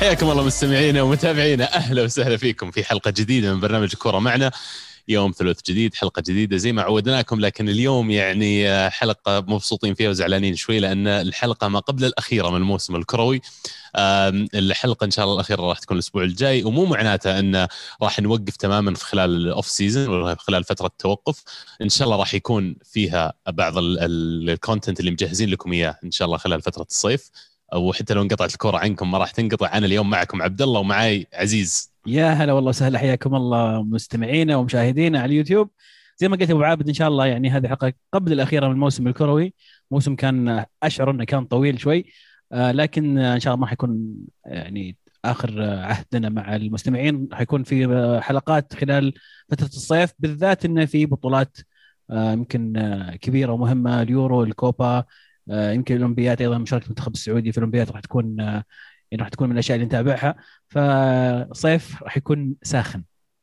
حياكم الله مستمعينا ومتابعينا، أهلا وسهلا فيكم في حلقة جديدة من برنامج كورة معنا. يوم ثلاث جديد، حلقة جديدة زي ما عودناكم، لكن اليوم يعني حلقة مبسوطين فيها وزعلانين شوي لأن الحلقة ما قبل الأخيرة من الموسم الكروي. الحلقة إن شاء الله الأخيرة راح تكون الأسبوع الجاي، ومو معناته أن راح نوقف تماما في خلال الأوف سيزون ولا خلال فترة التوقف. إن شاء الله راح يكون فيها بعض الكونتنت اللي مجهزين لكم إياه إن شاء الله خلال فترة الصيف، أو حتى لو انقطعت الكرة عنكم ما راح تنقطع. أنا اليوم معكم عبد الله ومعاي عزيز. يا هلا والله وسهلا، حياكم الله مستمعينا ومشاهدينا على اليوتيوب. زي ما قلت ابو عابد، ان شاء الله يعني هذه حلقه قبل الاخيره من الموسم الكروي. موسم كان اشعر انه كان طويل شوي، لكن ان شاء الله ما حيكون يعني اخر عهدنا مع المستمعين. حيكون في حلقات خلال فتره الصيف، بالذات انه في بطولات يمكن كبيره ومهمه، اليورو، الكوبا، يمكن الاولمبياد ايضا. مشاركه المنتخب السعودي في الاولمبياد راح تكون يعني راح تكون من الاشياء اللي نتابعها. فصيف راح يكون ساخن.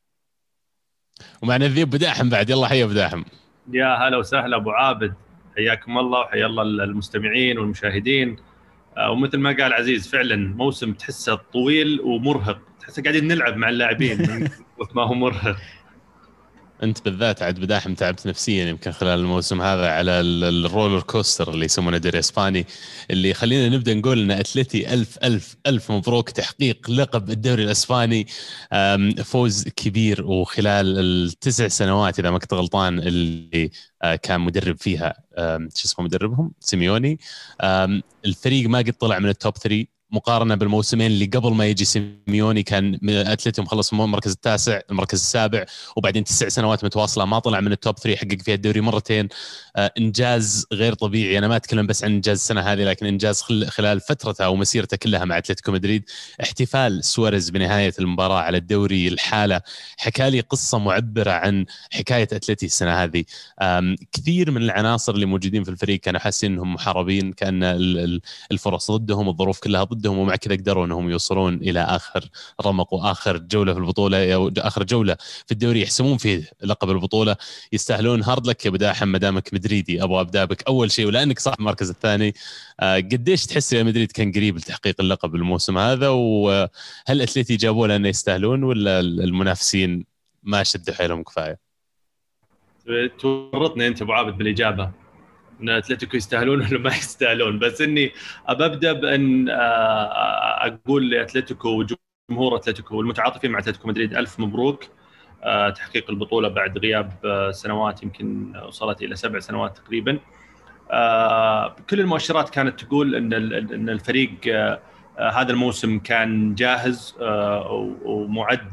ومعنا الذيب بداحم بعد، يلا حيا بداحم. يا هلا وسهلا ابو عابد، حياكم الله وحيا الله المستمعين والمشاهدين. ومثل ما قال عزيز، فعلا موسم تحسه طويل ومرهق، تحسه قاعدين نلعب مع اللاعبين من ما هو مرهق. انت بالذات عاد بداحم تعبت نفسيا يمكن خلال الموسم هذا على الرولر كوستر اللي يسمونه ديري اسباني، اللي خلينا نبدا نقول ان اتلتي الف الف الف مبروك تحقيق لقب الدوري الاسباني. فوز كبير، وخلال التسع سنوات اذا ما كنت غلطان اللي كان مدرب فيها شو اسمه مدربهم سيميوني، الفريق ما قد طلع من التوب 3 مقارنه بالموسمين اللي قبل ما يجي سيميوني. كان اتلتي مخلص المركز التاسع، المركز السابع، وبعدين 9 سنوات متواصله ما طلع من التوب 3، حقق فيها الدوري مرتين. انجاز غير طبيعي. انا ما اتكلم بس عن انجاز السنه هذه، لكن انجاز خلال فترته او مسيرته كلها مع اتلتيكو مدريد. احتفال سواريز بنهايه المباراه على الدوري، الحاله حكى لي قصه معبره عن حكايه اتلتي السنه هذه. كثير من العناصر اللي موجودين في الفريق كانوا حاسين انهم محاربين، كان الفرص ضدهم، الظروف كلها ضدهم، ومع كذا قدروا انهم يوصلون الى اخر رمق واخر جوله في البطوله، او اخر جوله في الدوري يحسمون فيه لقب البطوله. يستاهلون. هارد لك يا بداحم، ما دامك مدريدي ابغى ابدا بك اول شيء، ولانك صاحب المركز الثاني. قديش تحس يا مدريد كان قريب لتحقيق اللقب الموسم هذا؟ وهل اتلتي جابوا لانه يستاهلون، ولا المنافسين ما شدوا حيلهم كفايه؟ تورطني انت ابو عابد بالاجابه ان اتلتيكو يستاهلون ولا ما يستاهلون، بس اني ابدا بان اقول لاتلتيكو وجمهور اتلتيكو والمتعاطفين مع اتلتيكو مدريد الف مبروك تحقيق البطوله بعد غياب سنوات، يمكن وصلت الى 7 سنوات تقريبا. كل المؤشرات كانت تقول ان الفريق هذا الموسم كان جاهز ومعد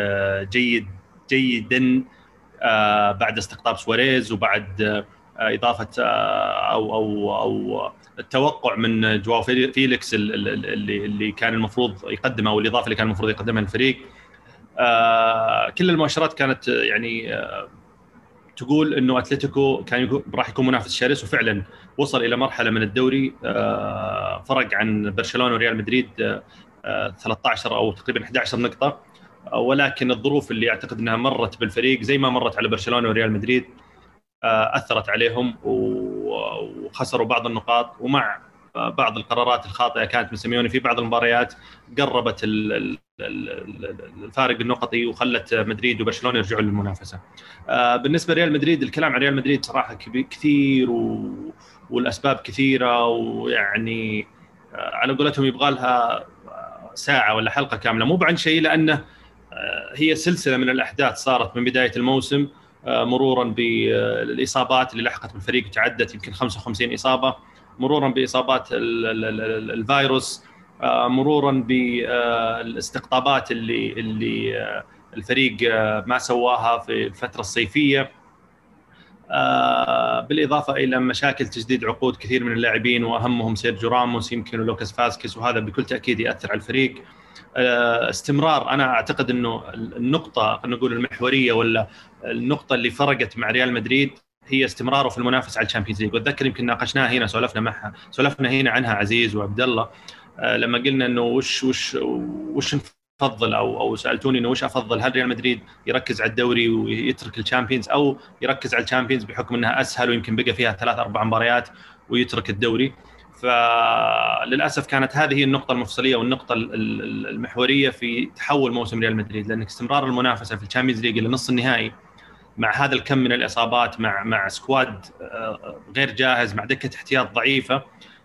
جيدا بعد استقطاب سواريز، وبعد اضافه او التوقع من جواو فيليكس اللي كان المفروض يقدمه، او الاضافه اللي كان المفروض يقدمها الفريق. كل المؤشرات كانت يعني تقول انه اتلتيكو كان راح يكون منافس شرس، وفعلا وصل الى مرحله من الدوري فرق عن برشلونه وريال مدريد 13 او تقريبا 11 نقطه. ولكن الظروف اللي اعتقد انها مرت بالفريق زي ما مرت على برشلونه وريال مدريد اثرت عليهم وخسروا بعض النقاط، ومع بعض القرارات الخاطئه كانت من سيميوني في بعض المباريات قربت الفارق النقطي وخلت مدريد وبرشلونه يرجعوا للمنافسه. بالنسبه لريال مدريد، الكلام عن ريال مدريد صراحه كثير والاسباب كثيره، ويعني على قولتهم يبغى لها ساعه ولا حلقه كامله، مو عن شيء، لانه هي سلسله من الاحداث صارت من بدايه الموسم، مرورا بالاصابات اللي لحقت بالفريق تعدت يمكن 55 اصابه، مرورا باصابات الفيروس، مرورا بالاستقطابات اللي الفريق ما سواها في الفتره الصيفيه، بالاضافه الى مشاكل تجديد عقود كثير من اللاعبين، واهمهم سيرجيو راموس يمكن ولوكاس فاسكيز، وهذا بكل تاكيد ياثر على الفريق. استمرار، انا اعتقد انه النقطه نقول المحوريه ولا النقطه اللي فرقت مع ريال مدريد هي استمراره في المنافسه على الشامبيونز ليج. واتذكر يمكن ناقشناها هنا، سولفنا هنا عنها عزيز وعبد الله، لما قلنا انه وش نفضل، او سالتوني انه وش افضل، هل ريال مدريد يركز على الدوري ويترك الشامبيونز، او يركز على الشامبيونز بحكم انها اسهل ويمكن بقى فيها 3-4 مباريات ويترك الدوري. فللاسف كانت هذه هي النقطه المفصليه والنقطه المحوريه في تحول موسم ريال مدريد، لان استمرار المنافسه في الشامبيونز ليج الى نصف النهائي مع هذا الكم من الاصابات، مع سكواد غير جاهز، مع دكه احتياط ضعيفه،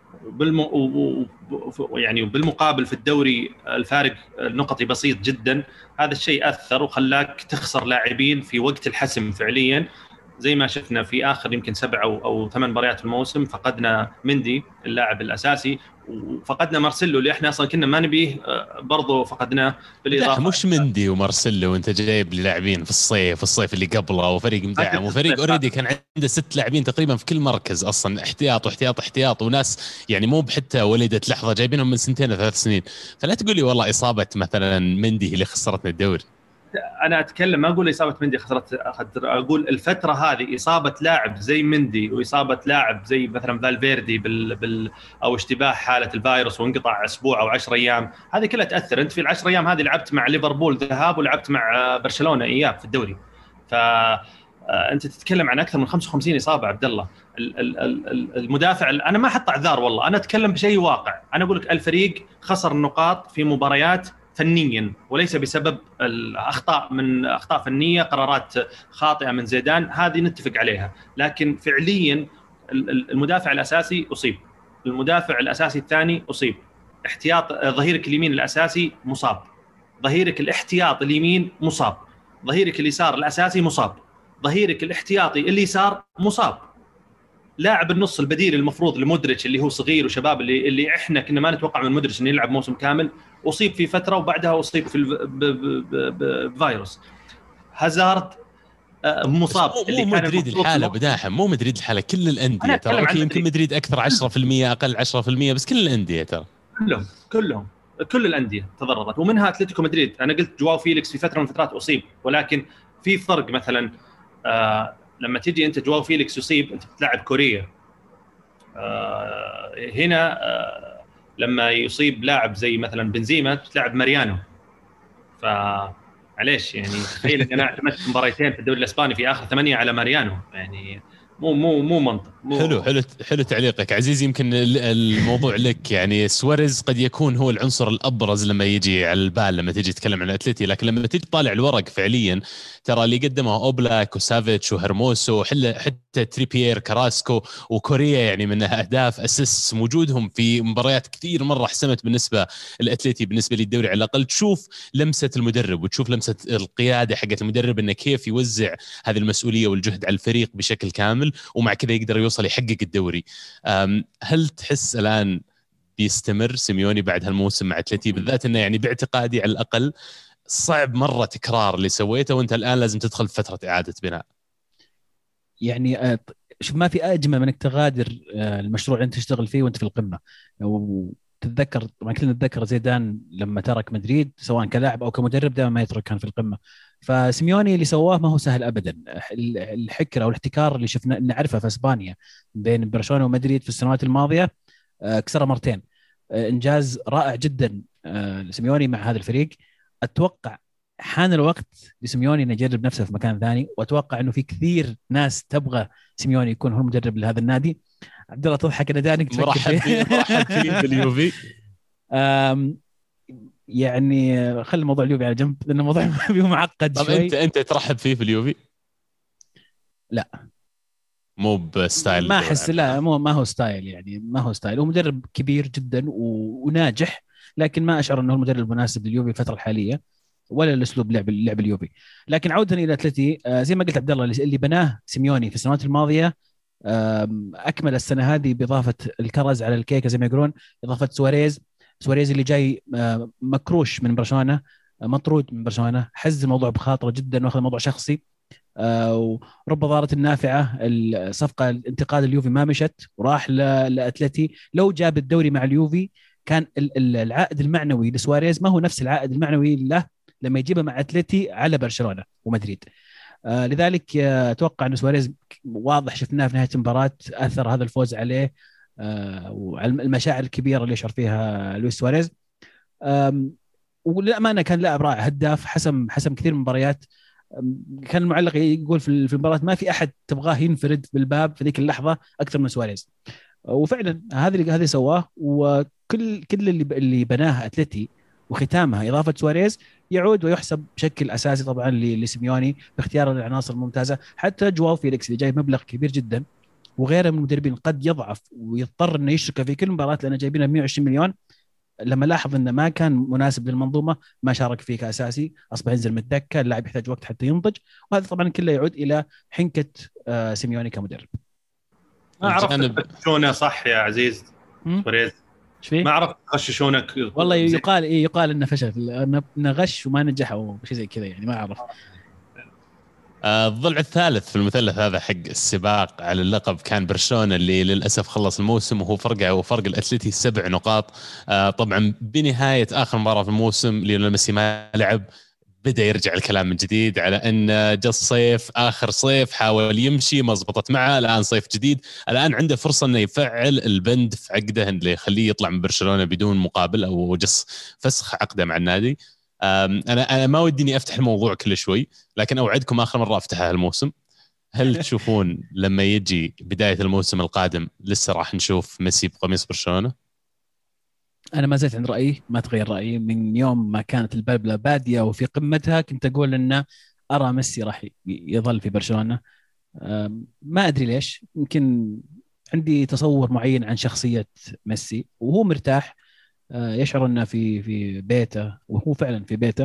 يعني بالمقابل في الدوري الفارق النقطي بسيط جدا. هذا الشيء اثر وخلاك تخسر لاعبين في وقت الحسم فعليا، زي ما شفنا في آخر يمكن 7 أو 8 مباريات في الموسم. فقدنا مندي اللاعب الأساسي، وفقدنا مارسيلو اللي احنا أصلا كنا ما نبيه، برضو فقدناه. بالإضافة مش مندي ومارسيلو وانت جايب لي لاعبين في الصيف اللي قبله، وفريق مدعم وفريق اوريدي كان عنده 6 لاعبين تقريبا في كل مركز اصلا، احتياط وناس يعني مو بحتى وليدة لحظة جايبينهم من 2 3 سنين. فلا تقول لي والله إصابة مثلا مندي اللي خسرتنا الدوري. انا اتكلم، ما اقول اصابه مندي خسرت، اقول الفتره هذه اصابه لاعب زي مندي واصابه لاعب زي مثلا فالفيردي او اشتباه حاله الفيروس وانقطع اسبوع او 10 ايام، هذه كلها تاثر. انت في ال10 ايام هذه لعبت مع ليفربول ذهاب ولعبت مع برشلونه اياب في الدوري، فانت تتكلم عن اكثر من 55 اصابه. عبد الله المدافع، انا ما احط اعذار والله، انا اتكلم بشيء واقع. انا اقول لك الفريق خسر نقاط في مباريات فنيا وليس بسبب اخطاء فنيه، قرارات خاطئه من زيدان، هذه نتفق عليها. لكن فعليا المدافع الاساسي اصيب، المدافع الاساسي الثاني اصيب، احتياط ظهيرك اليمين الاساسي مصاب، ظهيرك الاحتياط اليمين مصاب، ظهيرك اليسار الاساسي مصاب، ظهيرك الاحتياطي اليسار مصاب، لاعب النص البديل المفروض لمودريتش اللي هو صغير وشباب اللي احنا كنا ما نتوقع من مودريتش انه يلعب موسم كامل، اصيب في فتره وبعدها اصيب في الفيروس. هازارد مصاب. مو مدريد الحاله بداحم، مو مدريد الحاله، كل الانديه ترى. يمكن مدريد اكثر 10%، اقل 10%، بس كل الانديه ترى كل الانديه تضررت، ومنها اتلتيكو مدريد. انا قلت جواو فيليكس في فتره من الفترات اصيب، ولكن في فرق. مثلا لما تيجي انت جواو فيليكس يصيب، انت بتلعب كوريا. هنا لما يصيب لاعب زي مثلا بنزيما بتلعب ماريانو. فعليش يعني تخيل ان انا اعتمدت مباريتين في الدوري الاسباني في اخر 8 على ماريانو، يعني مو منطق. حلو تعليقك عزيز. يمكن الموضوع لك يعني سواريز قد يكون هو العنصر الابرز لما يجي على البال لما تيجي تتكلم عن اتلتي، لكن لما تيجي تطالع الورق فعليا ترى اللي قدمه اوبلاك وسافيتش وهرموسو، حتى تريبيير، كراسكو وكوريا، يعني من اهداف اسيست، وجودهم في مباريات كثير مره حسمت بالنسبه للاتلتي، بالنسبه للدوري على الاقل. تشوف لمسه المدرب وتشوف لمسه القياده حقت المدرب، انه كيف يوزع هذه المسؤوليه والجهد على الفريق بشكل كامل، ومع كذا يقدر يوصل يحقق الدوري. هل تحس الآن بيستمر سيميوني بعد هالموسم مع أتلتي بالذات، انه يعني باعتقادي على الأقل صعب مرة تكرار اللي سويته، وانت الآن لازم تدخل في فترة إعادة بناء؟ يعني شوف، ما في أجمل من انك تغادر المشروع اللي انت تشتغل فيه وانت في القمة. وتتذكر طبعا كلنا نتذكر زيدان لما ترك مدريد سواء كلاعب او كمدرب دائما ما يترك كان في القمة. فسيميوني اللي سواه ما هو سهل ابدا. الحكر او الاحتكار اللي شفنا نعرفه في اسبانيا بين برشلونة ومدريد في السنوات الماضية كسره مرتين. انجاز رائع جدا لسيميوني مع هذا الفريق. اتوقع حان الوقت لسيميوني انه يجرب نفسه في مكان ثاني، واتوقع انه في كثير ناس تبغى سيميوني يكون هو المدرب لهذا النادي. عبد الله تضحك انا دانك مرحب فيه باليوفي. يعني خلي موضوع اليوفي على جنب لأن الموضوع فيه معقد طب شوي. انت ترحب فيه في اليوفي؟ لا مو بستايل، ما احس. لا ما هو ستايل، يعني ما هو ستايل. هو مدرب كبير جدا وناجح، لكن ما اشعر انه المدرب المناسب لليوفي الفتره الحاليه ولا الاسلوب لعب اليوفي. لكن عوده الى اتلتي، زي ما قلت عبد الله، اللي بناه سيميوني في السنوات الماضيه اكمل السنه هذه باضافه الكرز على الكيكه زي ما يقولون، اضافه سواريز اللي جاي مكروش من برشلونه، مطرود من برشلونه، حز الموضوع بخاطره جدا واخذ الموضوع شخصي. ورب ضارة النافعة الصفقة الانتقال اليوفي ما مشت وراح لأتلتي. لو جاب الدوري مع اليوفي كان العائد المعنوي لسواريز ما هو نفس العائد المعنوي له لما يجيبه مع أتلتي على برشلونة ومدريد. لذلك أتوقع أن سواريز واضح شفناه في نهاية المباراة أثر هذا الفوز عليه وعلى المشاعر الكبيرة اللي يشعر فيها لويس سواريز. وللأمانة كان لاعب رائع، هداف، حسم كثير من المباريات. كان المعلق يقول في المباراة ما في أحد تبغاه ينفرد بالباب في ذيك اللحظة أكثر من سواريز. وفعلا هذا سواه. وكل اللي بناه اتلتي وختامها اضافه سواريز يعود ويحسب بشكل اساسي طبعا لسيميوني باختيار العناصر الممتازه. حتى جواو فيليكس اللي جاي مبلغ كبير جدا وغيره من المدربين قد يضعف ويضطر انه يشرك في كل مباراه لانه جايبينه 120 مليون، لما لاحظ انه ما كان مناسب للمنظومه ما شارك فيه كاساسي، اصبح ينزل من الدكه، اللاعب يحتاج وقت حتى ينضج. وهذا طبعا كله يعود الى حنكه سيميوني كمدرب. ما عرفت تغششونه صح يا عزيز سواريز؟ ايش فيه؟ ما عرفت تغششونك والله يقال انه فشل، انه غش وما نجح او شيء زي كذا يعني، ما اعرف. الضلع الثالث في المثلث هذا حق السباق على اللقب كان برشلونة اللي للأسف خلص الموسم وهو فرق الأتلتي 7 نقاط. طبعا بنهاية آخر مباراة في الموسم ليونيل ميسي ما لعب، بدأ يرجع الكلام من جديد على أن جاء الصيف، آخر صيف حاول يمشي ما زبطت معه، الآن صيف جديد، الآن عنده فرصة أنه يفعل البند في عقده اللي يخليه يطلع من برشلونة بدون مقابل أو جص فسخ عقده مع النادي. أنا ما وديني أفتح الموضوع كل شوي، لكن أوعدكم آخر مرة أفتحها هالموسم. هل تشوفون لما يجي بداية الموسم القادم لسه راح نشوف ميسي بقميص برشلونة؟ انا ما زلت عند رايي، ما تغير رايي من يوم ما كانت البلبله باديه وفي قمتها. كنت اقول ان ارى ميسي راح يظل في برشلونه. ما ادري ليش، يمكن عندي تصور معين عن شخصيه ميسي وهو مرتاح، يشعر انه في بيته، وهو فعلا في بيته.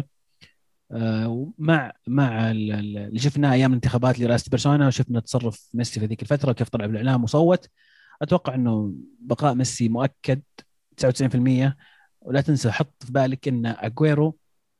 مع اللي شفناه ايام الانتخابات لرئاسه برشلونه، وشفنا تصرف ميسي في ذيك الفتره كيف طلع بالاعلام وصوت. اتوقع انه بقاء ميسي مؤكد 99%. ولا تنسى، حط في بالك ان اجويرو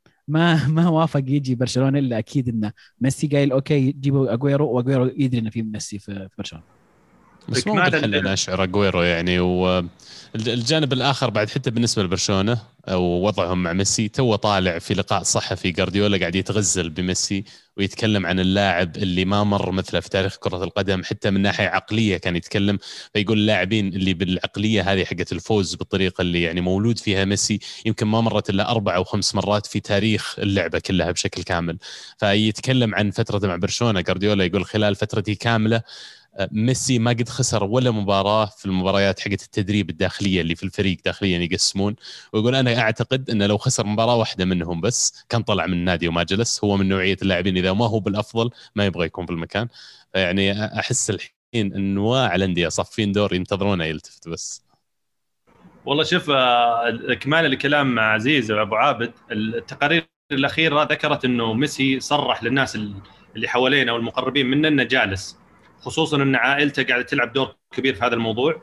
ما وافق يجي برشلونه الا اكيد ان ميسي قايل اوكي جيبوا اجويرو، واجويرو يدري انه في ميسي في برشلونه. بس مو قد انا اشعر اجويرو يعني. والجانب الاخر بعد حتى بالنسبه لبرشلونه او وضعهم مع ميسي، تو طالع في لقاء صحفي جارديولا قاعد يتغزل بميسي ويتكلم عن اللاعب اللي ما مر مثله في تاريخ كره القدم، حتى من ناحيه عقليه كان يتكلم. فيقول اللاعبين اللي بالعقليه هذه حقت الفوز بالطريقه اللي يعني مولود فيها ميسي يمكن ما مرت الا 4 أو 5 مرات في تاريخ اللعبه كلها بشكل كامل. فيتكلم عن فترته مع برشلونه، جارديولا يقول خلال فترتي كامله ميسي ما قد خسر ولا مباراة في المباريات حقت التدريب الداخلية اللي في الفريق داخليا يقسمون. ويقول أنا أعتقد أنه لو خسر مباراة واحدة منهم بس كان طلع من النادي وما جلس. هو من نوعية اللاعبين إذا ما هو بالأفضل ما يبغى يكون في المكان. يعني أحس الحين أنواع الأندية صافين دور ينتظرونه يلتفت بس. والله شوف، إكمالا لكلام عزيز وأبو عابد، التقارير الأخيرة ذكرت أنه ميسي صرح للناس اللي حوالينا والمقربين منه أنه جالس، خصوصا أن عائلته قاعدة تلعب دور كبير في هذا الموضوع.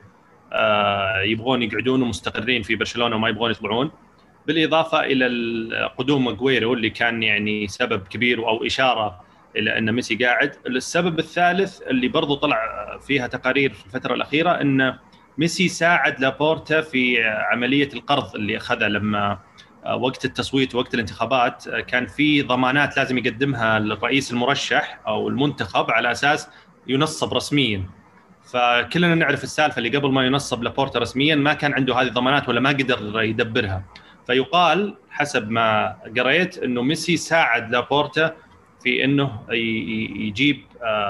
يبغون يقعدون ومستقرين في برشلونة وما يبغون يطلعون، بالإضافة إلى قدوم أجويرو اللي كان يعني سبب كبير أو إشارة إلى أن ميسي قاعد. السبب الثالث اللي برضو طلع فيها تقارير في الفترة الأخيرة أن ميسي ساعد لابورتا في عملية القرض اللي أخذها لما وقت التصويت ووقت الانتخابات كان في ضمانات لازم يقدمها للرئيس المرشح أو المنتخب على أساس ينصب رسميا. فكلنا نعرف السالفة اللي قبل ما ينصب لابورتا رسميا ما كان عنده هذه الضمانات ولا ما قدر يدبرها. فيقال حسب ما قريت أنه ميسي ساعد لابورتا في أنه يجيب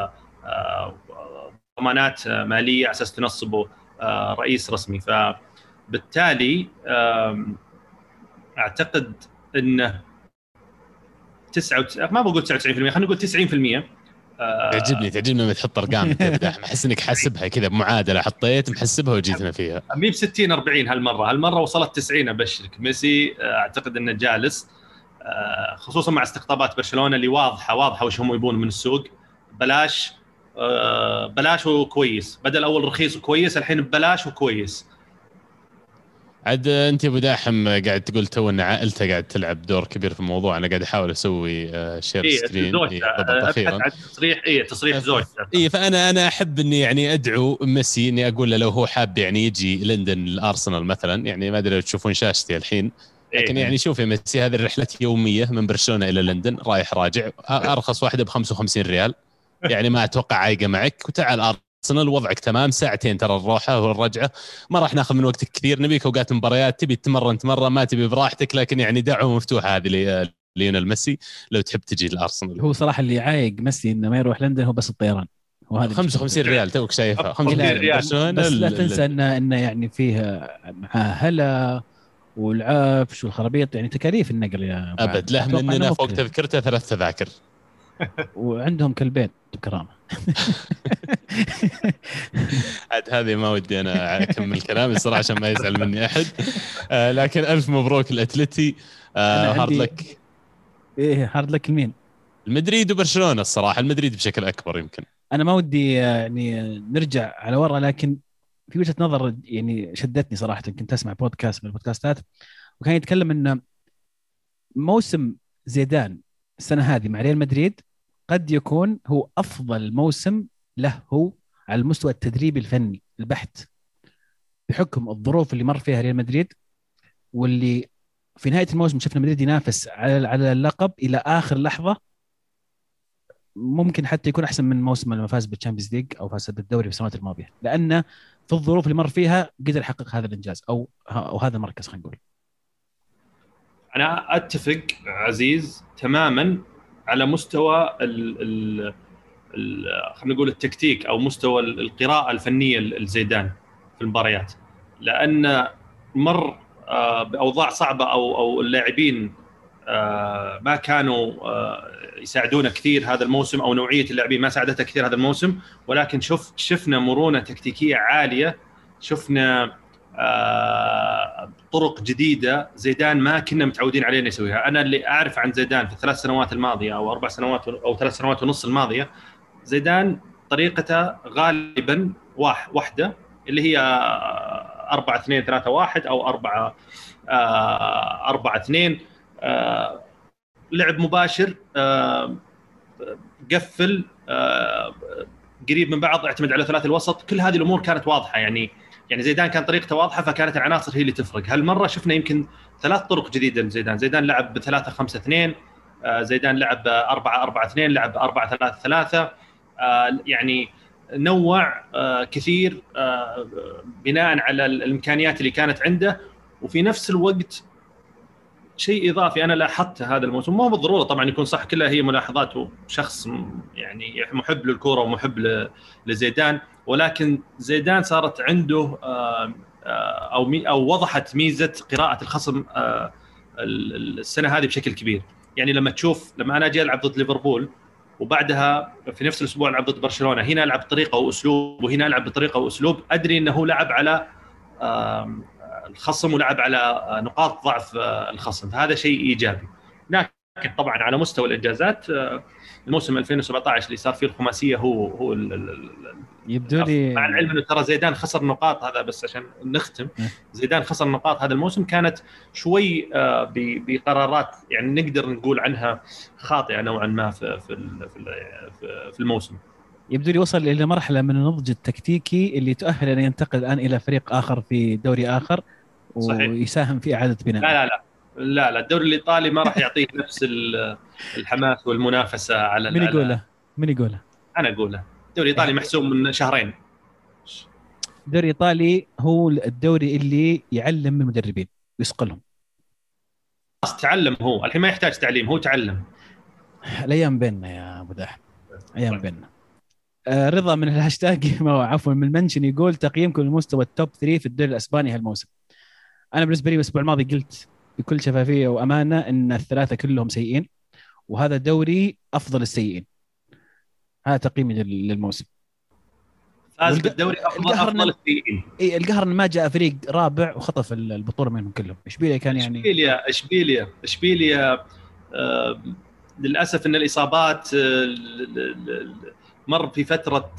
ضمانات مالية على أساس تنصبه رئيس رسمي. فبالتالي أعتقد أنه ما بقول 99%، خلينا نقول 90%. تعجبني لما تحط ارقام بداحم، احس انك حاسبها كذا بمعادله، حطيت محسبها وجيتنا فيها. مي ب 60 40 هالمره وصلت 90. ابشرك ميسي اعتقد انه جالس، خصوصا مع استقطابات برشلونه اللي واضحه وش هم يبون من السوق. بلاش وكويس، بدل اول رخيص وكويس، الحين ببلاش وكويس. عاد انت ابو داحم قاعد تقول تو ان عائلته قاعد تلعب دور كبير في الموضوع. انا قاعد احاول اسوي شير سكرين تصريح زوجته. فانا احب اني يعني ادعو ميسي اني اقول له لو هو حاب يعني يجي لندن الارسنال مثلا، يعني ما ادري لو تشوفون شاشتي الحين، لكن يعني شوف يا ميسي هذه الرحله يوميه من برشلونه الى لندن رايح راجع، ارخص واحده ب$55 يعني ما اتوقع عايقه معك، وتعال ارسنال وضعك تمام، ساعتين ترى الروحه والرجعه، ما راح ناخذ من وقتك كثير، نبيك اوقات مباريات تبي تمرن ما تبي براحتك، لكن يعني دعوه مفتوحه هذه ليونيل ميسي لو تحب تجي الارسنال. هو صراحه اللي عايق ميسي انه ما يروح لندن هو بس الطيران، وهذا 55 ريال توك شايفها 55 ريال. بس لا تنسى انه يعني فيه مع هلا والعفش والخرابيط، يعني تكاليف النقل يا ابد له مننا فوق تذكرته 3 تذاكر وعندهم كلبين بكرامه. عاد هذه ما ودي انا اكمل كلامي الصراحه عشان ما يزعل مني احد. لكن الف مبروك الاتلتي. هارد لك. ايه هارد لك لمين؟ المدريد وبرشلونه الصراحه، المدريد بشكل اكبر. يمكن انا ما ودي يعني نرجع على ورا، لكن في وجهه نظر يعني شدتني صراحه. كنت اسمع بودكاست من البودكاستات وكان يتكلم ان موسم زيدان السنه هذه مع ريال مدريد قد يكون هو افضل موسم له هو على المستوى التدريبي الفني البحت، بحكم الظروف اللي مر فيها ريال مدريد، واللي في نهايه الموسم شفنا مدريد ينافس على اللقب الى اخر لحظه. ممكن حتى يكون احسن من موسم لما فاز بالتشامبيونز ليج او فاز بالدوري في السنوات الماضيه، لانه في الظروف اللي مر فيها قدر يحقق هذا الانجاز او هذا المركز. خلينا نقول انا اتفق عزيز تماما على مستوى ال خلينا نقول التكتيك او مستوى القراءه الفنيه لزيدان في المباريات، لان مر باوضاع صعبه او اللاعبين ما كانوا يساعدونا كثير هذا الموسم، او نوعيه اللاعبين ما ساعدتها كثير هذا الموسم، ولكن شفنا مرونه تكتيكيه عاليه، شفنا طرق جديده زيدان ما كنا متعودين عليه يسويها. انا اللي اعرف عن زيدان في الثلاث سنوات الماضيه او 4 سنوات او 3 سنوات ونص الماضيه، زيدان طريقته غالبا واحده اللي هي 4-2-3-1 او 4-4-2، لعب مباشر، قفل، قريب من بعض، اعتمد على ثلاثي الوسط. كل هذه الامور كانت واضحه، يعني زيدان كان طريقته واضحه، فكانت العناصر هي اللي تفرق. هالمره شفنا يمكن 3 طرق جديده لزيدان. زيدان لعب ب3-5-2، زيدان لعب 4-4-2، لعب 4-3-3، يعني نوع كثير بناء على الامكانيات اللي كانت عنده. وفي نفس الوقت شيء اضافي انا لاحظته هذا الموسم، مو بالضروره طبعا يكون صح، كلها هي ملاحظات شخص يعني محب للكره ومحب لزيدان، ولكن زيدان صارت عنده او وضحت ميزه قراءه الخصم السنه هذه بشكل كبير. يعني لما انا اجي العب ضد ليفربول وبعدها في نفس الاسبوع العب ضد برشلونه، هنا العب بطريقه واسلوب وهنا العب بطريقه واسلوب، ادري انه لعب على الخصم ولعب على نقاط ضعف الخصم، فهذا شيء ايجابي. لكن طبعا على مستوى الانجازات الموسم 2017 اللي صار فيه الخماسيه هو يبدو لي، مع العلم انه ترى زيدان خسر نقاط، هذا بس عشان نختم، زيدان خسر نقاط هذا الموسم كانت شوي بقرارات يعني نقدر نقول عنها خاطئه نوعا ما في الموسم. يبدو لي وصل الى مرحله من النضج التكتيكي اللي تؤهل ان ينتقل الان الى فريق اخر في دوري اخر ويساهم في اعاده بناء. لا الدوري الايطالي ما راح يعطيه نفس الحماس والمنافسه على من يقوله انا اقوله الدوري الايطالي محسوم من شهرين. الدوري الايطالي هو الدوري اللي يعلم من المدربين ويسقلهم. تعلم، هو الحين ما يحتاج تعليم، هو تعلم. الايام بيننا يا ابو داحم، ايام بيننا. رضا من الهاشتاج عفوا من المنشن يقول تقييمكم لمستوى التوب 3 في الدوري الاسباني هالموسم. انا بالنسبه لي الاسبوع الماضي قلت بكل شفافيه وامانه ان الثلاثه كلهم سيئين، وهذا دوري افضل السيئين. هذا تقييمي للموسم. فاز بالدوري افضل السيئين. اي القهر ان ما جاء فريق رابع وخطف البطوله منهم كلهم. اشبيليا كان يعني اشبيليا للاسف ان الاصابات مر في فتره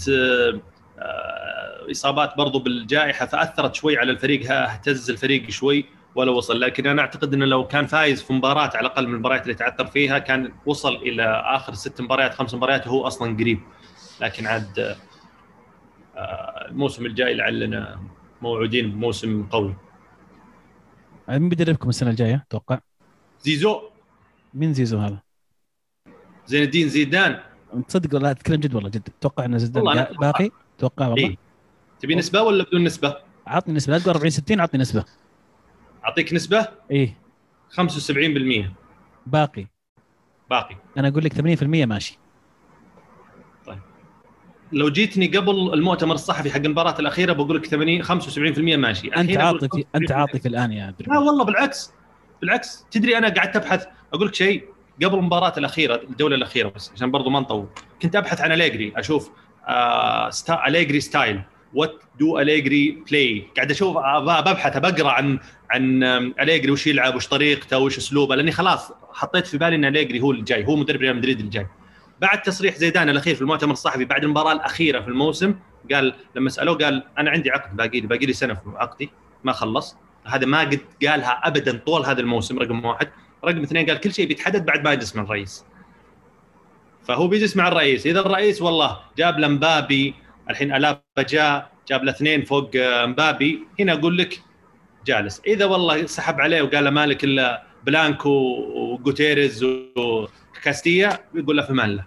اصابات برضو بالجائحه، فاثرت شوي على الفريق، اهتز الفريق شوي ولا وصل. لكن انا اعتقد انه لو كان فايز في مباراه على الاقل من المباريات اللي تعثر فيها كان وصل الى اخر 6 مباريات 5 مباريات وهو اصلا قريب. لكن عاد الموسم الجاي لعلنا موعودين بموسم قوي. مين بيدربكم السنه الجايه توقع؟ زيزو. مين زيزو هذا؟ زين الدين زيدان. تصدق ولا تتكلم جد؟ والله جد توقع ان زيدان باقي؟ توقع والله. إيه؟ تبي نسبه ولا بدون نسبه؟ عطني نسبه، لا تقول 40 60، عطني نسبه. اعطيك نسبه؟ ايه 75%. باقي. باقي. انا اقول لك 80% ماشي. طيب لو جيتني قبل المؤتمر الصحفي حق المباراه الاخيره بقول لك 75% ماشي. انت عاطفي الان يا عبد لا الرحمن. والله بالعكس تدري انا قعدت ابحث. اقول لك شيء، قبل المباراه الاخيره الجوله الاخيره بس عشان برضو ما نطول، كنت ابحث عن أليجري، اشوف أليجري ستايل، وات دو أليجري بلاي. قاعد اشوف ببحث بقرا عن أليجري وش يلعب وش طريقته وش اسلوبه، لاني خلاص حطيت في بالي ان أليجري هو اللي جاي، هو مدرب ريال مدريد الجاي. بعد تصريح زيدان الاخير في المؤتمر الصحفي بعد المباراه الاخيره في الموسم، قال لما سالوه قال انا عندي عقد باقي لي سنه في عقدي ما خلص. هذا ما قد قالها ابدا طول هذا الموسم. رقم واحد. رقم اثنين قال كل شيء بيتحدد بعد ما يجلس مع الرئيس. فهو بيجلس مع الرئيس، اذا الرئيس والله جاب لمبابي الحين ألابا جاب له 2 فوق مبابي، هنا اقول لك جالس. اذا والله سحب عليه وقال له مالك الا بلانكو وغوتيريز وكاستيا يقول له في ماله.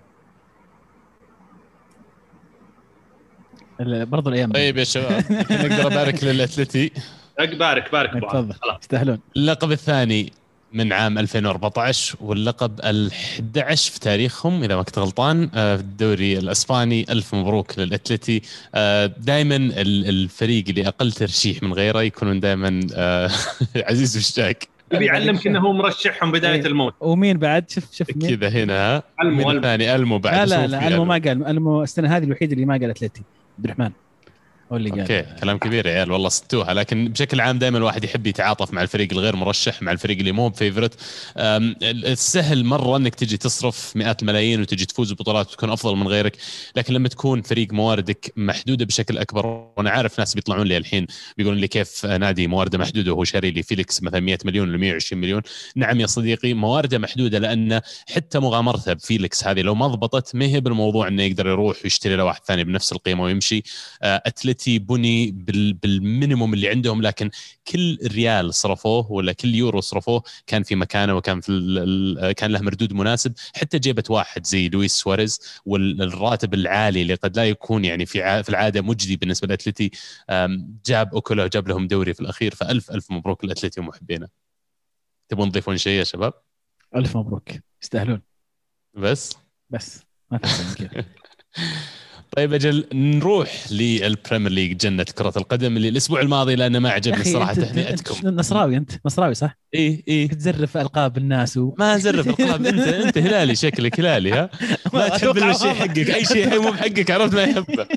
برضو الايام. طيب يا شباب نقدر ابارك للاتلتي. بارك ابو عبد. تفضل يستاهلون. اللقب الثاني من عام 2014 واللقب ال11 في تاريخهم اذا ما كنت غلطان في الدوري الاسباني. الف مبروك للاتلتي. دائما الفريق اللي اقل ترشيح من غيره يكونون دائما عزيز وشاك. بيعلمك انه هو مرشحهم بدايه الموت. ومين بعد شوف مين كذا هنا من الثاني المو بعد. لا المو ما قال. المو السنه هذه الوحيده اللي ما قال اتلتي عبد الرحمن هو اللي قال. اوكي كلام كبير يا عيال والله ستوها. لكن بشكل عام دائما الواحد يحب يتعاطف مع الفريق الغير مرشح، مع الفريق اللي مو بفيفورت. السهل مره انك تجي تصرف مئات الملايين وتجي تفوز ببطولات وتكون افضل من غيرك، لكن لما تكون فريق مواردك محدوده بشكل اكبر، وانا عارف ناس بيطلعون لي الحين بيقولون لي كيف نادي موارده محدوده وهو شاري لي فيليكس مثلا 100 مليون ولا 120 مليون. نعم يا صديقي موارده محدوده، لان حتى مغامرته بفيليكس هذه لو ما ضبطت ما هي بالموضوع انه يقدر يروح ويشتري له واحد ثاني بنفس القيمه ويمشي. اتلتي بني بالمينيموم اللي عندهم، لكن كل ريال صرفوه ولا كل يورو صرفوه كان في مكانه وكان كان له مردود مناسب. حتى جيبت واحد زي لويس سواريز والراتب العالي اللي قد لا يكون يعني في العاده مجدي بالنسبه للاتلتي، جاب اوكولا جاب لهم دوري في الاخير. فالف مبروك للاتلتي ومحبينه. تبون تضيفون شيء يا شباب؟ الف مبروك يستاهلون. بس ما في كذا. طيب أجل نروح للبريمير ليج جنة كرة القدم اللي الأسبوع الماضي لأنه ما عجبني صراحة تهنئتكم. نصراوي أنت نصراوي صح؟ إيه تزرف ألقاب الناس ما نزرف ألقاب. أنت هلالي شكلك هلالي ها ما تحب الشيء حقك أي شيء مو بحقك عرفت ما يحبه.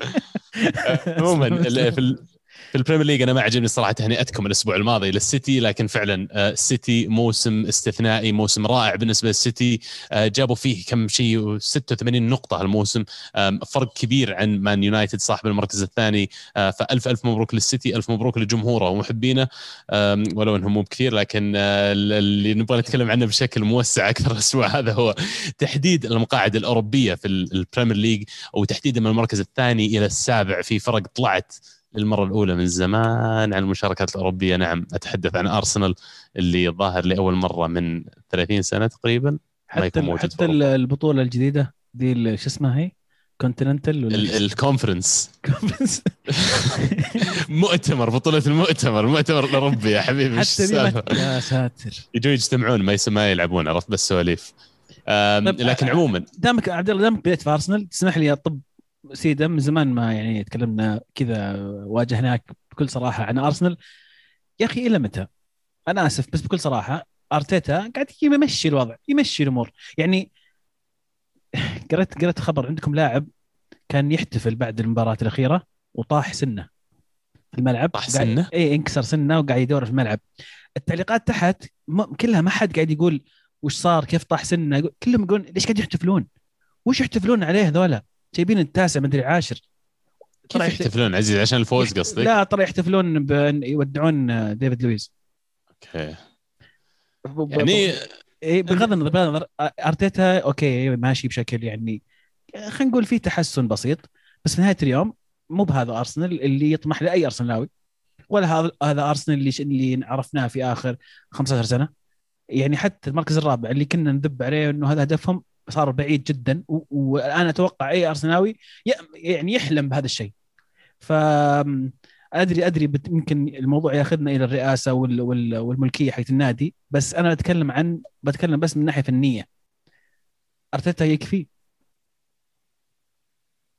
عموما في البريمير ليج انا ما عجبني صراحه تهنئتكم الاسبوع الماضي للسيتي، لكن فعلا السيتي موسم استثنائي، موسم رائع بالنسبه للسيتي. جابوا فيه كم شيء 86 نقطه هالموسم، فرق كبير عن مان يونايتد صاحب المركز الثاني. فالف مبروك للسيتي، الف مبروك لجمهوره ومحبينه ولو انهم مو بكثير. لكن اللي نبغى نتكلم عنه بشكل موسع اكثر الاسبوع هذا هو تحديد المقاعد الاوروبيه في البريمير ليج، وتحديدا من المركز الثاني الى السابع في فرق طلعت للمرة الأولى من زمان عن المشاركات الأوروبية. نعم أتحدث عن أرسنال اللي ظاهر لأول مرة من 30 سنة تقريبا حتى البطولة الجديدة دي شو اسمها هي كونتيننتال الكونفرنس بطولة المؤتمر الأوروبي يا حبيبي. حتى يا ساتر يجوا يجتمعون ما يلعبون عرفت بس سواليف. لكن عموما دامك عبد الله دامك بديت في أرسنال تسمح لي أطب سيدة من زمان ما يعني تكلمنا كذا واجهناك بكل صراحة عن أرسنال يا أخي إلى متى؟ أنا آسف بس بكل صراحة أرتيتا قاعد يمشي الوضع يمشي الأمور يعني. قرأت خبر عندكم لاعب كان يحتفل بعد المباراة الأخيرة وطاح سنة في الملعب. طاح سنة؟ إيه انكسر سنة وقاعد يدور في الملعب. التعليقات تحت كلها ما حد قاعد يقول وش صار كيف طاح سنة، كلهم يقولون ليش قاعد يحتفلون وش يحتفلون عليه هذولا جايبين التاسع مدري عاشر. كيف يحتفلون عزيز عشان الفوز قصدك؟ لا ترى يحتفلون يودعون ديفيد لويز. اوكي يعني بغض النظر ارتيتا اوكي ماشي بشكل يعني خلينا نقول فيه تحسن بسيط، بس في نهايه اليوم مو بهذا ارسنال اللي يطمح لاي ارسناوي، ولا هذا ارسنال اللي عرفناه في اخر 15 سنه. يعني حتى المركز الرابع اللي كنا ندب عليه انه هذا هدفهم صار بعيد جدا، والان اتوقع اي ارسناوي يعني يحلم بهذا الشيء. ف ادري يمكن الموضوع ياخذنا الى الرئاسه والملكيه حق النادي، بس انا بتكلم بس من ناحيه فنيه. ارتيتا يكفي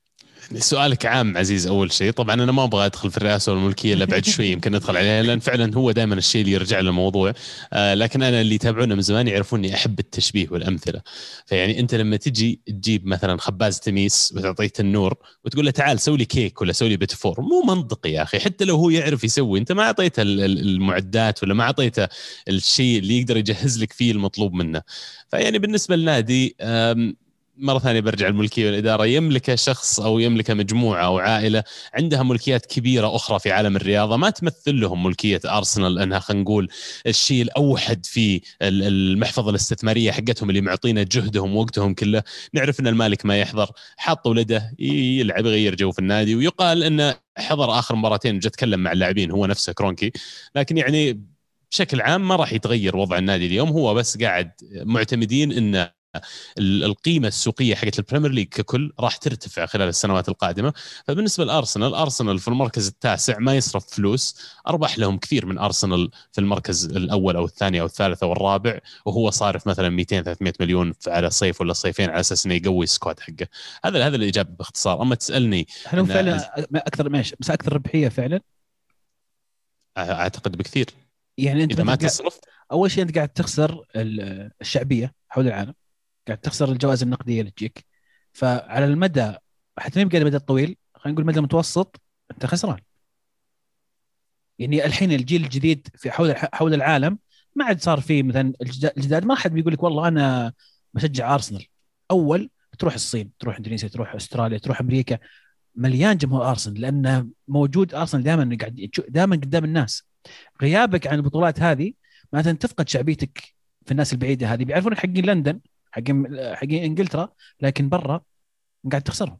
سؤالك عام عزيز. أول شيء طبعا أنا ما أبغى أدخل في الرئاسة والملكية إلا بعد شوي يمكن ندخل عليها، لأن فعلا هو دائما الشيء اللي يرجع للموضوع. لكن أنا اللي يتابعونا من زمان يعرفوني أحب التشبيه والأمثلة. فيعني أنت لما تجي تجيب مثلا خباز تميس وتعطيه تنور وتقول له تعال سوي لي كيك ولا سوي لي بتفور، مو منطقي يا أخي. حتى لو هو يعرف يسوي، أنت ما أعطيته المعدات ولا ما أعطيته الشيء اللي يقدر يجهز لك فيه المطلوب منه. فيعني بالنسبة للنادي مرة ثانية برجع الملكية والإدارة، يملك شخص أو يملك مجموعة أو عائلة عندها ملكيات كبيرة أخرى في عالم الرياضة ما تمثل لهم ملكية أرسنال، أنها خلينا نقول الشيء الأوحد في المحفظة الاستثمارية حقتهم اللي معطينا جهدهم ووقتهم كله. نعرف أن المالك ما يحضر، حاط ولده يلعب يغير جو في النادي، ويقال أنه حضر آخر مباراتين وجاء تكلم مع اللاعبين هو نفسه كرونكي. لكن يعني بشكل عام ما راح يتغير وضع النادي اليوم، هو بس قاعد معتمدين أن القيمة السوقية حقت البريمير ليج ككل راح ترتفع خلال السنوات القادمة. فبالنسبة لأرسنال في المركز التاسع ما يصرف فلوس، أربح لهم كثير من أرسنال في المركز الأول أو الثاني أو الثالث أو الرابع، وهو صارف مثلا 200-300 مليون على صيف ولا صيفين على أساس إنه يقوي السكواد حقه. هذا الإجابة باختصار. أما تسألني هل هو فعلا أكثر ماشي بس أكثر ربحية فعلا؟ أعتقد بكثير. يعني أنت إذا ما تصرف، أول شيء أنت قاعد تخسر الشعبية حول العالم، قاعد تخسر الجوائز النقديه اللي تجيك. فعلى المدى حتى نبقى المدى الطويل، خلينا نقول المدى المتوسط، انت خسران. يعني الحين الجيل الجديد في حول العالم ما عاد صار فيه مثلا الجداد ما حد بيقول لك والله انا بشجع ارسنال. اول تروح الصين، تروح اندونيسيا، تروح استراليا، تروح امريكا، مليان جمهور ارسنال، لانه موجود ارسنال دائما قاعد دائما قدام الناس. غيابك عن البطولات هذه معناته تفقد شعبيتك في الناس البعيده هذه. بيعرفونك حقين لندن، حقين انجلترا، لكن برا قاعد تخسرهم.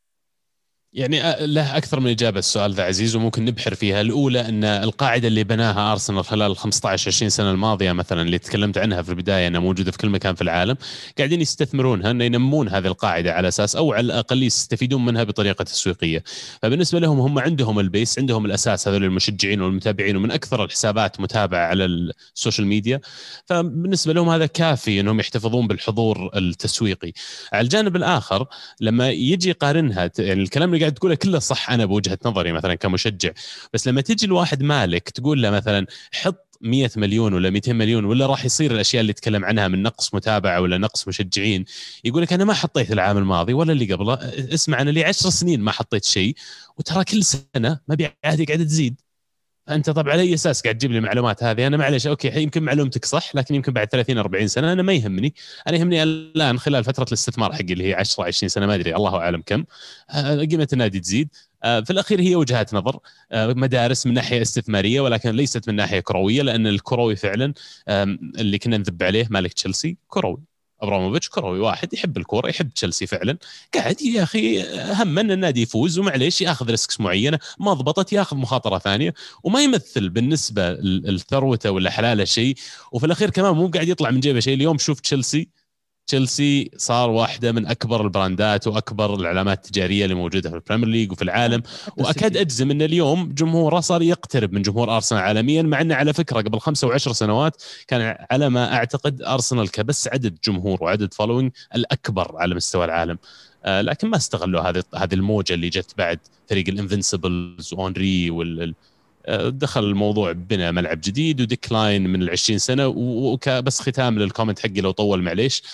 يعني له أكثر من إجابة السؤال ذا عزيز، وممكن نبحر فيها. الأولى أن القاعدة اللي بناها أرسنال خلال 15-20 سنة الماضية مثلا اللي تكلمت عنها في البداية أنها موجودة في كل مكان في العالم، قاعدين يستثمرونها أن ينمون هذه القاعدة على أساس أو على الأقل يستفيدون منها بطريقة تسويقية. فبالنسبة لهم هم عندهم البيس، عندهم الأساس، هذول المشجعين والمتابعين، ومن أكثر الحسابات متابعة على السوشيال ميديا. فبالنسبة لهم هذا كافي أنهم يحتفظون بالحضور التسويقي. على الجانب الآخر لما يجي يقارنها، يعني الكلام اللي قاعد تقوله كله صح أنا بوجهة نظري مثلا كمشجع، بس لما تجي الواحد مالك تقول له مثلا حط 100 مليون ولا 200 مليون ولا راح يصير الأشياء اللي تكلم عنها من نقص متابعة ولا نقص مشجعين، يقول لك أنا ما حطيت العام الماضي ولا اللي قبله. اسمع، أنا لي 10 سنين ما حطيت شيء، وترى كل سنة مبيعاتي قاعدة تزيد. انت طبعا على اي اساس قاعد تجيب لي المعلومات هذه؟ انا معلش اوكي يمكن معلومتك صح، لكن يمكن بعد 30-40 سنه انا ما يهمني. انا يهمني الان خلال فتره الاستثمار حقي اللي هي 10-20 سنه، ما ادري الله اعلم كم، قيمه النادي تزيد. في الاخير هي وجهات نظر، مدارس من ناحيه استثماريه ولكن ليست من ناحيه كرويه، لان الكروي فعلا اللي كنا نذب عليه مالك تشيلسي كروي، ابراموفيتش كروي واحد يحب الكوره، يحب تشيلسي فعلا، قاعد يا اخي هم ان النادي يفوز ومعليش ياخذ ريسكس معينه، ما ضبطت ياخذ مخاطره ثانيه، وما يمثل بالنسبه لثروته ولا حلاله شيء، وفي الاخير كمان مو قاعد يطلع من جيبه شيء. اليوم شوف تشيلسي صار واحدة من أكبر البراندات وأكبر العلامات التجارية اللي موجودة في البريمير ليج وفي العالم، وأكاد أجزم أن اليوم جمهوره صار يقترب من جمهور أرسنال عالميا، مع أنه على فكرة قبل 5 و10 سنوات كان على ما أعتقد أرسنال كبس عدد جمهور وعدد فولوينج الأكبر على مستوى العالم. لكن ما استغلوا هذه الموجة اللي جت بعد فريق الانفنسبلز وأونري دخل الموضوع بنا ملعب جديد وديكلاين من 20 سنة. وكبس ختام للكومنت حقي لو طول معليش،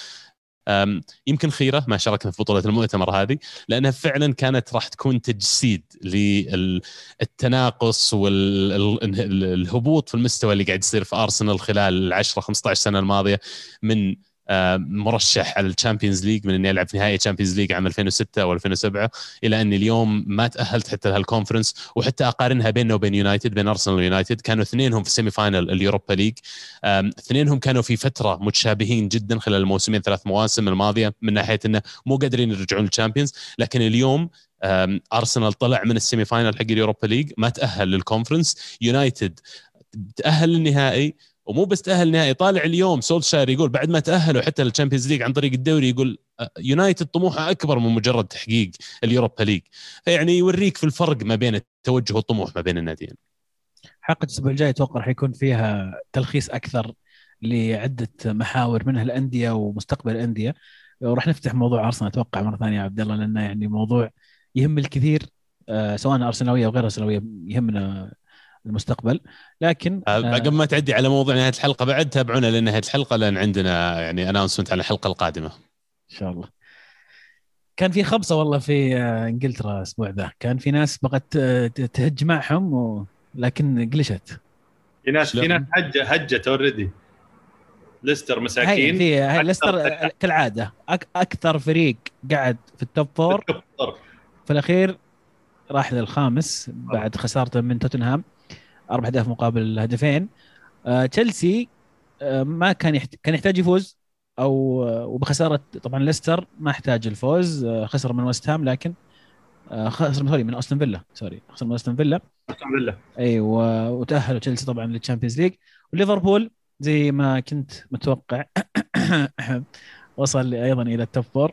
يمكن خيرة ما شاركنا في بطولة المؤتمر هذه، لأنها فعلا كانت راح تكون تجسيد للتناقص والهبوط في المستوى اللي قاعد يصير في أرسنال خلال 10-15 سنة الماضية، من مرشح على الشامبيونز ليج، من اني العب في نهائي الشامبيونز ليج عام 2006 او 2007 الى اني اليوم ما تاهلت حتى لهالكونفرنس. وحتى اقارنها بيننا وبين يونايتد، بين ارسنال ويونايتد، كانوا اثنينهم في سيمي فاينل اليوروبا ليج، اثنينهم كانوا في فتره متشابهين جدا خلال الموسمين 3 مواسم الماضيه، من ناحيه انه مو قادرين يرجعون للشامبيونز. لكن اليوم ارسنال طلع من السيمي فاينل حق اليوروبا ليج، ما تاهل للكونفرنس. يونايتد تاهل للنهائي، ومو بس تأهل نهائي، طالع اليوم سولشاير يقول بعد ما تأهلوا حتى للتشامبيونز ليج عن طريق الدوري، يقول يونايتد طموحه أكبر من مجرد تحقيق اليوروبا ليج. فيعني يوريك في الفرق ما بين التوجه والطموح ما بين الناديين. حلقة الأسبوع الجاي أتوقع حيكون فيها تلخيص أكثر لعدة محاور منها الأندية ومستقبل الأندية، وراح نفتح موضوع أرسنال أتوقع مرة ثانية يا عبد الله، لأنه يعني موضوع يهم الكثير، سواء ارسناليه او غير ارسناليه يهمنا المستقبل. لكن قبل ما تعدي على موضوع نهايه الحلقه، بعد تابعونا لنهايه الحلقه لان عندنا يعني اناونسمنت على الحلقه القادمه ان شاء الله. كان في خبصه والله في انجلترا الاسبوع ذا، كان في ناس بغت تهج معهم لكن قلشت. في ناس هجت اوريدي. ليستر مساكين. هي ليستر كالعاده اكثر فريق قعد في التوب فور، في الاخير راح للخامس بعد خسارته من توتنهام 4 أهداف مقابل هدفين. تشيلسي ما كان يحتاج يفوز، او وبخساره طبعا ليستر ما احتاج الفوز، خسر من ويست هام، لكن خسر من استون فيلا، خسر من استون فيلا. اي وتاهلوا تشيلسي طبعا للتشامبيونز ليج. وليفربول زي ما كنت متوقع وصل ايضا الى التوب فور.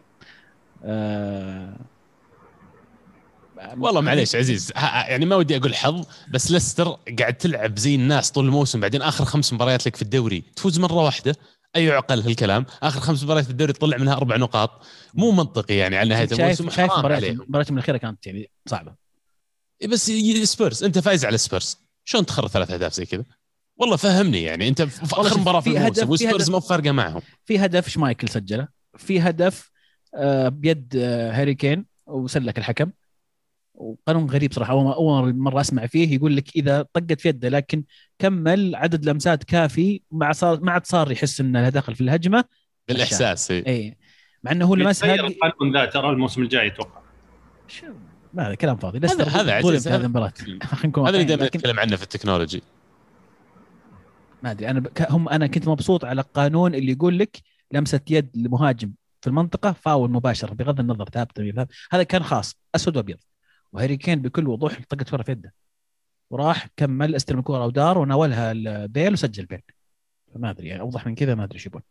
والله معليش عزيز، يعني ما ودي اقول حظ، بس ليستر قاعد تلعب زي الناس طول الموسم، بعدين اخر 5 مباريات لك في الدوري تفوز مره واحده. اي عقل هالكلام؟ اخر 5 مباريات في الدوري تطلع منها 4 نقاط، مو منطقي يعني على نهايه الموسم. شايف مباريات الاخيره كانت يعني صعبه. بس سبيرز انت فايز على سبيرز، شلون تخرج 3 أهداف زي كذا؟ والله فهمني يعني، انت في اخر مباراه في الموسم وسبيرز ما فارقه معهم. في هدف شمايكل سجله، في هدف بيد هاري كين وسلك الحكم، وقانون غريب صراحه، اول مره اسمع فيه. يقول لك اذا طقت في يده لكن كمل عدد لمسات كافي، ما عاد صار يحس انه دخل في الهجمه بالاحساس. اي مع انه هو لمسها. القانون ذا ترى الموسم الجاي اتوقع. ما هذا كلام فاضي. هذا عزيز، هذه المباراه هذا اللي دائما نتكلم عنه في التكنولوجي. ما ادري انا كنت مبسوط على القانون اللي يقول لك لمسه يد لمهاجم في المنطقه فاول مباشر بغض النظر ثابت. هذا كان خاص اسود وابيض، وهاري كين بكل وضوح طقت كره في يده وراح كمل استلم الكره ودار وناولها البيل وسجل بيل. فما ادري يعني اوضح من كذا ما ادري ايش يبون.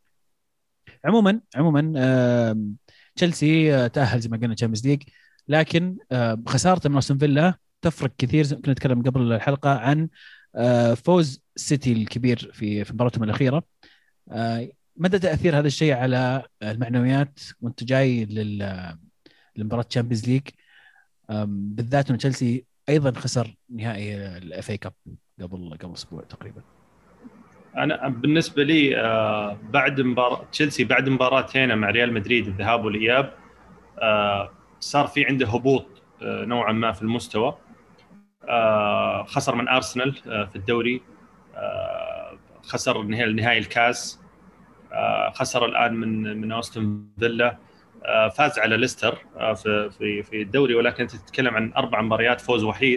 عموما تشيلسي تاهل زي ما قلنا تشامبيونز ليج، لكن خسارته من استون فيلا تفرق كثير. كنا نتكلم قبل الحلقه عن فوز سيتي الكبير في مباراتهم الاخيره. مدى تاثير هذا الشيء على المعنويات وانت جاي لمباراه تشامبيونز ليج، بالذات ان تشيلسي ايضا خسر نهائي الاف اي كاب قبل اسبوع تقريبا. انا بالنسبه لي بعد مباراه تشيلسي، بعد مباراتين مع ريال مدريد الذهاب والاياب، صار في عنده هبوط نوعا ما في المستوى. خسر من ارسنال في الدوري، خسر نهائي الكاس، خسر الان من اوستن فيلا، فاز على ليستر في الدوري، ولكن تتكلم عن 4 مباريات فوز وحيد.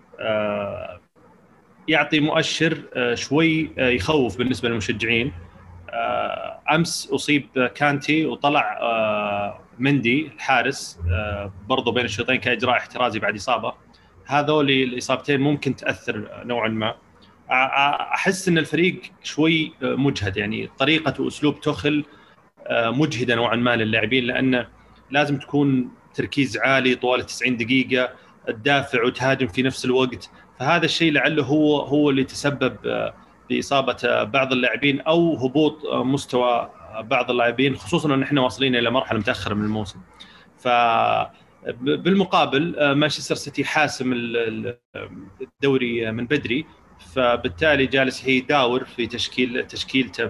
يعطي مؤشر شوي يخوف بالنسبه للمشجعين. امس اصيب كانتي وطلع مندي الحارس برضو بين الشوطين كاجراء احترازي بعد اصابه. هذول الاصابتين ممكن تاثر نوعا ما. احس ان الفريق شوي مجهد، يعني طريقه واسلوب توخل مجهده نوعا ما للاعبين، لانه لازم تكون تركيز عالي طوال 90 دقيقه، تدافع وتهاجم في نفس الوقت. فهذا الشيء لعله هو اللي تسبب باصابه بعض اللاعبين او هبوط مستوى بعض اللاعبين، خصوصا ان احنا واصلين الى مرحله متاخره من الموسم. فبالمقابل مانشستر سيتي حاسم الدوري من بدري، فبالتالي جالس يداور في تشكيلته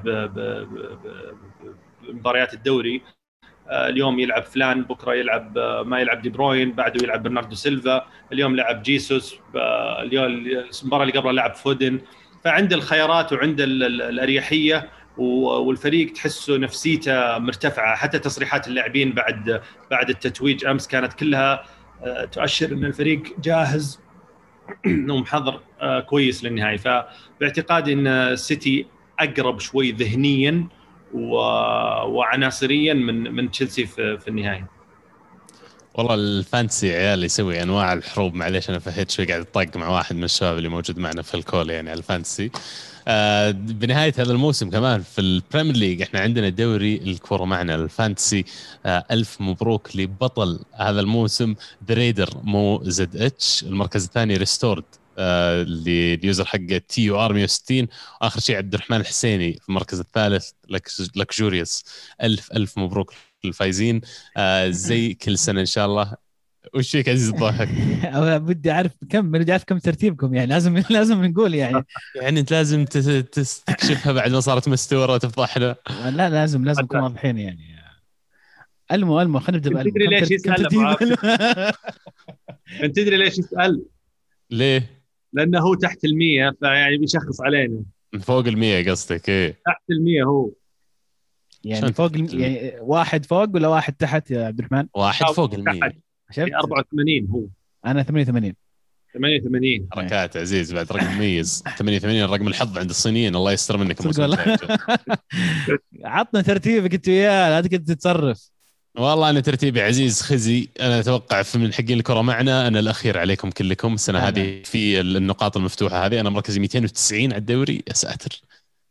بمباريات الدوري. اليوم يلعب فلان، بكره يلعب ما يلعب دي بروين، بعده يلعب برناردو سيلفا، اليوم لعب جيسوس، اليوم المباراه اللي قبلها لعب فودن. فعنده الخيارات وعنده الاريحيه، والفريق تحسه نفسيته مرتفعه. حتى تصريحات اللاعبين بعد التتويج امس كانت كلها تؤشر ان الفريق جاهز ومحضر كويس للنهائي. فباعتقادي ان السيتي اقرب شوي ذهنيا وعناصريا من تشيلسي في النهائي. والله الفانتسي عيال يسوي انواع الحروب. معليش انا فهيت شوي قاعد اطق مع واحد من الشباب اللي موجود معنا في الكول يعني على الفانتسي. بنهايه هذا الموسم كمان في البريمير ليج احنا عندنا دوري الكوره معنا الفانتسي. 1000 مبروك لبطل هذا الموسم دريدر مو زد اتش. المركز الثاني ريستورد اليوزر حقه تي ار 160. واخر شيء عبد الرحمن الحسيني في المركز الثالث لكجوريوس. الف مبروك للفايزين. زي كل سنه ان شاء الله وش فيك عزيز الضحك؟ بدي اعرف كم ترتيبكم يعني. لازم نقول يعني. يعني انت لازم تستكشفها بعد ما صارت مستوره وتفضحنا. لا لازم نكون واضحين يعني. المو خلينا نبدا بالمو. تدري ليش كم يسال ابو ترتيب عابد؟ انت تدري ليش يسال؟ ليه؟ لانه هو تحت 100 فيعني بيشخص علينا. من فوق 100 قصدك؟ ايه تحت 100 هو. يعني فوق يعني واحد فوق ولا واحد تحت يا عبد الرحمن؟ واحد فوق تحت 100. شفت 84 هو. انا 88. 88 حركات عزيز بعد رقم مميز. 88 رقم الحظ عند الصينيين. الله يستر منك صدق والله. عطنا ترتيبك انت وياه، لا تقدر تتصرف. والله انا ترتيبي عزيز خزي. انا اتوقع في من حقين الكره معنا انا الاخير عليكم كلكم السنه هذه في النقاط المفتوحه هذه. انا مركزي 290 على الدوري يا ساتر.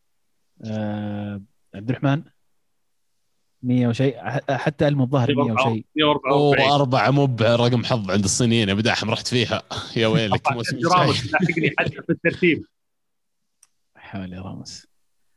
عبد الرحمن 100 وشيء، حتى الظهر 100 وشيء. 144 مو برقم حظ عند الصينيين. ابدا احم رحت فيها يا ويلك. موسم راموس لاحقني حتى في الترتيب. حول راموس.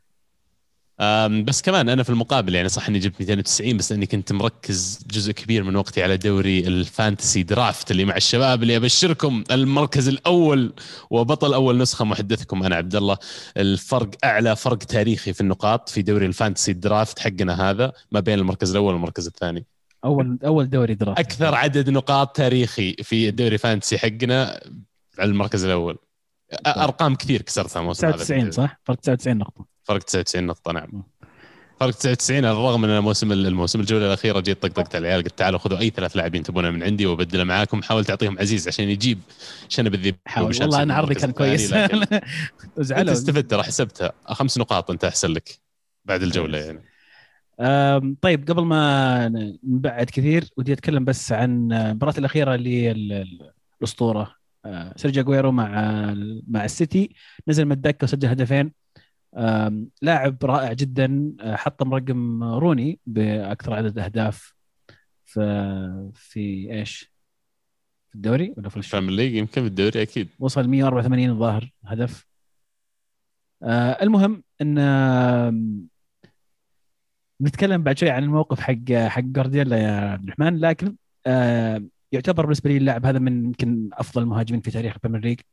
بس كمان انا في المقابل يعني صح اني جبت 290 بس اني كنت مركز جزء كبير من وقتي على دوري الفانتسي درافت اللي مع الشباب اللي ابشركم المركز الاول وبطل اول نسخه محدثكم انا عبد الله. الفرق اعلى فرق تاريخي في النقاط في دوري الفانتسي درافت حقنا هذا ما بين المركز الاول والمركز الثاني. اول دوري درافت. اكثر عدد نقاط تاريخي في الدوري الفانتسي حقنا على المركز الاول. ارقام كثير كسرتها موسم هذا. 99 صح؟ فرق 99 نقطه. فرق 99 نقطه نعم. فرق 99 على الرغم ان الموسم الجوله الاخيره جيت طقطقت على العيال قلت تعالوا خذوا اي 3 لاعبين تبونها من عندي وابدله معاكم. حاولت اعطيهم عزيز عشان يجيب شنب الذيب. حاول والله انا عرضي كان كويس. زعلوا. استفدت راح حسبتها 5 نقاط انت احسن لك بعد الجوله يعني. طيب قبل ما نبعد كثير ودي اتكلم بس عن المباراه الاخيره للاسطوره سيرجيو أغويرو مع السيتي. نزل من الدكه وسجل هدفين. لاعب رائع جدا. حطم رقم روني باكثر عدد اهداف في ايش في الدوري ولا في الشامبيونز ليج يمكن في الدوري اكيد وصل 184 الظاهر هدف. المهم ان نتكلم بعد شوي عن الموقف حق جوارديولا يا عبد الرحمن. لكن يعتبر بالنسبه لي اللاعب هذا من يمكن افضل المهاجمين في تاريخ البريمير ليج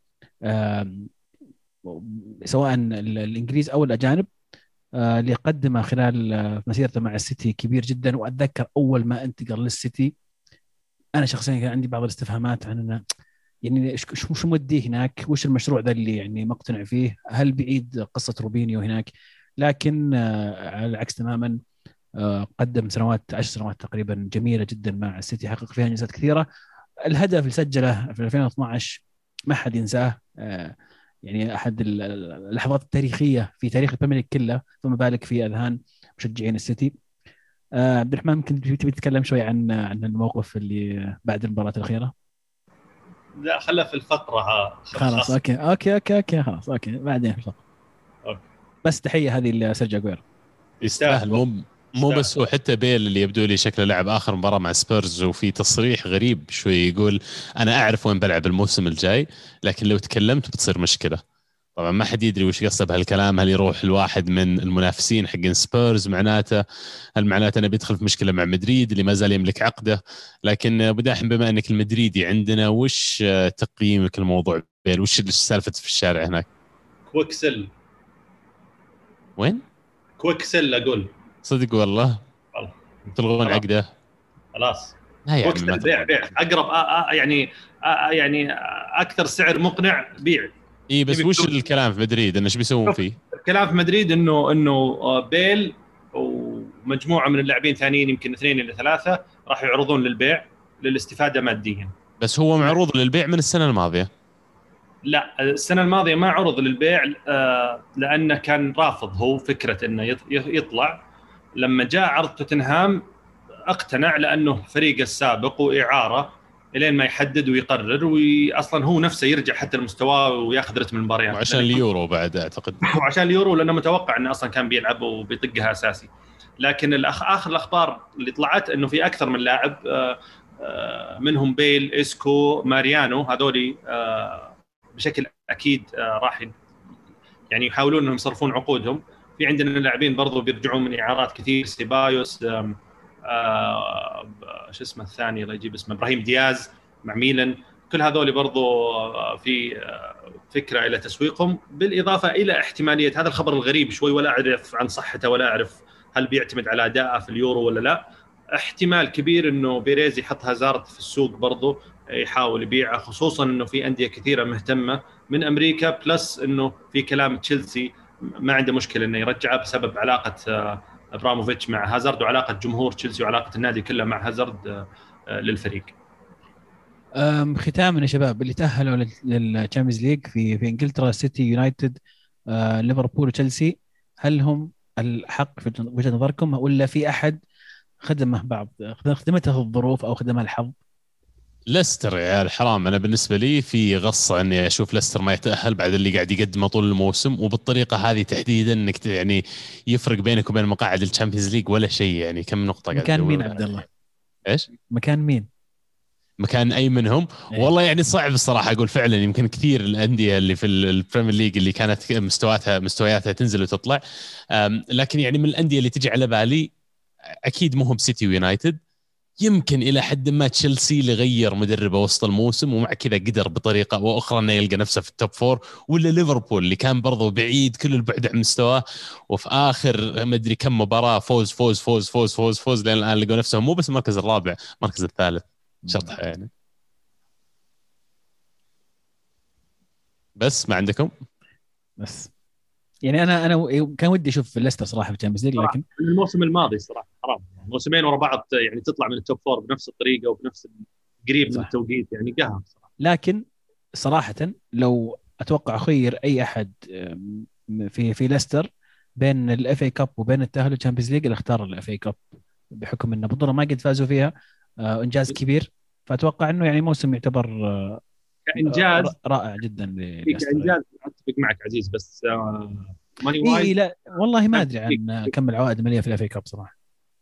سواء الانجليز او الاجانب. اللي قدمه خلال مسيرته مع السيتي كبير جدا. واتذكر اول ما انتقل للسيتي انا شخصيا كان عندي بعض الاستفهامات عن انه يعني شو موديه هناك، وش المشروع ذا اللي يعني مقتنع فيه، هل بعيد قصه روبينيو هناك. لكن على العكس تماما قدم 10 سنوات تقريبا جميله جدا مع السيتي، حقق فيها انجازات كثيره. الهدف اللي سجله في 2012 ما حد ينساه. يعني احد اللحظات التاريخيه في تاريخ البريمير ليج كله، فما بالك في اذهان مشجعين السيتي. عبد الرحمن ممكن تبي تتكلم شوي عن الموقف اللي بعد المباراه الاخيره؟ لا خلها في الفقره خلاص اوكي خلاص اوكي بعدين في الفقره. بس تحيه هذه لسيرجيو أغويرو. يستاهل. مو بس هو حتى بيل اللي يبدو لي شكله لعب اخر مباراه مع سبيرز وفي تصريح غريب شوي يقول انا اعرف وين بلعب الموسم الجاي لكن لو تكلمت بتصير مشكله. طبعا ما حد يدري وش قصده بهالكلام. هل يروح الواحد من المنافسين حق سبيرز معناته هل معناته انه بيدخل في مشكله مع مدريد اللي ما زال يملك عقده. لكن ابو داحم بما انك المدريدي عندنا وش تقييمك الموضوع بيل؟ وش السالفه في الشارع هناك؟ كويكسل. وين كويكسل اقول صدق والله تلغون عقده خلاص. لا بيع اقرب يعني اكثر سعر مقنع بيع. اي بس وش الكلام في مدريد انه ايش بيسوون فيه؟ الكلام في مدريد انه بيل ومجموعه من اللاعبين ثانيين يمكن 2 إلى 3 راح يعرضون للبيع للاستفاده ماديا. بس هو معروض للبيع من السنه الماضيه. لا السنه الماضيه ما عرض للبيع لانه كان رافض هو فكره انه يطلع. لما جاء عرض توتنهام اقتنع لانه فريقه السابق واعاره الين ما يحدد ويقرر واصلا هو نفسه يرجع حتى لمستواه وياخذ رتم المباريات. وعشان اليورو بعد اعتقد. وعشان اليورو لانه متوقع انه اصلا كان بيلعب وبيطقها اساسي. لكن اخر الاخبار اللي طلعت انه في اكثر من لاعب منهم بيل اسكو ماريانو هذولي بشكل اكيد راح يعني يحاولون انهم يصرفون عقودهم. في عندنا لاعبين برضو بيرجعون من اعارات كثير سيبايوس شو اسمه الثاني الله يجيب اسمه ابراهيم دياز مع ميلان. كل هذول برضو في فكره الى تسويقهم، بالاضافه الى احتماليه هذا الخبر الغريب شوي ولا اعرف عن صحته ولا اعرف هل بيعتمد على اداءه في اليورو ولا لا. احتمال كبير انه بيريز يحط هازارد في السوق برضو، يحاول يبيعه، خصوصا انه في انديه كثيره مهتمه من امريكا، بلس انه في كلام تشيلسي ما عنده مشكله انه يرجعه بسبب علاقه ابراموفيتش مع هازارد وعلاقه جمهور تشيلسي وعلاقه النادي كله مع هازارد للفريق. ختاما يا شباب، اللي تأهلوا للتشامبيونز ليج في انجلترا سيتي، يونايتد، ليفربول وتشيلسي. هل هم الحق في وجهة نظركم، ولا في احد خدمه بعض خدمته الظروف او خدمه الحظ؟ ليستر يا الحرام، انا بالنسبه لي في غصه اني اشوف ليستر ما يتاهل بعد اللي قاعد يقدمه طول الموسم، وبالطريقه هذه تحديدا انك يعني يفرق بينك وبين مقاعد الشامبيونز ليج ولا شيء، يعني كم نقطه قاعد مكان مين تدور عبد الله؟ ايش مكان مين؟ مكان اي منهم؟ إيه. والله يعني صعب الصراحه اقول، فعلا يمكن كثير الانديه اللي في البريمير ليج اللي كانت مستوياتها تنزل وتطلع، لكن يعني من الانديه اللي تجي على بالي اكيد مو هم سيتي ويونايتد، يمكن الى حد ما تشيلسي اللي غير مدربه وسط الموسم ومع كذا قدر بطريقه او اخرى انه يلقى نفسه في التوب فور، ولا ليفربول اللي كان برضه بعيد كل البعد عن مستواه، وفي اخر ما ادري كم مباراه فوز فوز فوز فوز فوز فوز لين الان لقوا نفسهم مو بس المركز الرابع، المركز الثالث شطحه يعني. بس ما عندكم؟ بس يعني انا كان ودي اشوف ليستر صراحه في الشامبيونز ليج، صراحه لكن الموسم الماضي صراحه حرام، موسمين ورا بعض يعني تطلع من التوب فور بنفس الطريقه وبنفس قريب من صح. التوقيت، يعني قهر صراحه. لكن صراحه لو اتوقع خير اي احد في ليستر بين الاف اي كاب وبين التاهل للشامبيونز ليج، اللي اختار الاف اي كاب بحكم انه بطوله ما قد فازوا فيها، انجاز كبير. فاتوقع انه يعني موسم يعتبر كانجاز، رائع جدا لليستر يعني. كانجاز اتفق معك عزيز، بس ماني اي وايز لا والله ما ادري عن كم العوائد الماليه في الاف اي كاب صراحه.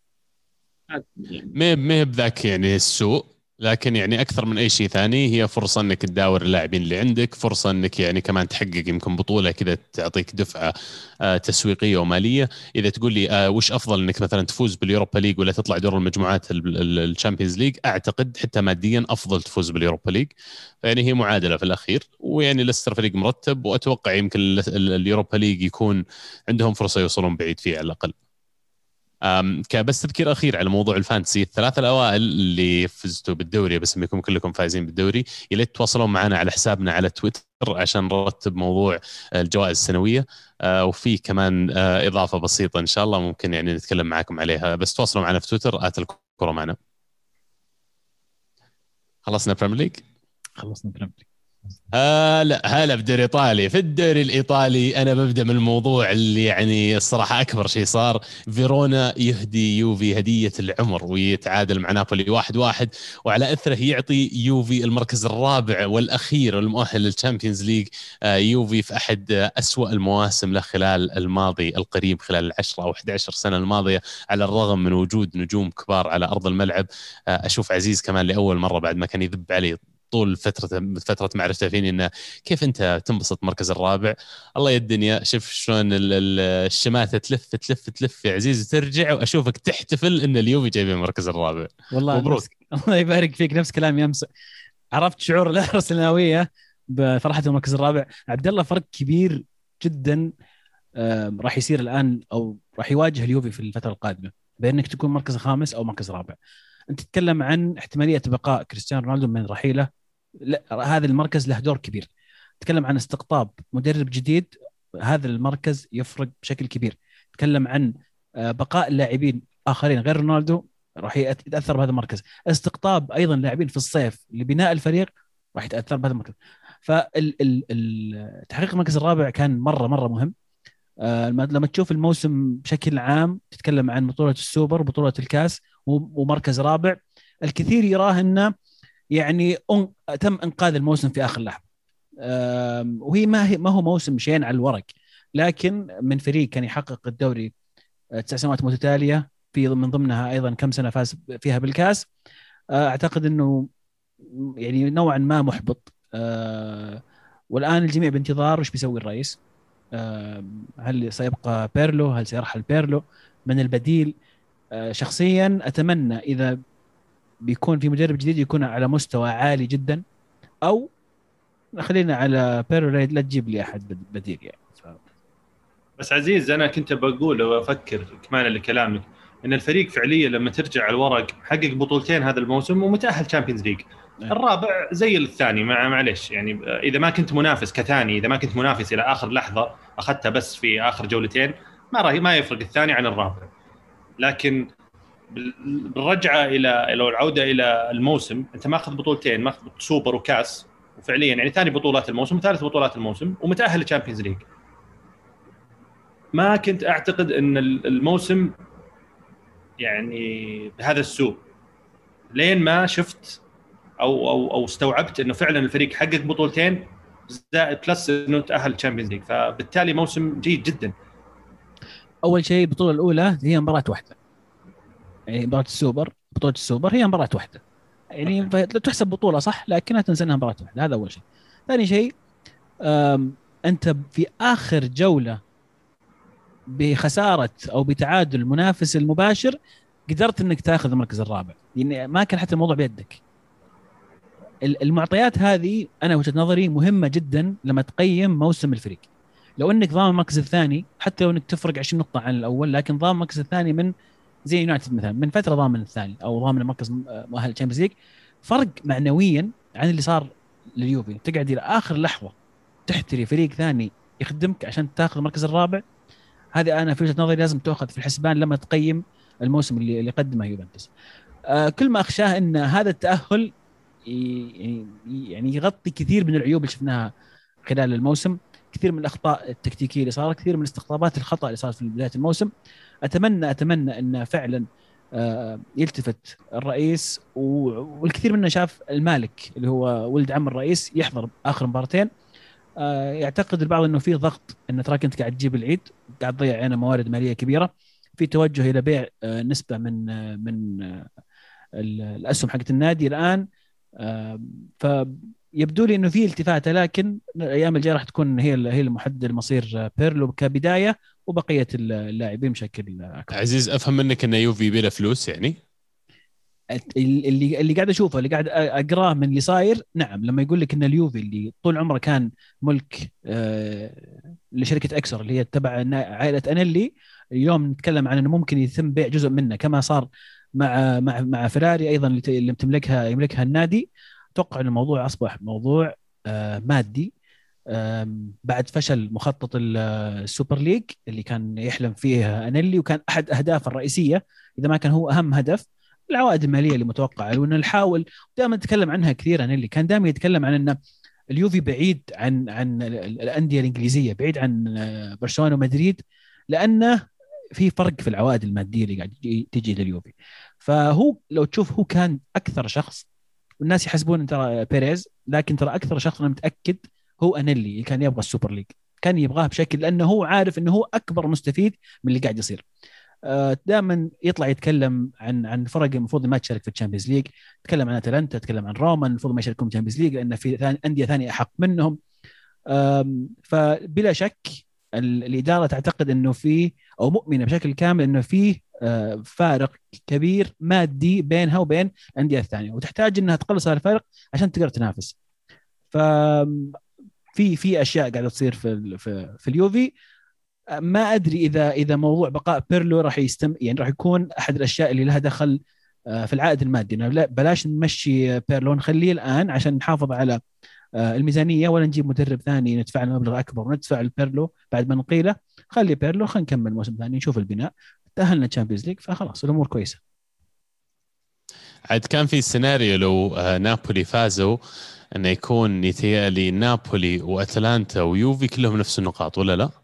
ما بذاك يعني السوء، لكن يعني اكثر من اي شيء ثاني هي فرصه انك تداور اللاعبين اللي عندك، فرصه انك يعني كمان تحقق يمكن بطوله كذا تعطيك دفعه تسويقيه وماليه. اذا تقول لي وش افضل، انك مثلا تفوز باليوروبا ليج ولا تطلع دور المجموعات الشامبيونز ليج، اعتقد حتى ماديا افضل تفوز باليوروبا ليج. يعني هي معادله في الاخير، ويعني ليستر فريق مرتب، واتوقع يمكن اليوروبا ليج يكون عندهم فرصه يوصلون بعيد فيه على الاقل. كبس تذكير اخير على موضوع الفانتسي، الثلاثه الاوائل اللي فزتوا بالدوري، بس انكم كلكم فايزين بالدوري، يا ليت تتواصلون معنا على حسابنا على تويتر عشان نرتب موضوع الجوائز السنويه. وفي كمان اضافه بسيطه ان شاء الله ممكن يعني نتكلم معاكم عليها، بس تواصلوا معنا في تويتر @الكره معنا. خلصنا بريمير ليج. خلصنا بريمير ليج. هلا بدوري ايطالي. في الدوري الايطالي انا ببدا من الموضوع اللي يعني الصراحه اكبر شيء صار، فيرونا يهدي يوفي هديه العمر ويتعادل مع نابولي 1-1، وعلى اثره يعطي يوفي المركز الرابع والاخير والمؤهل للتشامبيونز ليج. يوفي في احد اسوا المواسم له خلال الماضي القريب، خلال 10 او 11 سنه الماضيه، على الرغم من وجود نجوم كبار على ارض الملعب. اشوف عزيز كمان لاول مره بعد ما كان يذب علي طول فترة معرفته فيني انه كيف انت تنبسط مركز الرابع. الله يا الدنيا، شوف شلون الشماتة تلف يا عزيز وترجع، واشوفك تحتفل ان اليوفي جايبين المركز الرابع. والله مبروك. الله يبارك فيك، نفس كلامي امس. عرفت شعور الارسنالويه بفرحه المركز الرابع. عبد الله، فرق كبير جدا راح يصير الان، او راح يواجه اليوفي في الفتره القادمه، بانك تكون مركز خامس او مركز رابع. انت تتكلم عن احتماليه بقاء كريستيانو رونالدو من رحيله، لا هذا المركز له دور كبير. تتكلم عن استقطاب مدرب جديد، هذا المركز يفرق بشكل كبير. تتكلم عن بقاء لاعبين اخرين غير رونالدو، راح يتاثر بهذا المركز. استقطاب ايضا لاعبين في الصيف لبناء الفريق، راح يتاثر بهذا المركز. فتحقيق المركز الرابع كان مره مهم. لما تشوف الموسم بشكل عام، تتكلم عن بطولة السوبر، بطولة الكاس، ومركز رابع. الكثير يراه انه يعني تم انقاذ الموسم في اخر لحظة. وهي ما هو موسم شين على الورق، لكن من فريق كان يحقق الدوري 9 سنوات متتالية، في من ضمنها ايضا كم سنة فاز فيها بالكاس. اعتقد انه يعني نوعا ما محبط. والان الجميع بانتظار وش بيسوي الرئيس. هل سيبقى بيرلو؟ هل سيرحل بيرلو؟ من البديل؟ شخصيا أتمنى إذا بيكون في مدرب جديد يكون على مستوى عالي جدا، او خلينا على بيرلو لا تجيب لي احد بديل يعني. بس عزيز انا كنت بقول وافكر كمان لكلامك ان الفريق فعليا لما ترجع على الورق حقق بطولتين هذا الموسم ومتاهل تشامبيونز ليج. الرابع زي الثاني معلش يعني اذا ما كنت منافس كثاني، اذا ما كنت منافس الى اخر لحظه اخذتها بس في اخر جولتين ما يفرق الثاني عن الرابع. لكن بالرجعه الى العوده الى الموسم، انت ماخذ بطولتين، ماخذ سوبر وكاس، وفعليا يعني ثاني بطولات الموسم وثالث بطولات الموسم ومتاهل للتشامبيونز ليج. ما كنت اعتقد ان الموسم يعني بهذا السوء لين ما شفت او استوعبت انه فعلا الفريق حقق بطولتين زائد بلس انه تاهل الشامبيونز ليج، فبالتالي موسم جيد جدا. اول شيء البطوله الاولى هي مباراه واحده، يعني مباراه السوبر، بطوله السوبر هي مباراه واحده، يعني تحسب بطوله صح لكنها تنسى انها مباراه واحده. هذا اول شيء. ثاني شيء انت في اخر جوله بخساره او بتعادل المنافس المباشر قدرت انك تاخذ المركز الرابع، يعني ما كان حتى الموضوع بيدك. المعطيات هذه انا وجهه نظري مهمه جدا لما تقيم موسم الفريق. لو انك ضامن المركز الثاني حتى لو انك تفرق 20 نقطه عن الاول، لكن ضامن المركز الثاني من زي يونايتد مثلا من فتره ضامن الثاني او ضامن المركز مؤهل الشامبيونز ليج، فرق معنويا عن اللي صار لليوفي. تقعد الى اخر لحظه تحتري فريق ثاني يخدمك عشان تاخذ المركز الرابع. هذه انا في وجهه نظري لازم تاخذ في الحسبان لما تقيم الموسم اللي قدمه يوفنتوس. كل ما اخشاه ان هذا التاهل يعني يغطي كثير من العيوب اللي شفناها خلال الموسم، كثير من الاخطاء التكتيكيه اللي صارت، كثير من استقطابات الخطا اللي صارت في بدايه الموسم. اتمنى ان فعلا يلتفت الرئيس، والكثير منا شاف المالك اللي هو ولد عم الرئيس يحضر اخر مباراتين. يعتقد البعض انه في ضغط، ان تراك انت قاعد تجيب العيد، قاعد تضيع عنا موارد ماليه كبيره، في توجه الى بيع نسبه من الاسهم حقت النادي الان. فيبدو لي انه في التفاته، لكن الايام الجايه راح تكون هي المحدد المصير بيرلو كبدايه وبقيه اللاعبين بشكل اكبر. عزيز افهم منك ان يوفي بلا فلوس يعني؟ اللي قاعد اشوفه، اللي قاعد اقراه من اللي صاير، نعم، لما يقول لك ان اليوفي اللي طول عمره كان ملك لشركه اكسر اللي هي تبع عائله انيلي، اليوم نتكلم عن انه ممكن يتم بيع جزء منه كما صار مع فيراري ايضا اللي يملكها النادي. اتوقع ان الموضوع اصبح موضوع مادي بعد فشل مخطط السوبر ليج اللي كان يحلم فيه انيلي، وكان احد اهدافه الرئيسيه اذا ما كان هو اهم هدف العوائد الماليه اللي متوقعه. وان نحاول دائما نتكلم عنها كثير، انيلي كان دائما يتكلم عن ان اليوفي بعيد عن الانديه الانجليزيه، بعيد عن برشلونه ومدريد، لانه في فرق في العوائد الماديه اللي قاعد تجي لليوفي. فهو لو تشوف هو كان اكثر شخص، والناس يحسبون ترى بيريز، لكن ترى اكثر شخص انا متاكد هو انيلي اللي كان يبغى السوبر ليج، كان يبغاه بشكل لانه هو عارف انه هو اكبر مستفيد من اللي قاعد يصير. دائما يطلع يتكلم عن فرق المفروض ما تشارك في الشامبيونز ليج، تكلم عن اتلانتا، تكلم عن روما المفروض ما يشاركون في الشامبيونز ليج لان في انديه ثانيه احق منهم. فبلا شك الاداره تعتقد انه في او مؤمنه بشكل كامل انه في فارق كبير مادي بينها وبين الانديه الثانيه، وتحتاج انها تقلص هذا الفارق عشان تقدر تنافس. ف في اشياء قاعده تصير في اليوفي. ما ادري اذا موضوع بقاء بيرلو راح يعني راح يكون احد الاشياء اللي لها دخل في العائد المادي. بلاش نمشي بيرلو، نخليه الان عشان نحافظ على الميزانيه، ولا نجيب مدرب ثاني ندفع له مبلغ اكبر وندفع البيرلو بعد ما نقيله. خلي بيرلو، خلينا نكمل موسم ثاني نشوف البناء، تاهلنا تشامبيونز ليج فخلاص الامور كويسه. عاد كان في سيناريو لو نابولي فازوا انه يكون يتهيألي نابولي واتلانتا ويوفي كلهم نفس النقاط ولا لا؟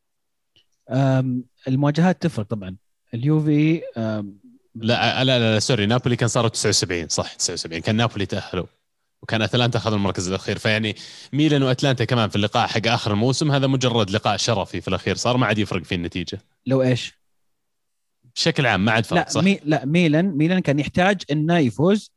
المواجهات تفرق طبعا. اليوفي لا سوري، نابولي كان صاروا 79 صح، 79 كان نابولي تأهلوا وكان أتلانتا أخذ المركز الأخير. فيعني ميلان وأتلانتا كمان في اللقاء حق آخر الموسم هذا مجرد لقاء شرفي في الأخير صار، ما عاد يفرق في النتيجة. لو إيش بشكل عام ما عاد فرق صح؟ لا ميلان كان يحتاج إنه يفوز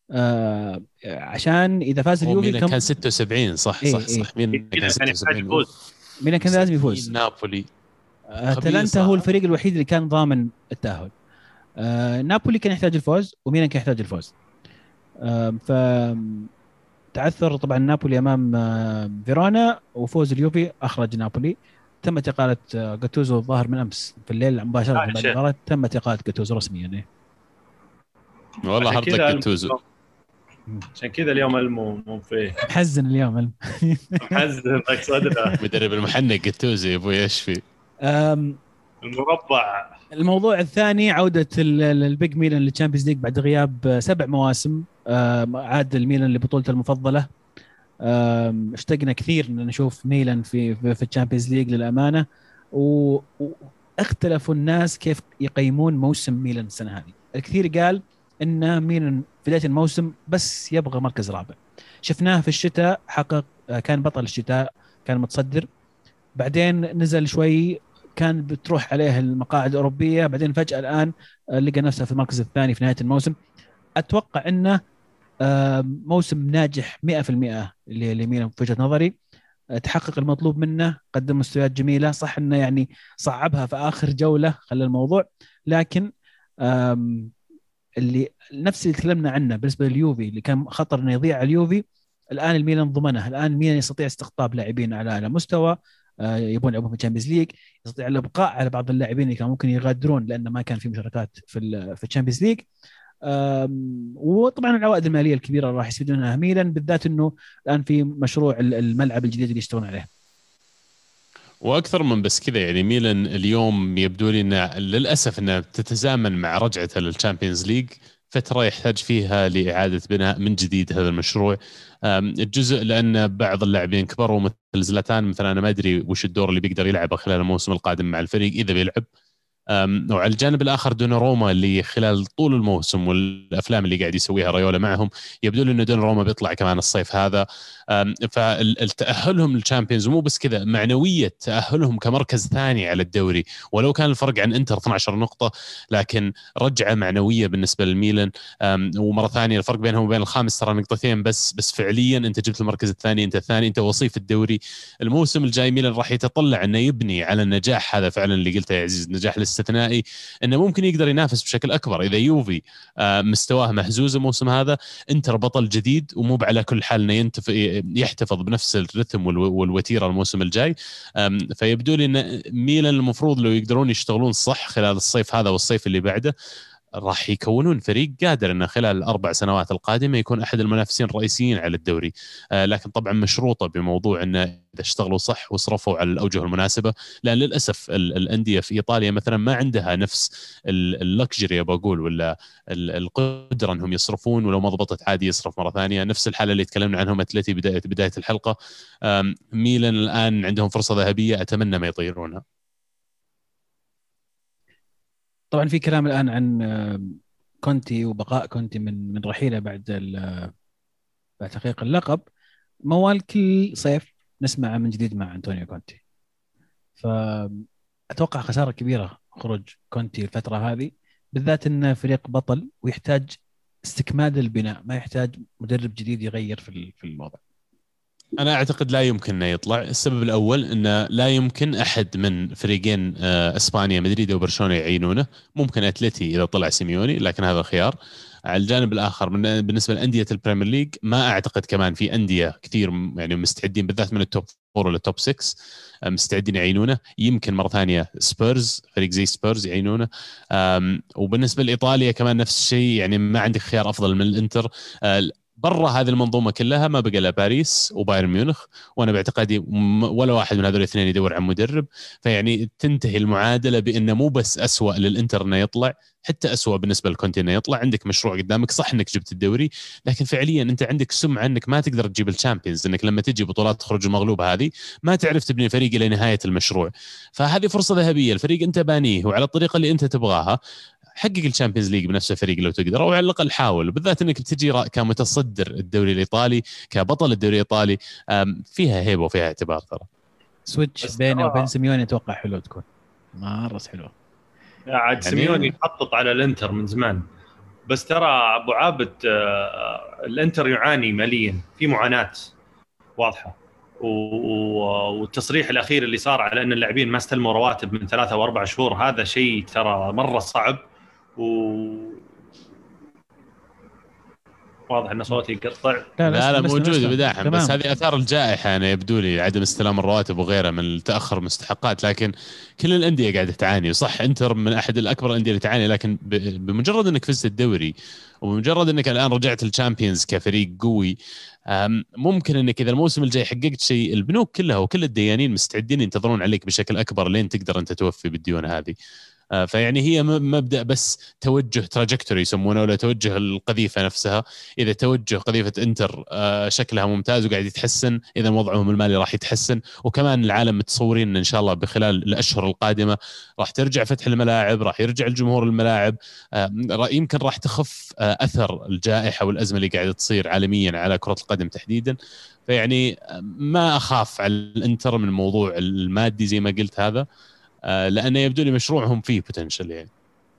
عشان إذا فاز اليوفي كان 76 صح صح ميلان كان 76 ميلان كان لازم يفوز. نابولي أتلانتا هو الفريق الوحيد اللي كان ضامن التأهل. نابولي كان يحتاج الفوز وميلان كان يحتاج الفوز. ف تعثر طبعا نابولي امام فيرونا، وفوز اليوفي اخرج نابولي. تم اقاله جاتوزو الظاهر من امس في الليل مباشره بعد المباراه، تم اقاله جاتوزو رسميا يعني. والله هارد لك جاتوزو. عشان كذا اليوم مو فيه محزن اليوم محزن صدره. مدرب المحنق جاتوزو يبغى يشفي. المربع. الموضوع الثاني عوده البيج ميلان للتشامبيونز ليج بعد غياب 7 مواسم. عاد الميلان لبطولته المفضله. اشتقنا كثير ان نشوف ميلان في الشامبيونز ليج للامانه. واختلفوا الناس كيف يقيمون موسم ميلان السنه هذه. الكثير قال ان ميلان في بدايه الموسم بس يبغى مركز رابع. شفناه في الشتاء حقق، كان بطل الشتاء، كان متصدر. بعدين نزل شوي، كان بتروح عليه المقاعد الأوروبية. بعدين فجأة الآن لقى نفسه في المركز الثاني في نهاية الموسم. أتوقع أنه موسم ناجح 100% لميلان في وجهة نظري. تحقق المطلوب منه، قدم مستويات جميلة. صح أنه يعني صعبها في آخر جولة خلى الموضوع، لكن اللي نفس اللي تكلمنا عنه بالنسبة لليوفي اللي كان خطر أنه يضيع اليوفي، الآن الميلان ضمنه. الآن الميلان يستطيع استقطاب لاعبين على مستوى يبون يلعبون في الشامبيونز ليج، يستطيع الابقاء على بعض اللاعبين اللي كانوا ممكن يغادرون لان ما كان في مشاركات في الشامبيونز ليج. وطبعا العوائد الماليه الكبيره راح يستفيدون منها ميلان، بالذات انه الان في مشروع الملعب الجديد اللي يشتغلون عليه. واكثر من بس كذا يعني ميلان اليوم يبدو لي انه للاسف انها تتزامن مع رجعته للشامبيونز ليج، فتره يحتاج فيها لاعاده بناء من جديد هذا المشروع. الجزء لان بعض اللاعبين كبروا مثل زلاتان مثلا، انا ما ادري وش الدور اللي بيقدر يلعبه خلال الموسم القادم مع الفريق اذا بيلعب. وعلى الجانب الاخر دوناروما اللي خلال طول الموسم والافلام اللي قاعد يسويها رايولا معهم يبدو لي انه دوناروما بيطلع كمان الصيف هذا. فالتاهلهم للشامبيونز مو بس كذا، معنويه تاهلهم كمركز ثاني على الدوري، ولو كان الفرق عن انتر 12 نقطه لكن رجعه معنويه بالنسبه للميلان. ومره ثانيه الفرق بينهم وبين الخامس ترى نقطتين بس فعليا انت جبت المركز الثاني، انت الثاني، انت وصيف الدوري. الموسم الجاي ميلان راح يتطلع انه يبني على النجاح هذا فعلا اللي قلته يا عزيز، نجاح الاستثنائي، انه ممكن يقدر ينافس بشكل اكبر. اذا يوفي مستواه مهزوز الموسم هذا، انتر بطل جديد ومو على كل حال انه يحتفظ بنفس الرتم والوتيره الموسم الجاي. فيبدو لي ان ميلان المفروض لو يقدرون يشتغلون صح خلال الصيف هذا والصيف اللي بعده راح يكونون فريق قادر انه خلال ال4 سنوات القادمه يكون احد المنافسين الرئيسيين على الدوري. لكن طبعا مشروطه بموضوع انه اذا اشتغلوا صح وصرفوا على الاوجه المناسبه، لان للاسف الانديه في ايطاليا مثلا ما عندها نفس اللكجري بقول ولا القدره انهم يصرفون، ولو ما ضبطت عادي يصرف مره ثانيه. نفس الحاله اللي تكلمنا عنهم اتلتي بدايه الحلقه. ميلان الان عندهم فرصه ذهبيه، اتمنى ما يطيرونها. طبعا في كلام الان عن كونتي وبقاء كونتي من رحيله بعد تحقيق اللقب. موال كل صيف نسمع من جديد مع أنطونيو كونتي، فأتوقع خسارة كبيرة خروج كونتي الفترة هذه، بالذات أنه فريق بطل ويحتاج استكمال البناء، ما يحتاج مدرب جديد يغير في الوضع. أنا أعتقد لا يمكن أنه يطلع. السبب الأول أنه لا يمكن أحد من فريقين إسبانيا مدريد وبرشلونة يعينونه. ممكن أتلتي إذا طلع سيميوني، لكن هذا خيار. على الجانب الآخر بالنسبة لأندية البريمير ليج ما أعتقد كمان في أندية كثير يعني مستعدين، بالذات من التوب 4 ولا التوب 6 مستعدين يعينونه. يمكن مرة ثانية سبيرز، فريق زي سبيرز يعينونه. وبالنسبة لإيطاليا كمان نفس الشيء، يعني ما عندك خيار أفضل من الإنتر. برا هذه المنظومة كلها ما بقى إلا باريس وبايرن ميونخ، وأنا باعتقادي ولا واحد من هذول الاثنين يدور عن مدرب. فيعني تنتهي المعادلة بأنه مو بس أسوأ للإنتر إنه يطلع، حتى أسوأ بالنسبة لكونتي إنه يطلع. عندك مشروع قدامك، صح إنك جبت الدوري، لكن فعليا أنت عندك سمعة إنك ما تقدر تجيب الشامبيونز، إنك لما تجي بطولات تخرج المغلوب هذه ما تعرف تبني فريق إلى نهاية المشروع. فهذه فرصة ذهبية، الفريق أنت بانيه وعلى الطريقة اللي أنت تبغاها، حقق الشامبيونز ليج بنفس الفريق لو تقدر، او على الاقل حاول، بالذات انك بتجي كمتصدر الدوري الايطالي كبطل الدوري الايطالي. فيها هيبه وفيها اعتبار. ترى سويتش بينه وبين سيميوني اتوقع حلو، تكون مره حلوه. عاد يعني سيميوني خطط على الانتر من زمان، بس ترى ابو عابد الانتر يعاني ماليا، في معاناه واضحه، والتصريح الاخير اللي صار على ان اللاعبين ما استلموا رواتب من 3 أو 4 شهور، هذا شيء ترى مره صعب. واضح ان صوتي يقطع. لا موجود بداحم، بس تمام. هذه اثار الجائحه. انا يبدو لي عدم استلام الرواتب وغيرها من التاخر المستحقات، لكن كل الانديه قاعده تعاني. وصح انتر من احد الاكبر الانديه اللي تعاني، لكن بمجرد انك فزت الدوري وبمجرد انك الان رجعت الشامبيونز كفريق قوي، ممكن انك اذا الموسم الجاي حققت شيء، البنوك كلها وكل الديانين مستعدين ينتظرون عليك بشكل اكبر لين تقدر انت توفي بالديون هذه. فيعني هي مبدأ بس توجه تراجكتوري يسمونه، ولا توجه القذيفة نفسها. إذا توجه قذيفة إنتر شكلها ممتاز وقاعد يتحسن، إذا وضعهم المالي راح يتحسن، وكمان العالم متصورين إن شاء الله بخلال الأشهر القادمة راح ترجع فتح الملاعب، راح يرجع الجمهور الملاعب، يمكن راح تخف أثر الجائحة والأزمة اللي قاعدة تصير عالميا على كرة القدم تحديدا. فيعني ما أخاف على الإنتر من الموضوع المادي زي ما قلت هذا، لأنه يبدو لي مشروعهم فيه بوتنشل يعني.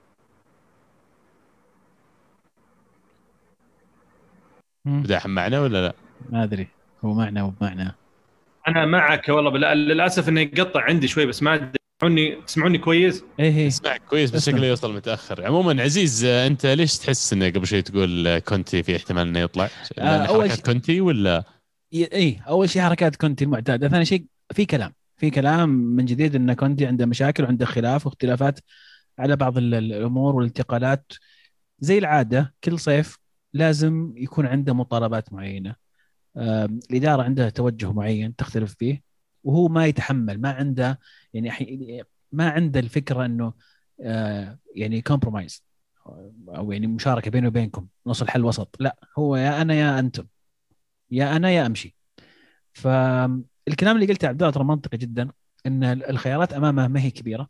بداحم معنا ولا لا؟ ما أدري هو معنا وبمعنى. أنا معك والله، للأسف إنه يقطع عندي شوي، بس ما تسمعوني كويس؟ إيه اسمعك كويس بس شكله يوصل متأخر. عموما عزيز، أنت ليش تحس إنه قبل شوي تقول كونتي في احتمال إنه يطلع؟ لأن حركات كونتي ولا؟ إيه، أول شيء حركات كونتي المعتادة، ثاني شيء في كلام من جديد إن كونتي عنده مشاكل وعنده خلاف واختلافات على بعض الأمور والانتقالات. زي العادة كل صيف لازم يكون عنده مطالبات معينة، الإدارة عندها توجه معين تختلف فيه، وهو ما يتحمل، ما عنده يعني ما عنده الفكرة إنه يعني كومبرومايز أو يعني مشاركة بينه وبينكم، نوصل حل وسط. لا، هو يا أنا يا أنتم، يا أنا يا أمشي. فالكلام اللي قلته عبد الله ترى منطقي جدا، إن الخيارات أمامه ما هي كبيرة،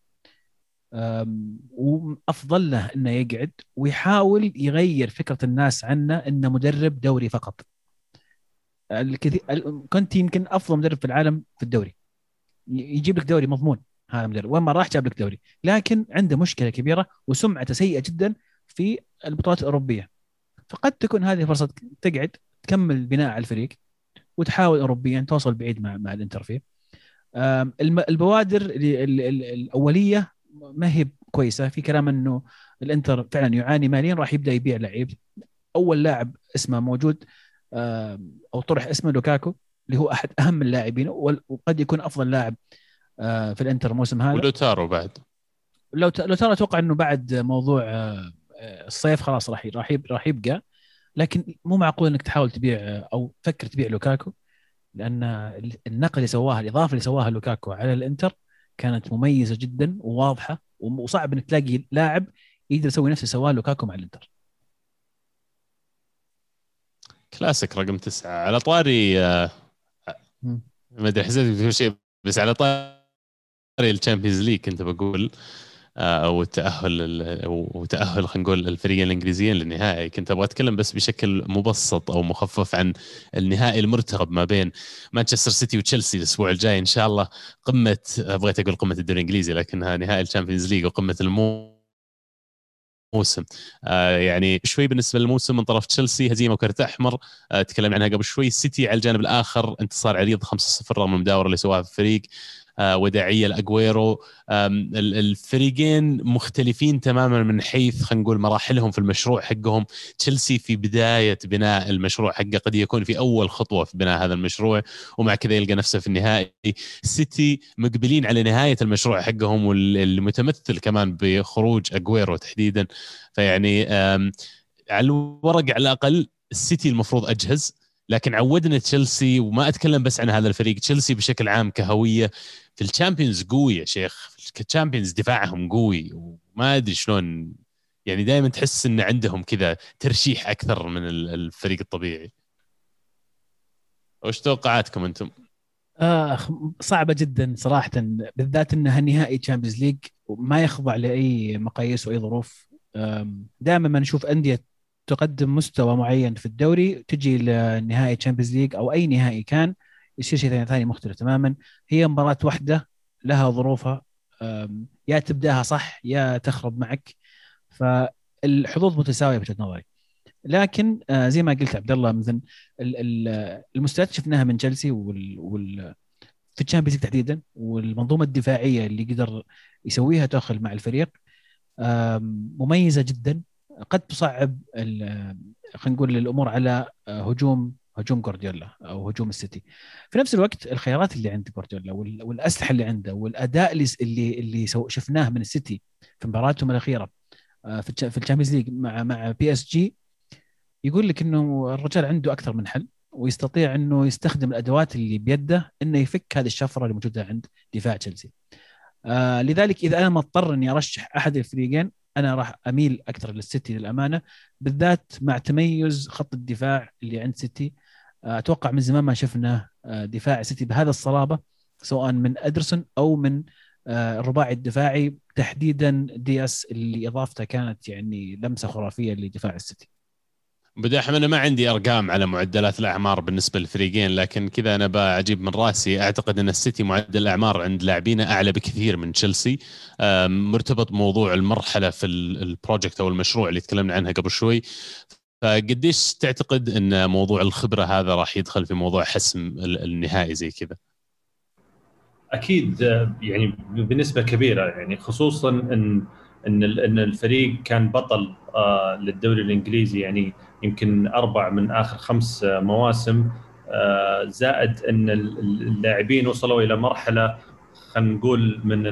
وأفضل له إنه يقعد ويحاول يغير فكرة الناس عنه إنه مدرب دوري فقط. الكثير كنت يمكن افضل مدرب في العالم في الدوري، يجيب لك دوري مضمون، هذا مدرب وين ما راح جاب لك دوري، لكن عنده مشكله كبيره وسمعته سيئه جدا في البطولات الاوروبيه. فقد تكون هذه فرصه تقعد تكمل بناء على الفريق وتحاول اوروبيا توصل بعيد مع الانتر فيه. البوادر الاوليه ما هي كويسه، في كلام انه الانتر فعلا يعاني ماليا، راح يبدا يبيع لعيب. اول لاعب اسمه موجود او طرح اسمه لوكاكو، اللي هو احد اهم اللاعبين وقد يكون افضل لاعب في الانتر الموسم هذا. ولوتارو بعد، لو ترى اتوقع انه بعد موضوع الصيف خلاص راح يبقى، لكن مو معقول انك تحاول تبيع او تفكر تبيع لوكاكو، لان النقل اللي سواها، الاضافه اللي سواها لوكاكو على الانتر كانت مميزه جدا وواضحه، وصعب انك تلاقي لاعب يقدر يسوي نفس اللي سواه لوكاكو مع الانتر. كلاسيك رقم 9. على طاري ما ادري حسيت في شيء، بس على طاري الشامبيونز ليج كنت بقول او تاهل خلينا نقول الفريقين الانجليزيين للنهائي. كنت ابغى اتكلم بس بشكل مبسط او مخفف عن النهائي المرتقب ما بين مانشستر سيتي وتشيلسي الاسبوع الجاي ان شاء الله. بغيت اقول قمه الدوري الانجليزي، لكنها نهائي الشامبيونز ليج وقمه موسم. يعني شوي بالنسبه للموسم من طرف تشيلسي هزيمه وكرت احمر، تكلمنا عنها قبل شوي. السيتي على الجانب الاخر انتصار عريض 5-0 رغم المداوره اللي سواها في الفريق، وداعيه لاجويرو. الفريقين مختلفين تماما من حيث خلينا نقول مراحلهم في المشروع حقهم. تشيلسي في بدايه بناء المشروع حقه، قد يكون في اول خطوه في بناء هذا المشروع ومع كذا يلقى نفسه في النهائي. السيتي مقبلين على نهايه المشروع حقهم، واللي متمثل كمان بخروج اجويرو تحديدا. فيعني على الورق على الاقل السيتي المفروض اجهز، لكن عودنا تشيلسي، وما اتكلم بس عن هذا الفريق، تشيلسي بشكل عام كهويه في الشامبيونز قوي يا شيخ. الشامبيونز دفاعهم قوي، وما ادري شلون يعني دائما تحس ان عندهم كذا ترشيح اكثر من الفريق الطبيعي. وش توقعاتكم انتم؟ صعبه جدا صراحه، بالذات انها نهائي تشامبيونز ليج وما يخضع لاي مقاييس واي ظروف. دائما ما نشوف انديه تقدم مستوى معين في الدوري تجي لنهائي تشامبيونز ليج او اي نهائي كان يصير شيء ثاني مختلف تماما. هي مباراة واحدة لها ظروفها، يا تبداها صح يا تخرب معك، فالحظوظ متساوية بوجهة نظري. لكن زي ما قلت عبد الله، مثلا المستويات شفناها من تشيلسي في الشامبيونز ليج تحديدا، والمنظومة الدفاعية اللي قدر يسويها توخل مع الفريق. مميزة جدا، قد تصعب خلينا نقول الأمور على هجوم جوارديولا أو هجوم السيتي. في نفس الوقت الخيارات اللي عند جوارديولا والأسلحة اللي عنده والأداء اللي شفناه من السيتي في مباراتهم الأخيرة في الشامبيونز ليج مع بي اس جي، يقول لك انه الرجال عنده اكثر من حل، ويستطيع انه يستخدم الادوات اللي بيده انه يفك هذه الشفره اللي موجوده عند دفاع تشيلسي. لذلك اذا انا مضطر اني ارشح احد الفريقين، انا راح اميل اكثر للسيتي للامانه، بالذات مع تميز خط الدفاع اللي عند سيتي. اتوقع من زمان ما شفنا دفاع سيتي بهذا الصلابه، سواء من ادرسون او من الرباعي الدفاعي، تحديدا دياس اللي اضافته كانت يعني لمسه خرافيه لدفاع السيتي. بداحم انا ما عندي ارقام على معدلات الاعمار بالنسبه للفريقين، لكن كذا انا بجيب من راسي اعتقد ان السيتي معدل الاعمار عند لاعبينه اعلى بكثير من تشيلسي، مرتبط بموضوع المرحله في البروجكت او المشروع اللي تكلمنا عنها قبل شوي. فقديش تعتقد ان موضوع الخبره هذا راح يدخل في موضوع حسم النهائي زي كذا؟ اكيد يعني بنسبه كبيره، يعني خصوصا ان الفريق كان بطل للدوري الانجليزي، يعني يمكن 4 من اخر 5 مواسم، زائد ان اللاعبين وصلوا الى مرحله خلينا نقول من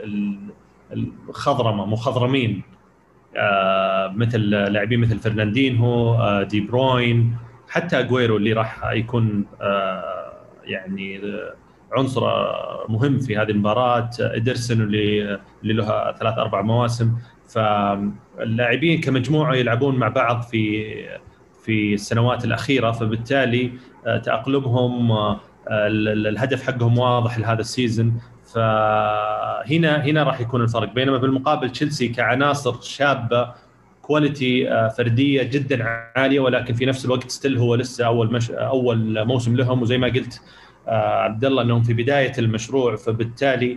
الخضرمه مخضرمين، مثل لاعبين مثل فرناندينهو، دي بروين، حتى اغويرو اللي راح يكون يعني عنصر مهم في هذه المباراة، إدرسون اللي له 3-4 مواسم. فاللاعبين كمجموعة يلعبون مع بعض في السنوات الأخيرة، فبالتالي تأقلمهم، الهدف حقهم واضح لهذا السيزن. فهنا راح يكون الفرق. بينما بالمقابل تشيلسي كعناصر شابة، كواليتي فردية جدا عالية، ولكن في نفس الوقت ستيل هو لسه أول موسم لهم، وزي ما قلت عبد الله انهم في بدايه المشروع، فبالتالي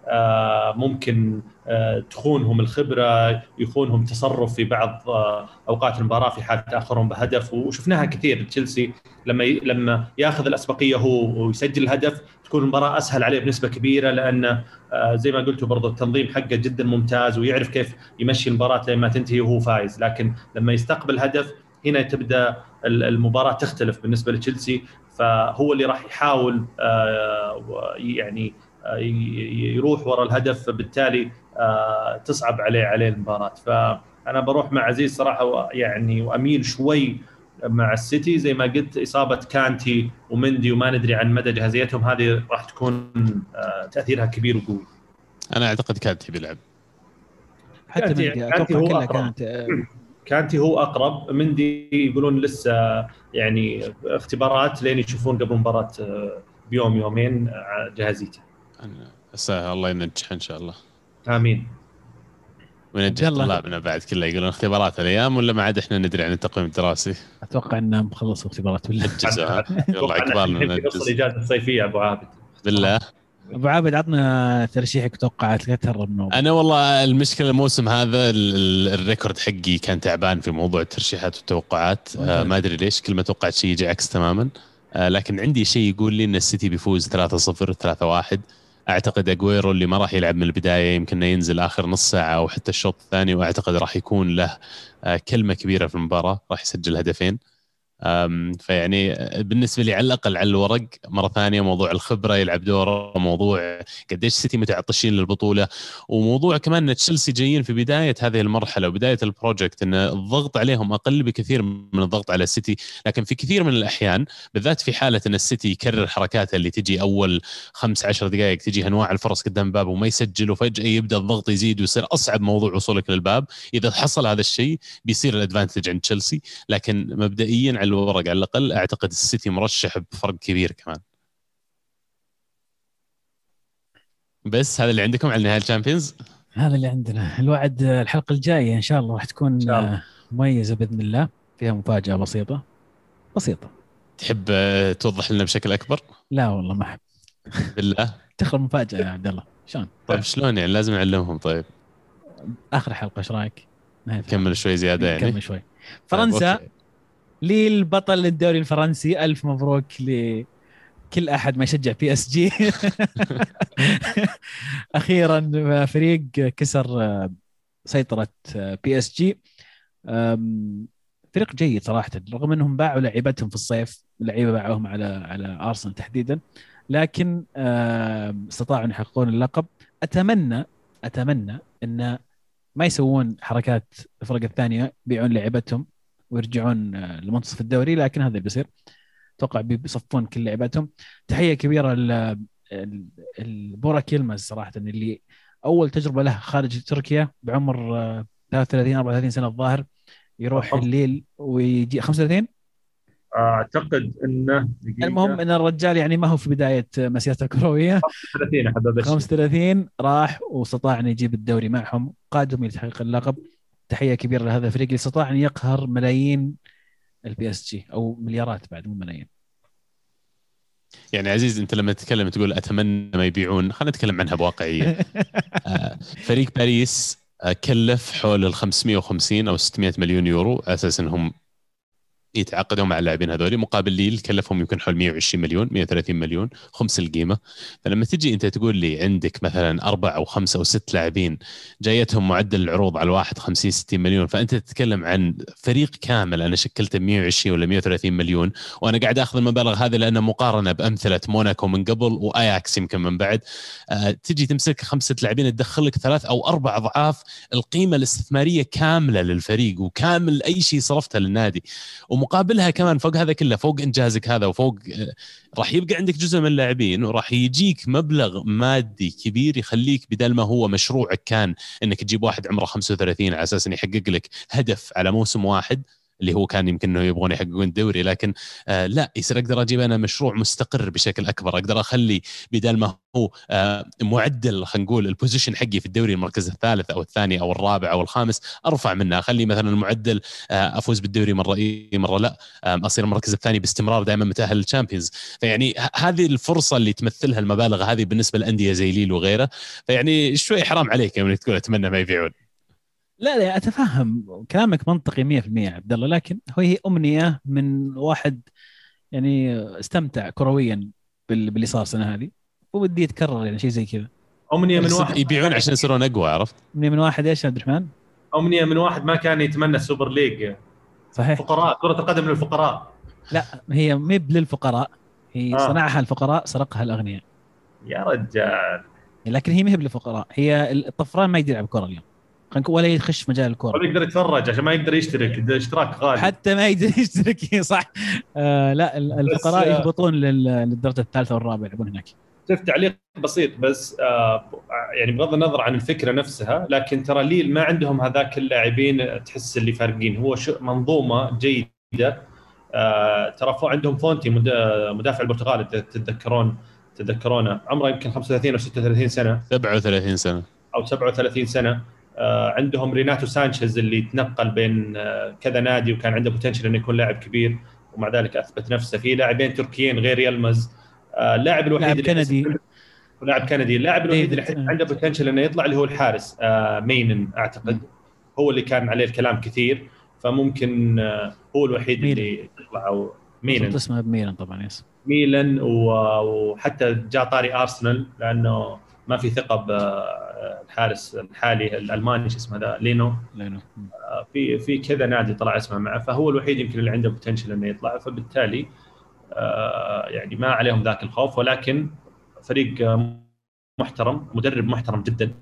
ممكن تخونهم الخبره، يخونهم تصرف في بعض اوقات المباراه في حال تاخرهم بهدف. وشفناها كثير تشيلسي لما ياخذ الاسبقيه هو ويسجل الهدف، تكون المباراه اسهل عليه بنسبه كبيره، لان زي ما قلتوا برضو التنظيم حقه جدا ممتاز، ويعرف كيف يمشي المباراه لما تنتهي وهو فايز. لكن لما يستقبل هدف هنا تبدا المباراه تختلف بالنسبه لتشيلسي، فهو اللي راح يحاول يعني يروح وراء الهدف، فبالتالي تصعب عليه المباراة. فأنا بروح مع عزيز صراحة، يعني وأميل شوي مع السيتي. زي ما قلت إصابة كانتي ومندي وما ندري عن مدى جاهزيتهم، هذه راح تكون تأثيرها كبير وقوي. أنا أعتقد كانتي بيلعب، حتى مندي أتوقع كلها كانتي هو أقرب. مندي يقولون لسه يعني اختبارات لين يشوفون قبل مباراة بيوم يومين جاهزيته. الله ينجح إن شاء الله. آمين. ونجح طلابنا بعد كله يقولون اختبارات الأيام، ولا ما عاد إحنا ندري عن التقويم الدراسي؟ أتوقع إنهم خلصوا اختبارات ولا نجزها. يلا عقبالنا نجز الإجازة الصيفية أبو عابد. بالله أبو عابد عطنا ترشيحك وتوقعاتك لا تهرب منه. أنا والله المشكلة الموسم هذا الريكورد حقي كان تعبان في موضوع الترشيحات والتوقعات، ما أدري ليش كل ما توقعت شيء يجي عكس تماما. لكن عندي شيء يقول لي إن السيتي بيفوز 3-0 3-1. أعتقد أغويرو اللي ما راح يلعب من البداية يمكن ينزل آخر نص ساعة أو حتى الشوط الثاني، وأعتقد راح يكون له كلمة كبيرة في المباراة، راح يسجل هدفين. فيعني بالنسبة لي على الأقل على الورق مرة ثانية موضوع الخبرة يلعب دوره، موضوع قديش سيتي متعطشين للبطولة، وموضوع كمان أن تشيلسي جايين في بداية هذه المرحلة وبداية البروجكت أن الضغط عليهم أقل بكثير من الضغط على السيتي. لكن في كثير من الأحيان بالذات في حالة أن السيتي يكرر حركاته اللي تجي أول 15 دقائق تجي أنواع الفرص قدام باب وما يسجل، وفجأة يبدأ الضغط يزيد ويصير أصعب موضوع وصولك للباب. إذا حصل هذا الشيء بيصير الأدفانتج عند تشيلسي، لكن مبدئيا على الورق على الأقل أعتقد السيتي مرشح بفرق كبير كمان. بس هذا اللي عندكم على نهاية الشامبيونز؟ هذا اللي عندنا. الوعد الحلقة الجاية إن شاء الله راح تكون مميزة بإذن الله، فيها مفاجأة بسيطة. تحب توضح لنا بشكل أكبر؟ لا والله ما أحب. بالله تخرب مفاجأة يا عبد الله. شلون؟ طيب شلون يعني؟ لازم نعلمهم. طيب آخر حلقة إيش رأيك؟ نكمل شوي زيادة يعني. نكمل شوي. فرنسا للبطل الدوري الفرنسي، ألف مبروك لكل أحد ما يشجع بي اس جي. أخيرا فريق كسر سيطره بي اس جي. فريق جيد صراحه، رغم انهم باعوا لعيبتهم في الصيف، اللعيبه باعوهم على ارسنال تحديدا، لكن استطاعوا ان يحققون اللقب. اتمنى ان ما يسوون حركات الفرق الثانيه، يبيعون لعيبتهم ويرجعون لمنتصف الدوري، لكن هذا بيصير. اتوقع بيصفون كل لعيبتهم. تحيه كبيره البوراك يلمز صراحه، اللي اول تجربه له خارج تركيا بعمر 33 34 سنه الظاهر، يروح الليل ويجي 35. اعتقد انه المهم ان الرجال يعني ما هو في بدايه مسيرته الكرويه. 30 حبه 35 راح واستطاع ان يجيب الدوري معهم، قادهم لتحقيق اللقب. تحيه كبيره لهذا الفريق اللي استطاع ان يقهر ملايين البي اس جي، او مليارات بعد مو ملايين. يعني عزيز انت لما تتكلم تقول اتمنى ما يبيعون، خلينا نتكلم عنها بواقعيه. فريق باريس كلف حول ال 550 او 600 مليون يورو اساس انهم يتعاقدوا مع اللاعبين هذول، مقابل ليل كلفهم يمكن حول 120 مليون 130 مليون، خمس القيمه. فلما تجي انت تقول لي عندك مثلا 4 أو 5 أو 6 لاعبين جايتهم معدل العروض على الواحد 50 60 مليون، فانت تتكلم عن فريق كامل انا شكلته 120 ولا 130 مليون، وانا قاعد اخذ المبالغ هذه لانه مقارنه بامثله موناكو من قبل واياكس يمكن من بعد. تجي تمسك 5 لاعبين تدخل لك 3 أو 4 اضعاف القيمه الاستثماريه كامله للفريق وكامل اي شيء صرفته للنادي. ومقابلها كمان فوق هذا كله، فوق انجازك هذا وفوق راح يبقى عندك جزء من اللاعبين، وراح يجيك مبلغ مادي كبير يخليك بدل ما هو مشروعك كان انك تجيب واحد عمره 35 على اساس انه يحقق لك هدف على موسم واحد اللي هو كان يمكن انه يبغون يحققون الدوري، لكن لا يصير اقدر اجيب انا مشروع مستقر بشكل اكبر، اقدر اخلي بدل ما هو معدل خلينا نقول البوزيشن حقي في الدوري المركز الثالث او الثاني او الرابع او الخامس ارفع منه، اخلي مثلا المعدل افوز بالدوري مره مره لا، اصير المركز الثاني باستمرار دائما متاهل للشامبيونز. فيعني هذه الفرصه اللي تمثلها المبالغ هذه بالنسبه للانديه زي ليل وغيره، فيعني شوي حرام عليك يوم تقول اتمنى ما يبيعون. لا اتفهم كلامك منطقي 100% يا عبد الله، لكن هي امنيه من واحد يعني استمتع كرويا باللي صار السنه هذه، وبدي يتكرر يعني شيء زي كذا. امنيه من واحد يبيعون عشان يصيرون اقوى، عرفت؟ امنيه من واحد ايش يا عبد الرحمن؟ امنيه من واحد ما كان يتمنى السوبر ليج. صحيح، فقراء كره القدم للفقراء. لا هي مب للفقراء، هي صنعها الفقراء سرقها الاغنياء يا رجال. لكن هي مهب للفقراء، هي الطفران ما يقدر يلعب كره اليوم ولا يخش مجال الكوره، ولا يقدر يتفرج عشان ما يقدر يشترك، الاشتراك غالي حتى ما يقدر يشترك. صح. لا الفقراء يهبطون للدرجه الثالثه والرابعه يلعبون هناك. شوف تعليق بسيط بس يعني بغض النظر عن الفكره نفسها، لكن ترى ليل ما عندهم هذاك اللاعبين تحس اللي فارقين، هو منظومه جيده. ترى عندهم فونتي مدافع البرتغال تتذكرونه عمره يمكن 35 او 36 سنه 37 سنه او 37 سنه. عندهم ريناتو سانشيز اللي تنقل بين كذا نادي وكان عنده بوتنشل انه يكون لاعب كبير ومع ذلك اثبت نفسه. في لاعبين تركيين غير يلمز، اللاعب الوحيد لاعب كندي اللاعب الوحيد اللي عنده بوتنشل انه يطلع اللي هو الحارس مينن اعتقد هو اللي كان عليه الكلام كثير، فممكن هو الوحيد اللي يطلع. او ميلان اسمه بميلان طبعا يس ميلان، وحتى جاء طاري ارسنال لانه ما في ثقه بالحارس الحالي الالماني شو اسمه ذا لينو. في كذا نادي طلع اسمه معه، فهو الوحيد يمكن اللي عنده بوتنشل انه يطلع، فبالتالي يعني ما عليهم ذاك الخوف. ولكن فريق محترم، مدرب محترم جدا.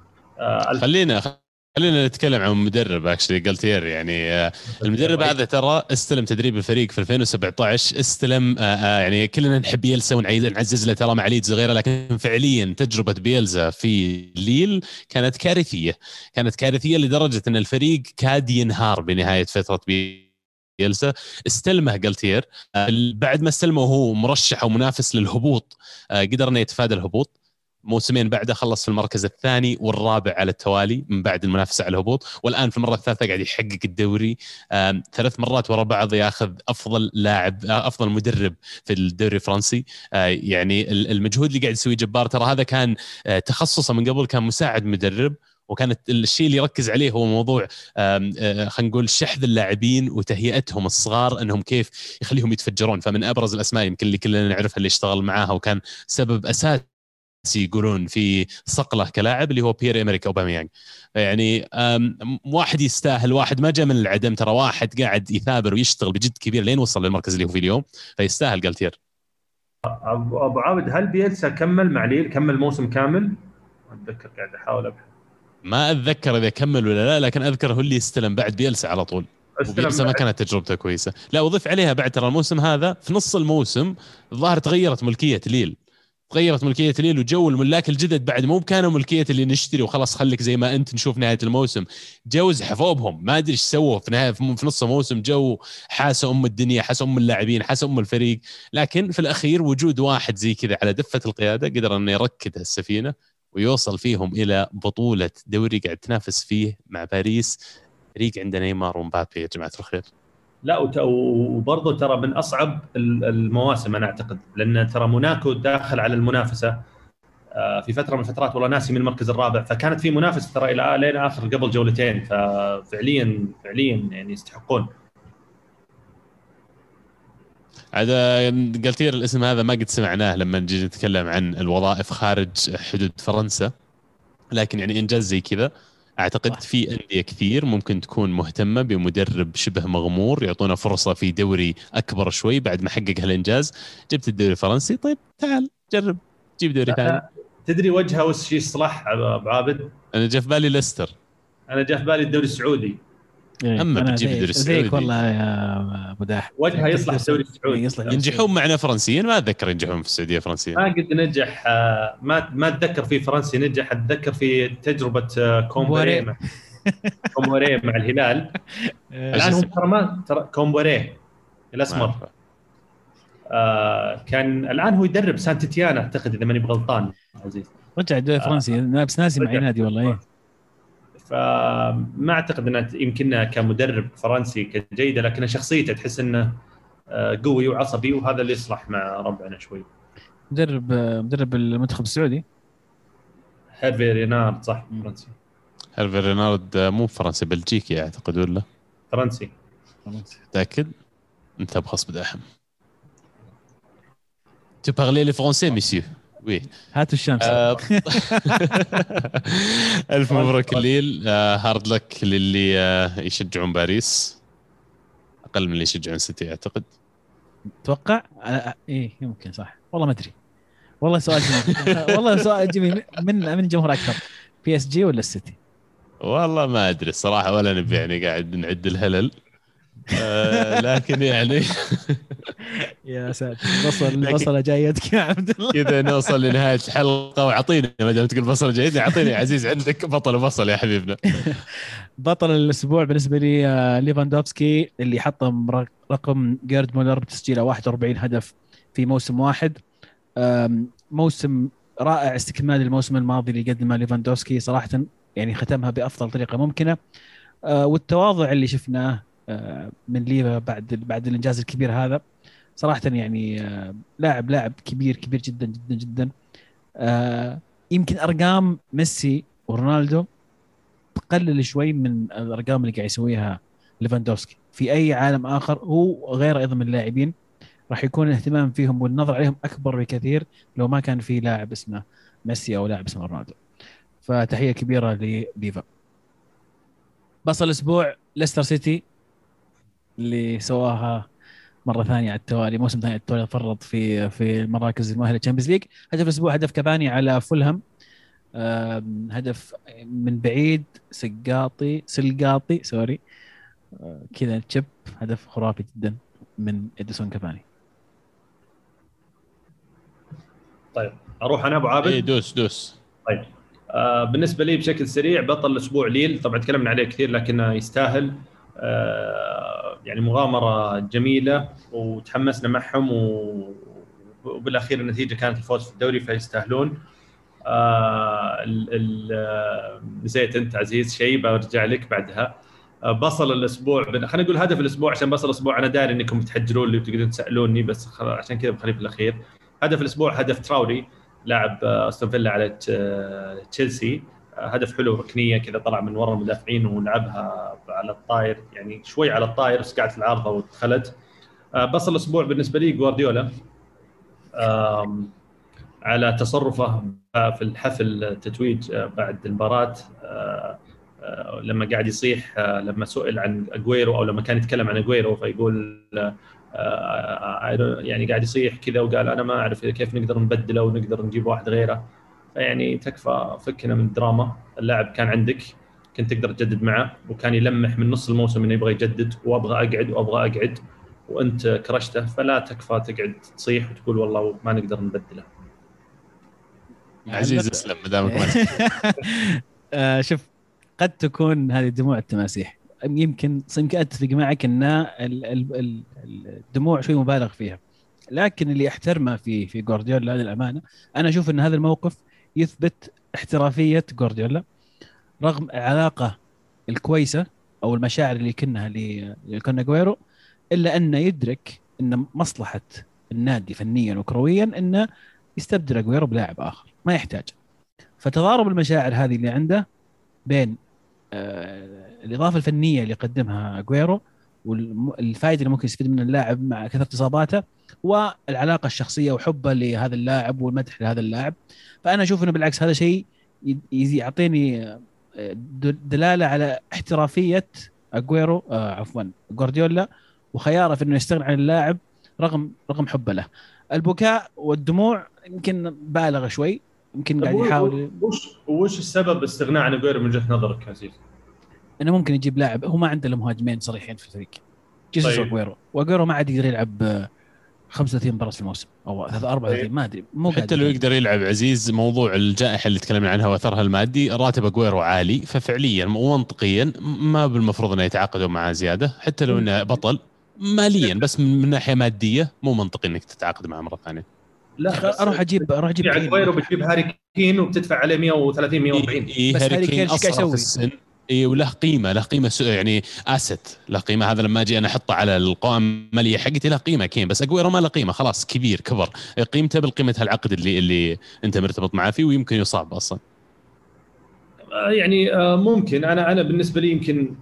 خلينا نتكلم عن مدرب اكشلي جالتير. يعني المدرب هذا ترى استلم تدريب الفريق في 2017، استلم يعني كلنا نحب بيلسا ونعزز له ترى مع ليدز وغيره، لكن فعليا تجربه بيلسا في ليل كانت كارثيه لدرجه ان الفريق كاد ينهار بنهايه فتره بيلسا. استلمه جالتير، بعد ما استلمه وهو مرشح ومنافس للهبوط، قدر انه يتفادى الهبوط. موسمين بعده خلص في المركز الثاني والرابع على التوالي من بعد المنافسه على الهبوط، والان في المره الثالثه قاعد يحقق الدوري 3 مرات ورا بعض، ياخذ افضل لاعب افضل مدرب في الدوري الفرنسي. يعني المجهود اللي قاعد يسويه جبار. ترى هذا كان تخصصه من قبل، كان مساعد مدرب، وكانت الشيء اللي يركز عليه هو موضوع خلينا نقول شحذ اللاعبين وتهيئتهم الصغار انهم كيف يخليهم يتفجرون. فمن ابرز الاسماء يمكن اللي كلنا نعرفها اللي اشتغل معاها وكان سبب اساسي يقولون في صقله كلاعب اللي هو بيير إمريك أوباميانغ. يعني واحد يستاهل، واحد ما جاء من العدم، ترى واحد قاعد يثابر ويشتغل بجد كبير لين وصل للمركز اللي هو فيه اليوم، فيستاهل جالتير. ابو عابد، هل بيلسا كمل مع ليل، كمل موسم كامل؟ اتذكر قاعد احاول ابحث، ما اتذكر اذا كمل ولا لا، لكن اذكر هو اللي استلم بعد بيلسا على طول، وبيلسا ما كانت تجربته كويسه. لا وضيف عليها بعد ترى الموسم هذا في نص الموسم الظاهر تغيرت ملكيه ليل، وجو الملاك الجدد بعد مو كانوا ملكيه اللي نشتري وخلاص خليك زي ما انت نشوف نهايه الموسم، جو زحفوا بهم ما ادري ايش سووا في نهايه في نص الموسم، جو حاسه الدنيا، حاسه اللاعبين، حاسه الفريق. لكن في الاخير وجود واحد زي كذا على دفه القياده قدر انه يركد السفينه ويوصل فيهم الى بطوله دوري قاعد تنافس فيه مع باريس، فريق عنده نيمار ومبابي يا جماعه الخير. لا وبرضه ترى من اصعب المواسم انا اعتقد، لان ترى موناكو داخل على المنافسه في فتره من الفترات، والله ناسي من المركز الرابع، فكانت في منافسه ترى الى لين اخر قبل جولتين، ففعليا يعني يستحقون. هذا جالتير الاسم هذا ما قد سمعناه لما نجي نتكلم عن الوظائف خارج حدود فرنسا، لكن يعني انجاز زي كذا اعتقد في انديه كثير ممكن تكون مهتمه بمدرب شبه مغمور يعطونا فرصه في دوري اكبر شوي بعد ما حقق هالانجاز. جبت الدوري الفرنسي، طيب تعال جرب جيب دوري ثاني. تدري وجهه وش يصلح ابو عابد؟ انا جاء في بالي ليستر، انا جاء في بالي الدوري السعودي. اما بتجيب الدوري السعودي زيك والله يا ابو داح، وجهه يصلح الدوري السعودي. ينجحون معنا فرنسيين، ما اتذكر ينجحون في السعوديه فرنسيين، ما قد نجح، ما اتذكر في فرنسي نجح، اتذكر في تجربه كومبوري مع الهلال. الان هم ترى كومبوري الاسمر كان الان هو يدرب سانت تيانا اعتقد اذا ماني بغلطان عزيز. رجع الدوري الفرنسي، بس ناسي مع نادي والله. ايه فما اعتقد انه يمكننا كمدرب فرنسي كجيده، لكن شخصيته تحس انه قوي وعصبي، وهذا اللي يصلح مع ربعنا شوي. مدرب المنتخب السعودي هيرفي رينارد، صح؟ فرنسي. هيرفي رينارد مو فرنسي، بلجيكي اعتقد ولا فرنسي؟ متاكد انت بخص بداحم. Tu parlais le français, monsieur. Oui. هاتوا الشمس. ألف مبروك الليل. هارد لك للي يشجعون باريس أقل من اللي يشجعون سيتي أعتقد. توقع إيه يمكن صح، والله ما أدري، والله سؤال جميل. والله سؤال جميل من جمهور أكثر، بي اس جي ولا السيتي؟ والله ما أدري الصراحة، ولا نبي يعني قاعد نعد الهلل. لكن يعني يا ساتر، البصلة جايتك يا عبد الله. كذا نوصل لنهاية الحلقة، وعطينا ما دام تقول بصلة جايتني، عطيني يا عزيز عندك بطل وبصل يا حبيبنا. بطل الأسبوع بالنسبة لي ليفاندوفسكي، اللي حطم رقم جيرد مولر بتسجيله 41 هدف في موسم واحد. موسم رائع، استكمال الموسم الماضي اللي قدمه ليفاندوفسكي صراحة، يعني ختمها بأفضل طريقة ممكنة. والتواضع اللي شفناه من ليفا بعد الانجاز الكبير هذا صراحه، يعني لاعب كبير جدا جدا جدا. يمكن ارقام ميسي ورونالدو تقلل شوي من الارقام اللي قاعد يسويها ليفاندوفسكي في اي عالم اخر، هو غير ايضا من اللاعبين راح يكون الاهتمام فيهم والنظر عليهم اكبر بكثير لو ما كان في لاعب اسمه ميسي او لاعب اسمه رونالدو. فتحيه كبيره لليفا. بصل الاسبوع ليستر سيتي، اللي سواها مره ثانيه على التوالي، موسم ثاني على التوالي، فرط في المراكز المؤهله للتشامبيونز ليج. هدف الاسبوع هدف كافاني على فولهام، هدف من بعيد، سلقاطي سوري، كذا تشيب، هدف خرافي جدا من اديسون كافاني. طيب اروح انا ابو عابد. اي دوس. طيب بالنسبه لي بشكل سريع، بطل الاسبوع ليل، طبعا تكلمنا عليه كثير لكنه يستاهل. يعني مغامره جميله وتحمسنا معهم، وبالاخير النتيجه كانت الفوز في الدوري، فيستاهلون. نسيت انت عزيز شيء، برجع لك بعدها. بصل الاسبوع خلينا نقول هدف الاسبوع، عشان بصل الاسبوع انا داري انكم بتحجرون لي وتقدرون تسالوني، بس عشان كذا بخليه في الاخير. هدف الاسبوع هدف تراوري، لاعب استون فيلا على تشيلسي. هدف حلو، ركنيه كذا طلع من ورا المدافعين ولعبها على الطاير، يعني شوي على الطاير بس قاعد في العارضه ودخلت. بصل الاسبوع بالنسبه لي جوارديولا. على تصرفه في الحفل التتويج بعد المباراة، لما قاعد يصيح لما سئل عن أجويرو، أو لما كان يتكلم عن أجويرو فيقول يعني قاعد يصيح كذا وقال أنا ما أعرف كيف نقدر نبدله ونقدر نجيب واحد غيره. فيعني تكفى، فكنا من الدراما. اللاعب كان عندك، كنت تقدر تجدد معه، وكان يلمح من نص الموسم انه يبغى يجدد وابغى اقعد وانت كرشته. فلا تكفى تقعد تصيح وتقول والله ما نقدر نبدله. عزيز اسلم مدامك شوف، قد تكون هذه دموع التماسيح، يمكن اتفق معك ان الدموع شوي مبالغ فيها، لكن اللي احترمه في جوارديولا هذه الامانه. انا اشوف ان هذا الموقف يثبت احترافيه جوارديولا رغم العلاقه الكويسه او المشاعر اللي كنا لكون اجويرو، الا انه يدرك ان مصلحه النادي فنيا وكرويا انه يستبدل اجويرو بلاعب اخر ما يحتاج. فتضارب المشاعر هذه اللي عنده بين الإضافة الفنية اللي يقدمها أجويرو والفائدة اللي ممكن يستفيد من اللاعب مع كثرة إصاباته، والعلاقة الشخصية وحبه لهذا اللاعب والمدح لهذا اللاعب. فأنا أشوف إنه بالعكس هذا شيء يعطيني دلالة على احترافية أجويرو عفوا جوارديولا، وخياره في إنه يستغني عن اللاعب رغم حبه له. البكاء والدموع يمكن بالغ شوي، يمكن قاعد يحاول. وش السبب استغناء عن أجويرو من وجهة نظرك عزيز؟ انه ممكن يجيب لاعب، هو ما عنده الا مهاجمين صريحين في الفريق، جيسوس واجويرو ما عاد يقدر يلعب 35 مباراة في الموسم او 34 ما ادري، مو حتى لو يقدر يلعب عزيز. موضوع الجائحة اللي تكلمنا عنها واثرها المادي، راتب اجويرو عالي، ففعليا ومنطقيا ما بالمفروض انه يتعاقدوا معه زيادة، حتى لو انه بطل ماليا، بس من ناحية مادية مو منطقي انك تتعاقد معه مرة ثانية. لا اروح اجيب اجويرو، بتجيب هاري كين وبتدفع عليه 130 140. بس هاري كين ايش قاعد يسوي؟ اي وله قيمه يعني اسيت له قيمه. هذا لما اجي انا احطه على القوائم الماليه حقتي له قيمه كين، بس اجويرو ما له قيمه، خلاص كبير كبر، قيمته بالقيمه العقد اللي انت مرتبط معه فيه، ويمكن يصاب اصلا. يعني ممكن انا بالنسبه لي يمكن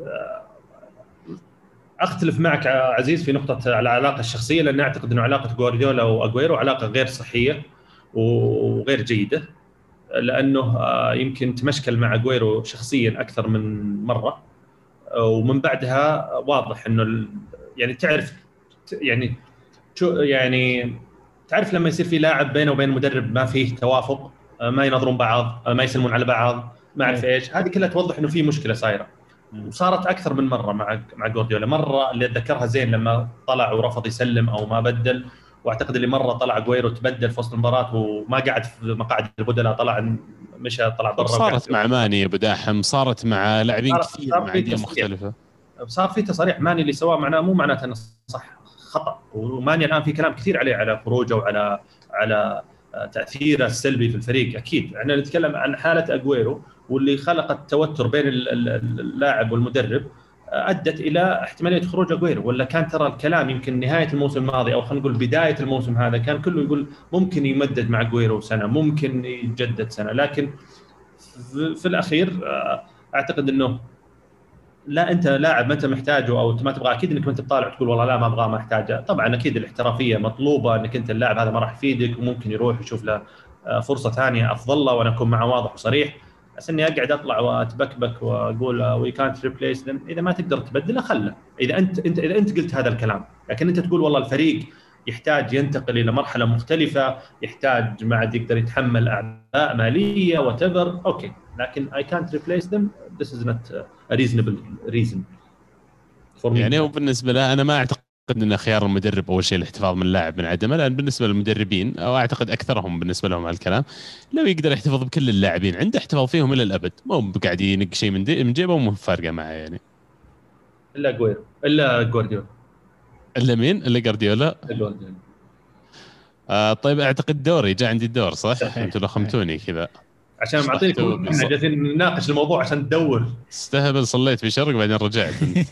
اختلف معك عزيز في نقطه العلاقه الشخصيه، لان اعتقد انه علاقه جوارديولا واجويرو علاقه غير صحيه وغير جيده، لانه يمكن تمشكل مع أجويرو شخصيا اكثر من مره، ومن بعدها واضح انه يعني تعرف يعني تعرف لما يصير في لاعب بينه وبين مدرب ما فيه توافق، ما ينظرون بعض، ما يسلمون على بعض، ما اعرف ايش، هذه كلها توضح انه في مشكله صايره. وصارت اكثر من مره مع جوارديولا. مره اللي اتذكرها زين لما طلع ورفض يسلم او ما بدل، واعتقد اللي مره طلع أجويرو تبدل في وسط المباراه وما قعد في مقاعد البدلاء، طلع مشى طلع برا. صارت مع ماني ابو داحم، صارت مع لاعبين كثير مع انديه مختلفه. صار في تصاريح ماني اللي سواه معناه مو معناته انه صح، خطا. وماني الان في كلام كثير على خروجه وعلى تاثيره السلبي في الفريق. اكيد احنا نتكلم عن حاله أجويرو واللي خلقت توتر بين اللاعب والمدرب، ادت الى احتماليه خروج أجويرو. ولا كان ترى الكلام يمكن نهايه الموسم الماضي او خلينا نقول بدايه الموسم هذا كان كله يقول ممكن يمدد مع أجويرو سنه، ممكن يجدد سنه، لكن في الاخير اعتقد انه لا، انت لاعب ما انت محتاجه او ما تبغى، اكيد انك ما انت بطالع تقول والله لا ما ابغاه ما احتاجه. طبعا اكيد الاحترافيه مطلوبه، انك انت اللاعب هذا ما راح يفيدك وممكن يروح يشوف له فرصه ثانيه افضل له، وانا اكون معه واضح وصريح. بس اني اقعد اطلع واتبكبك واقول وي كانت ريبليس، اذا ما تقدر تبدله خله. اذا انت قلت هذا الكلام، لكن انت تقول والله الفريق يحتاج ينتقل الى مرحله مختلفه، يحتاج ما عاد يقدر يتحمل اعباء ماليه وتفر، اوكي، لكن I can't replace them. This is not a reasonable reason for me. يعني هو بالنسبه له انا ما اعتقد ان خيار المدرب اول شيء الاحتفاظ من اللاعب من عدمه، لان بالنسبه للمدربين او اعتقد اكثرهم بالنسبه لهم هالكلام، لو يقدر يحتفظ بكل اللاعبين عنده احتفاظ فيهم الى الابد، مو قاعد ينق شيء من جيبه ومو فارقه معه يعني. الا أجويرو الا جوارديولا الا مين؟ الا جوارديولا. طيب اعتقد دوري جاء عندي الدور صح؟ انتم لخمتوني كذا عشان معطيك احنا جالسين نناقش الموضوع عشان تدور. استهبل، صليت في شرق بعدين رجعت.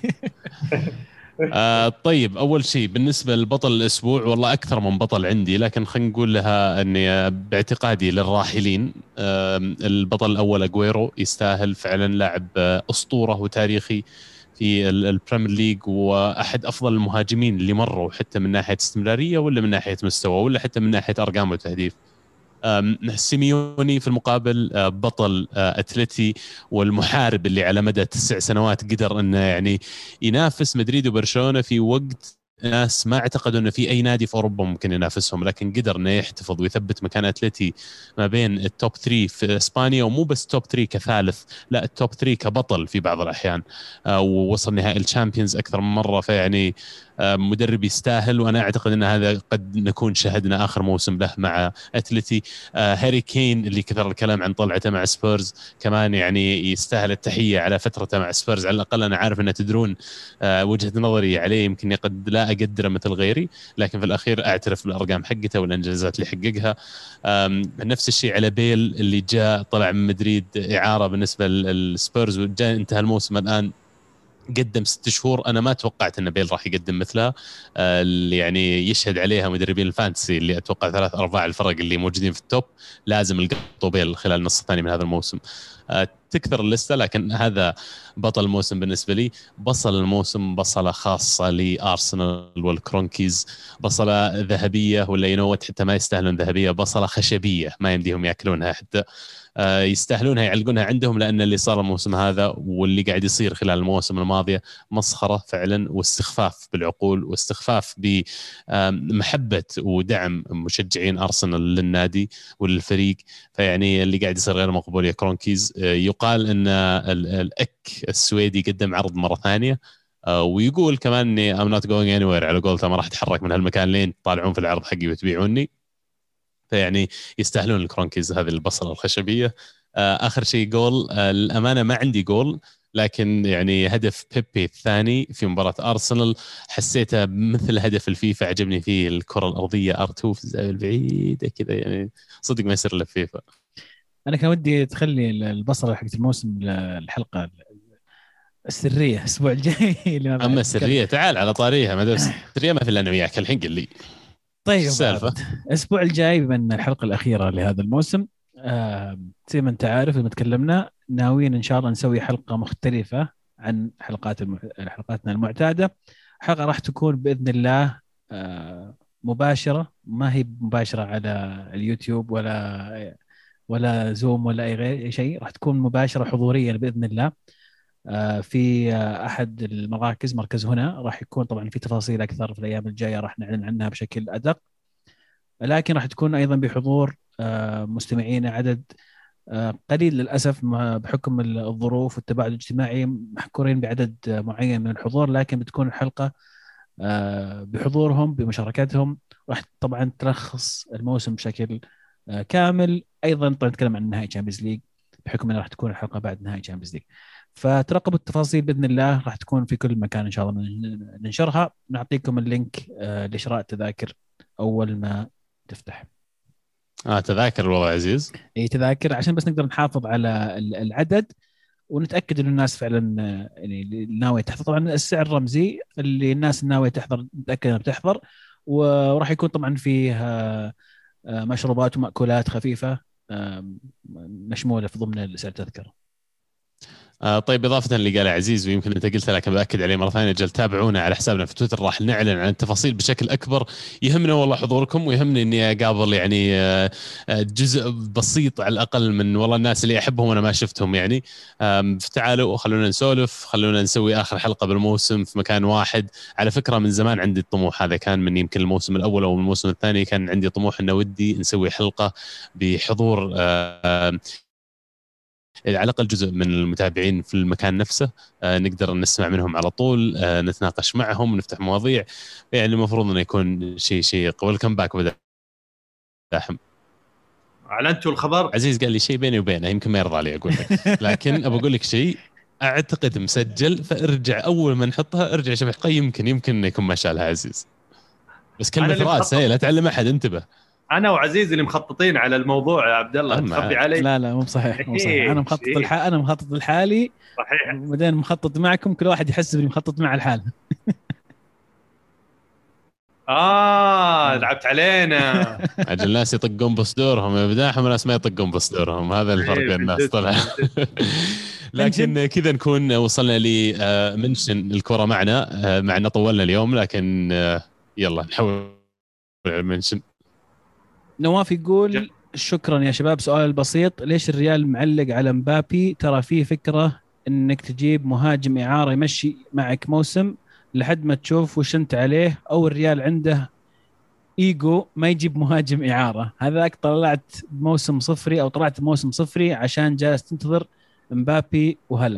طيب أول شيء بالنسبة لبطل الأسبوع، والله أكثر من بطل عندي، لكن خلينا نقول لها أني باعتقادي للراحلين البطل الأول أجويرو يستاهل فعلا، لاعب أسطورة وتاريخي في البريمير ليج، وأحد أفضل المهاجمين اللي مروا، حتى من ناحية استمرارية ولا من ناحية مستوى ولا حتى من ناحية أرقام وتهديف. سيميوني في المقابل بطل أتلتي والمحارب اللي على مدى 9 سنوات قدر أنه يعني ينافس مدريد وبرشلونة في وقت ناس ما اعتقدوا انه في اي نادي في اوروبا ممكن ينافسهم، لكن قدر انه يحتفظ ويثبت مكان اتلتي ما بين التوب 3 في اسبانيا، ومو بس توب 3 كثالث، لا التوب 3 كبطل في بعض الاحيان، ووصل نهائي الشامبيونز اكثر من مره. فيعني مدرب يستاهل، وانا اعتقد ان هذا قد نكون شهدنا اخر موسم له مع اتلتي. هاري كين اللي كثر الكلام عن طلعته مع سبيرز كمان يعني يستاهل التحيه على فترته مع سبيرز، على الاقل انا عارف ان تدرون وجهه نظري عليه، يمكن قد لا اقدره مثل غيري، لكن في الاخير اعترف بالارقام حقته والانجازات اللي حققها. نفس الشيء على بيل اللي جاء طلع من مدريد اعاره بالنسبه للسبيرز، وجاء انتهى الموسم الان قدم 6 شهور. انا ما توقعت ان بيل راح يقدم مثلها، اللي يعني يشهد عليها مدربين الفانتسي اللي اتوقع 3/4 الفرق اللي موجودين في التوب لازم يلقطوا بيل خلال النص الثاني من هذا الموسم. تكثر الليسته، لكن هذا بطل الموسم بالنسبه لي. بصل الموسم بصله خاصه لارسنال والكرونكيز، بصله ذهبيه ولا ينوت حتى ما يستاهلون ذهبيه، بصله خشبيه ما يمديهم ياكلونها حتى، يستاهلونها يعلقونها عندهم، لأن اللي صار الموسم هذا واللي قاعد يصير خلال المواسم الماضية مسخرة فعلا، واستخفاف بالعقول واستخفاف بمحبة ودعم مشجعين أرسنال للنادي وللفريق. فيعني اللي قاعد يصير غير مقبول يا كرونكيز. يقال أن الأك السويدي قدم عرض مرة ثانية، ويقول كمان اني I'm not going anywhere، على قولته ما راح اتحرك من هالمكان لين تطالعون في العرض حقي وتبيعوني. فيعني يستاهلون الكرونكيز هذه البصلة الخشبية. آخر شيء جول، الأمانة ما عندي جول، لكن يعني هدف بيبي الثاني في مباراة أرسنال حسيته مثل هدف الفيفا، عجبني فيه الكرة الأرضية R2 في الزاوية البعيدة كذا، يعني صدق ما يصير إلا في فيفا. انا كان ودي تخلي البصره حقت الموسم الحلقه السريه الاسبوع الجاي اللي ما أما سرية تعال على طاريها، ما دام سرية ما في إلا أنا وياك الحين قل لي. طيب السالفة الاسبوع الجاي من الحلقه الاخيره لهذا الموسم، زي ما انت عارف لما تكلمنا ناويين ان شاء الله نسوي حلقه مختلفه عن حلقاتنا المعتاده. حلقه راح تكون باذن الله مباشره، ما هي مباشره على اليوتيوب ولا زوم ولا اي شيء، راح تكون مباشره حضوريا باذن الله في احد المراكز، مركز هنا. راح يكون طبعا في تفاصيل اكثر في الايام الجايه راح نعلن عنها بشكل ادق، لكن راح تكون ايضا بحضور مستمعين عدد قليل للاسف بحكم الظروف والتباعد الاجتماعي، محكورين بعدد معين من الحضور، لكن بتكون الحلقه بحضورهم بمشاركتهم. راح طبعا تلخص الموسم بشكل كامل. ايضا طبعا نتكلم عن نهائي تشامبيونز ليج بحكم انها راح تكون الحلقه بعد نهائي تشامبيونز ليج. فترقبوا التفاصيل باذن الله، راح تكون في كل مكان ان شاء الله ننشرها. نعطيكم اللينك لشراء التذاكر اول ما تفتح. تذاكر والله عزيز، اي تذاكر عشان بس نقدر نحافظ على العدد ونتاكد ان الناس فعلا يعني ناويه تحضر. طبعا السعر رمزي، اللي الناس ناويه تحضر نتاكد انها بتحضر، وراح يكون طبعا فيه مشروبات ومأكولات خفيفه مشموله في ضمن سعر التذكره. طيب إضافة اللي قاله عزيز ويمكن أنت قلت، لكن بأكد عليه مرة ثانية، جل تابعونا على حسابنا في تويتر، راح نعلن عن التفاصيل بشكل أكبر. يهمنا والله حضوركم، ويهمني إني أقابل يعني جزء بسيط على الأقل من والله الناس اللي أحبهم وأنا ما شفتهم يعني. فتعالوا وخلونا نسولف، خلونا نسوي آخر حلقة بالموسم في مكان واحد. على فكرة من زمان عندي الطموح هذا، كان من يمكن الموسم الأول أو الموسم الثاني كان عندي طموح إنه ودي نسوي حلقة بحضور على الأقل جزء من المتابعين في المكان نفسه، نقدر نسمع منهم على طول، نتناقش معهم ونفتح مواضيع. يعني المفروض أنه يكون شيء قبل كم باك بدأ داحم. أعلنتوا الخبر؟ عزيز قال لي شيء بيني وبينه، يمكن ما يرضى لي أقول لك، لكن أبغى أقول لك شيء أعتقد مسجل، فارجع أول ما نحطها ارجع شوف حقي، يمكن يكون ما شالها عزيز، بس كلمة راس لا تعلم أحد، انتبه. انا وعزيز اللي مخططين على الموضوع يا عبد الله، تخبي علي؟ لا مو صحيح، مو صحيح. انا مخطط لحالي صحيح، وبعدين مخطط معكم، كل واحد يحس انه مخطط مع الحال. لعبت علينا. اجل الناس يطقون بصدورهم يبداهم، الناس ما يطقون بصدورهم، هذا الفرق بين الناس طلع. لكن كذا نكون وصلنا لمنشن الكرة معنا طولنا اليوم، لكن يلا نحول المنشن. نواف يقول شكرا يا شباب. سؤال بسيط، ليش الريال معلق على مبابي؟ ترى فيه فكرة انك تجيب مهاجم اعارة يمشي معك موسم لحد ما تشوف وش انت عليه، او الريال عنده ايجو ما يجيب مهاجم اعارة. هذاك طلعت موسم صفري او طلعت موسم صفري عشان جالس تنتظر مبابي وهالاند.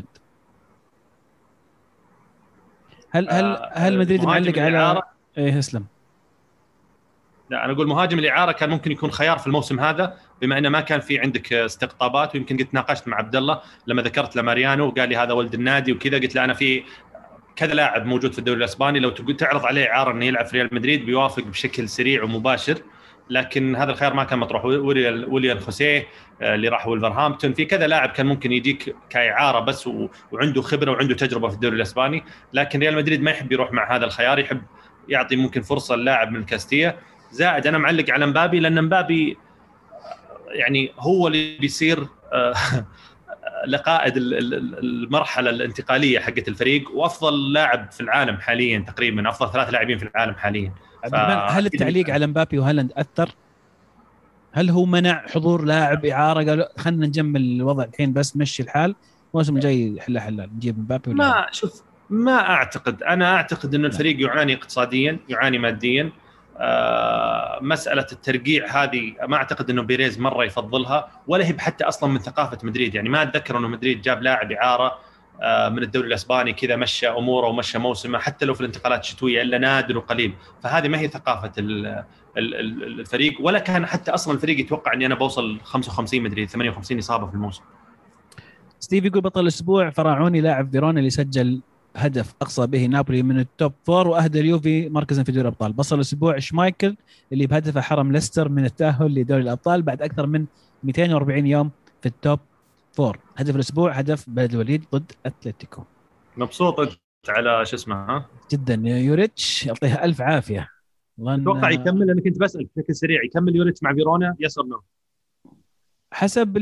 هل مدريد معلق على ايه؟ اسلم. لا انا اقول مهاجم الاعاره كان ممكن يكون خيار في الموسم هذا، بما انه ما كان في عندك استقطابات. ويمكن قد ناقشت مع عبد الله لما ذكرت لماريانو وقال لي هذا ولد النادي وكذا، قلت له انا في كذا لاعب موجود في الدوري الاسباني لو تعرض عليه اعاره انه يلعب في ريال مدريد بيوافق بشكل سريع ومباشر، لكن هذا الخيار ما كان مطروح. ويليان خوسيه اللي راح ولفرهامبتون، في كذا لاعب كان ممكن يجيك كاعاره بس وعنده خبره وعنده تجربه في الدوري الاسباني، لكن ريال مدريد ما يحب يروح مع هذا الخيار، يحب يعطي ممكن فرصه للاعب من كاستيا. زائد انا معلق على مبابي لان مبابي يعني هو اللي بيصير لقائد المرحله الانتقاليه حقت الفريق، وافضل لاعب في العالم حاليا تقريبا، افضل 3 لاعبين في العالم حاليا. هل التعليق على مبابي وهالاند اثر؟ هل هو منع حضور لاعب اعاره؟ قالوا خلينا نجمل الوضع الحين بس نمشي الحال، الموسم الجاي حلال نجيب مبابي؟ ما شوف، ما اعتقد. انا اعتقد ان الفريق يعاني اقتصاديا، يعاني ماديا. مساله الترقيع هذه ما اعتقد انه بيريز مره يفضلها، ولا هي حتى اصلا من ثقافه مدريد. يعني ما اتذكر انه مدريد جاب لاعب اعاره من الدوري الاسباني كذا مشى اموره ومشى موسمه، حتى لو في الانتقالات الشتويه، الا نادر وقليل. فهذه ما هي ثقافه الفريق، ولا كان حتى اصلا الفريق يتوقع اني انا بوصل 55 مدريد 58 اصابه في الموسم. ستيف يقول بطل الاسبوع فراعوني لاعب فيرونا اللي سجل هدف اقصى به نابولي من التوب 4 واهدى اليوفي مركزا في دوري الابطال. بطل الاسبوع شمايكل اللي بهدفه حرم ليستر من التاهل لدوري الابطال بعد اكثر من 240 يوم في التوب 4. هدف الاسبوع هدف بلد الوليد ضد اتلتيكو. مبسوط انت على شو اسمه؟ ها جدا يوريتش، يعطيها الف عافيه. اتوقع يكمل. انا كنت بسال بشكل سريع، يكمل يوريتش مع فيرونا يس اور نو؟ حسب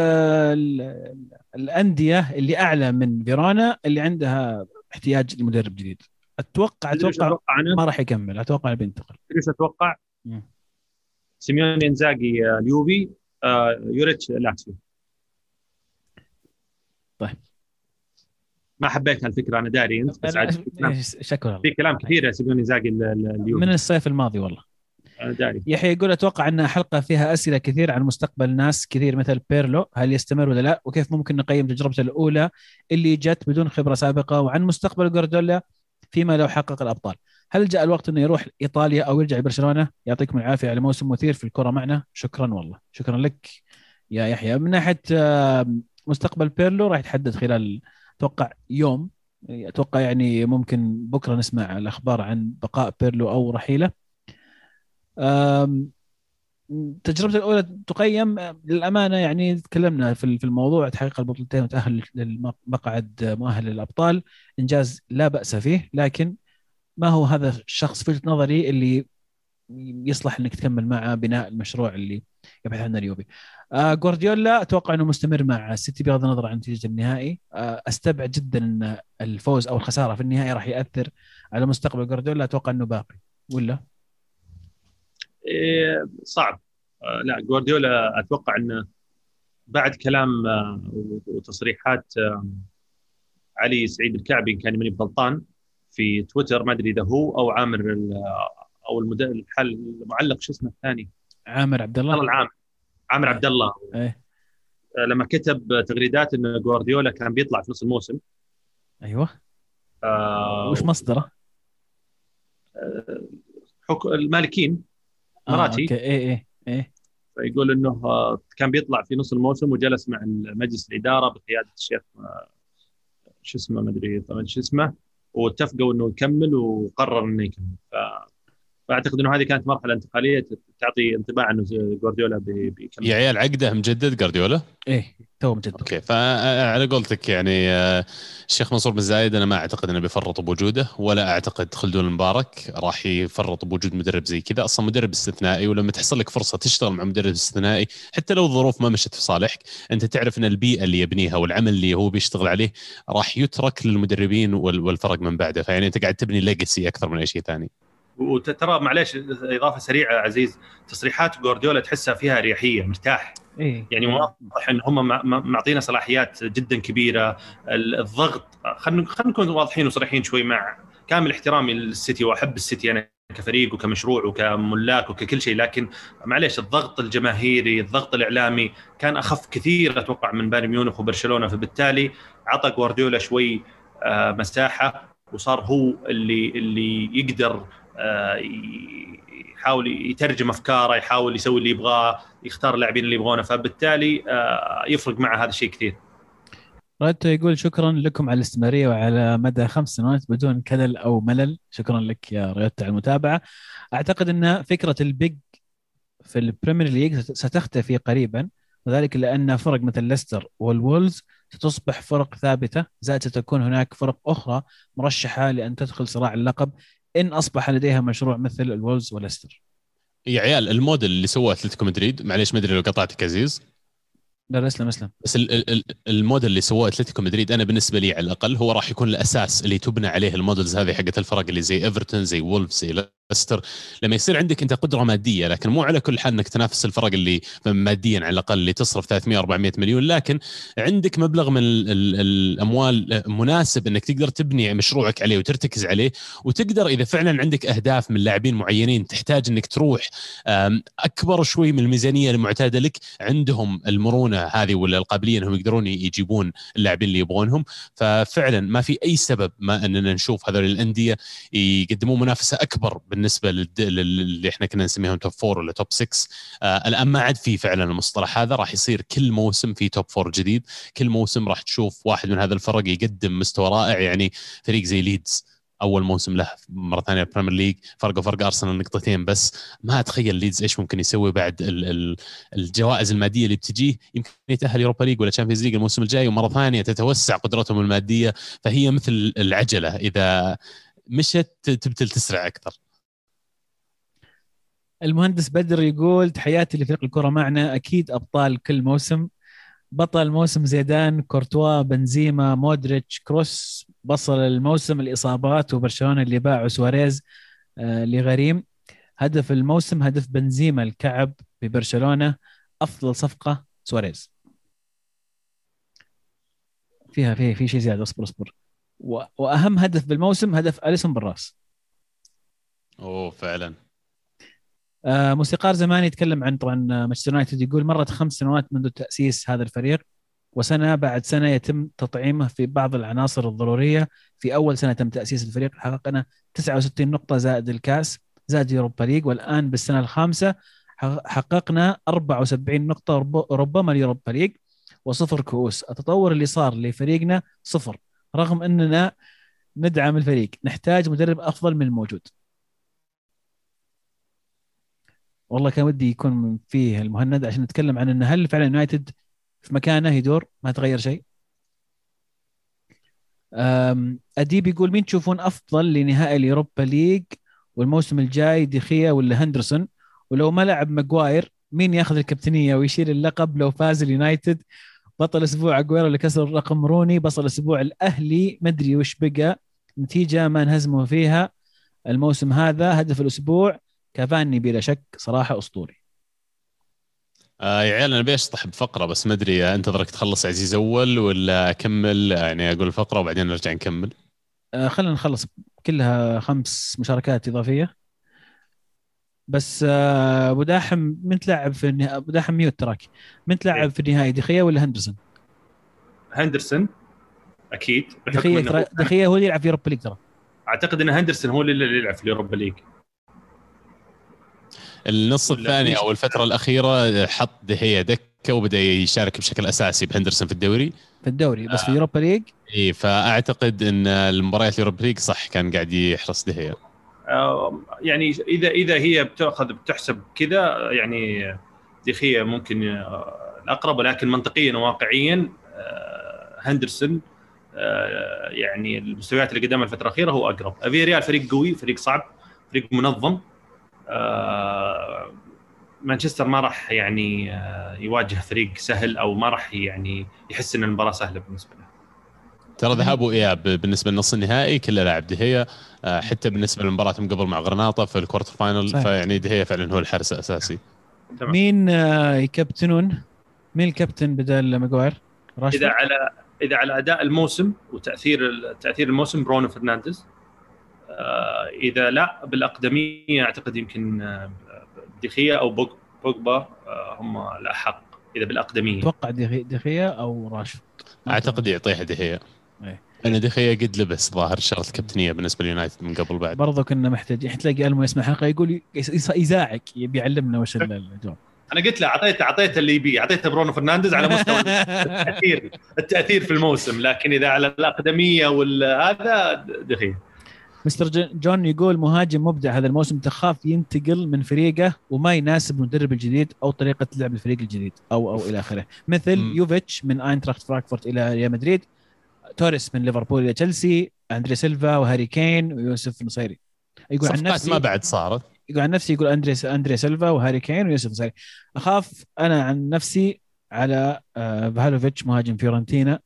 الانديه اللي اعلى من فيرونا اللي عندها احتياج لمدرب جديد. اتوقع ما راح يكمل، اتوقع بينتقل. ايش اتوقع؟ سيميوني انزاغي اليوفي، يوريتش لاتسيو. طيب ما حبيت هالفكره، انا داري انت بس شكرا. في كلام كثير يا سيميوني انزاغي اليوفي من الصيف الماضي والله. انا داري. يحيى يقول اتوقع انها حلقه فيها اسئله كثير عن مستقبل ناس كثير مثل بيرلو، هل يستمر ولا لا، وكيف ممكن نقيم تجربته الاولى اللي جت بدون خبره سابقه، وعن مستقبل جوارديولا فيما لو حقق الابطال. هل جاء الوقت انه يروح ايطاليا او يرجع لبرشلونه؟ يعطيكم العافيه على موسم مثير في الكره معنا. شكرا والله، شكرا لك يا يحيى. من ناحيه مستقبل بيرلو راح يتحدد خلال اتوقع يوم، اتوقع يعني ممكن بكره نسمع الاخبار عن بقاء بيرلو او رحيله. تجربته الأولى تقيم للأمانة، يعني تكلمنا في الموضوع، تحقيق البطولتين وتأهل للمقعد مؤهل للأبطال، إنجاز لا بأس فيه، لكن ما هو هذا الشخص في نظري اللي يصلح أنك تكمل معه بناء المشروع اللي يبحث عنه اليوفي. جوارديولا أتوقع أنه مستمر مع السيتي بغض النظر عن نتيجة النهائي. أستبعد جدا أن الفوز أو الخسارة في النهائي راح يأثر على مستقبل جوارديولا. أتوقع أنه باقي ولا؟ صعب. لا جوارديولا اتوقع انه بعد كلام وتصريحات علي سعيد الكعبي كان ماني غلطان في تويتر، ما ادري اذا هو او عامر او المعلق شو اسمه الثاني، عامر عبد الله. عامر عبد الله ايه. لما كتب تغريدات ان جوارديولا كان بيطلع في نص الموسم. ايوه. وش مصدره؟ المالكين مراتي. اوكي. ايه فيقول انه كان بيطلع في نص الموسم وجلس مع مجلس الاداره بقياده الشيخ شو اسمه ما ادري طبعا شو اسمه، واتفقوا انه يكمل وقرر انه يكمل. فاعتقد انه هذه كانت مرحله انتقاليه تعطي انطباع انه جوارديولا بيكمل. يا عيال عقده مجدد جوارديولا؟ ايه تو مجدد. اوكي، فعلى قولتك يعني الشيخ منصور بن زايد انا ما اعتقد انه بيفرط بوجوده، ولا اعتقد خلدون المبارك راح يفرط بوجود مدرب زي كذا. اصلا مدرب استثنائي، ولما تحصل لك فرصه تشتغل مع مدرب استثنائي حتى لو الظروف ما مشت في صالحك، انت تعرف ان البيئه اللي يبنيها والعمل اللي هو بيشتغل عليه راح يترك للمدربين والفرق من بعده. فيعني انت قاعد تبني ليجاسي اكثر من اي شيء ثاني. وترى معليش اضافه سريعه عزيز، تصريحات جوارديولا تحسها فيها اريحيه، مرتاح. يعني واضح ان هم معطينا صلاحيات جدا كبيره. الضغط، خلينا نكون واضحين وصريحين شوي، مع كامل احترامي للسيتي واحب السيتي انا كفريق وكمشروع وكملاك وككل شيء، لكن معليش الضغط الجماهيري الضغط الاعلامي كان اخف كثير اتوقع من بايرن ميونخ وبرشلونه، فبالتالي عطى جوارديولا شوي مساحه، وصار هو اللي يقدر يحاول يترجم افكاره، يحاول يسوي اللي يبغاه، يختار اللاعبين اللي يبغونه، فبالتالي يفرق مع هذا الشيء كثير. ريتو يقول شكرا لكم على الاستمراريه وعلى مدى 5 سنوات بدون كلل او ملل. شكرا لك يا ريتو على المتابعه. اعتقد ان فكره البيج في البريمير ليج ستختفي قريبا، وذلك لان فرق مثل ليستر والوولز ستصبح فرق ثابته، زائد ستكون هناك فرق اخرى مرشحه لان تدخل صراع اللقب ان اصبح لديها مشروع مثل الوولز وليستر. يا عيال الموديل اللي سواه اتلتيكو مدريد، معليش ما ادري لو قطعتك عزيز، لا اسلم. بس الموديل اللي سواه اتلتيكو مدريد انا بالنسبه لي على الاقل هو راح يكون الاساس اللي تبنى عليه المودلز هذه حقت الفرق اللي زي ايفرتون زي وولف زي ليستر. لما يصير عندك انت قدره ماديه، لكن مو على كل حال انك تنافس الفرق اللي ماديا على الاقل اللي تصرف 300 400 مليون، لكن عندك مبلغ من الاموال مناسب انك تقدر تبني مشروعك عليه وترتكز عليه، وتقدر اذا فعلا عندك اهداف من لاعبين معينين تحتاج انك تروح اكبر شوي من الميزانيه المعتاده لك، عندهم المرونه هذه ولا القابليه انهم يقدرون يجيبون اللاعبين اللي يبغونهم. ففعلا ما في اي سبب ما اننا نشوف هذول الانديه يقدمون منافسه اكبر بالنسبه اللي احنا كنا نسميهم توب 4 ولا توب 6. الان ما عاد في فعلا المصطلح هذا، راح يصير كل موسم في توب 4 جديد، كل موسم راح تشوف واحد من هذا الفرق يقدم مستوى رائع. يعني فريق زي ليدز اول موسم له مره ثانيه البريمير ليج، فرق ارسنال نقطتين بس، ما اتخيل ليدز ايش ممكن يسوي بعد الجوائز الماديه اللي بتجيه. يمكن يتاهل يوروبا ليج ولا تشامبيونز ليج الموسم الجاي، ومره ثانيه تتوسع قدرتهم الماديه. فهي مثل العجله، اذا مشت تبتل تسرع اكثر. المهندس بدر يقول تحياتي لفريق الكره معنا، اكيد ابطال كل موسم. بطل موسم زيدان، كورتوا، بنزيما، مودريتش، كروس. بصل الموسم الإصابات، وبرشلونة اللي باعوا سواريز لغريم. هدف الموسم هدف بنزيما الكعب ببرشلونة. أفضل صفقة سواريز. في شيء زيادة، اصبر. وأهم هدف بالموسم هدف أليسون بالراس. أوه فعلا. موسيقار زمان يتكلم عن طبعا مانشستر يونايتد، يقول مرت 5 سنوات منذ تأسيس هذا الفريق، وسنة بعد سنة يتم تطعيمه في بعض العناصر الضرورية. في أول سنة تم تأسيس الفريق حققنا 69 نقطة زائد الكاس زائد يوروبا ليج، والآن بالسنة الخامسة حققنا 74 نقطة ربما اليوروبا ليج وصفر كؤوس. التطور اللي صار لفريقنا صفر، رغم أننا ندعم الفريق. نحتاج مدرب أفضل من الموجود. والله كان ودي يكون فيه المهند عشان نتكلم عن أن هل فعلا يونايتد في مكانه يدور ما تغير شيء. أديب يقول مين تشوفون أفضل لنهائي اليوروبا ليج والموسم الجاي، ديخيا ولا هندرسون؟ ولو ما لعب ماجواير مين ياخذ الكابتنية ويشيل اللقب لو فاز اليونايتد؟ بطل أسبوع أجويرو اللي كسر رقم روني، بطل أسبوع الأهلي مدري وش بقى نتيجة ما نهزموا فيها الموسم هذا. هدف الأسبوع كافاني بلا شك صراحة أسطوري. يا عيال انا بيشطح بفقره، بس ما ادري انتظرك تخلص عزيز اول ولا اكمل، يعني اقول فقره وبعدين نرجع نكمل. خلينا نخلص كلها 5 مشاركات اضافيه بس. ابو داحم من تلعب في النهائي؟ ابو داحم ميوت تراك. من تلعب في النهائي، دخيا ولا هندرسون؟ هندرسون اكيد. دخيا هو اللي يلعب في يوروبا ليج ترى. اعتقد ان هندرسون هو اللي يلعب في اليوروبا ليج. النص الثاني او الفتره الاخيره حط دهيا دكه وبدا يشارك بشكل اساسي بهندرسون في الدوري بس في يوروبا ليج اي، فاعتقد ان المباريات اليوروبا ليج صح كان قاعد يحرص دهيا. يعني اذا هي بتحسب كذا، يعني دخيا ممكن الاقرب، ولكن منطقيا وواقعيا هندرسون يعني المستويات اللي قدامها الفتره الاخيره هو اقرب. فياريال فريق قوي، فريق صعب، فريق منظم. مانشستر ما راح يعني يواجه فريق سهل، او ما راح يعني يحس ان المباراه سهله بالنسبه له. ترى ذهاب وإياب بالنسبة لنص النهائي كله لاعب دهية، حتى بالنسبة للمباراة من قبل مع غرناطة في الكوارتر فاينل، فيعني دهية فعلا هو الحارس الأساسي. مين يكابتنون؟ مين الكابتن بدل ماغواير؟ راشفورد؟ إذا على أداء الموسم وتأثير الموسم برونو فرنانديز. إذا لا بالأقدمية أعتقد يمكن دخية أو بوجبا هم الأحق. إذا بالأقدمية أتوقع دخية أو راشفورد. أعتقد يعطيها دخية. أنا دخية قد لبس ظاهر شرط الكابتنية بالنسبة ليونايتد من قبل بعد. برضو كنا محتاجين تلاقي ألمو يسمع حلقة يقول يزاعك بيعلمنا وش الجواب. أنا قلت له أعطيته اللي يبي، أعطيته برونو فرنانديز على مستوى التأثير في الموسم، لكن إذا على الأقدمية هذا دخية. مستر جون يقول مهاجم مبدع هذا الموسم، تخاف ينتقل من فريقه وما يناسب المدرب الجديد او طريقه لعب الفريق الجديد او الى اخره، مثل يوفيتش من اينتراخت فرانكفورت الى ريال مدريد، توريس من ليفربول الى تشيلسي، اندري سيلفا وهاري كين ويوسف نصيري. يقول عن نفسي ما بعد صارت، يقول عن نفسي، يقول اندري سيلفا وهاري كين ويوسف نصيري. اخاف انا عن نفسي على فالوفيتش مهاجم فيورنتينا،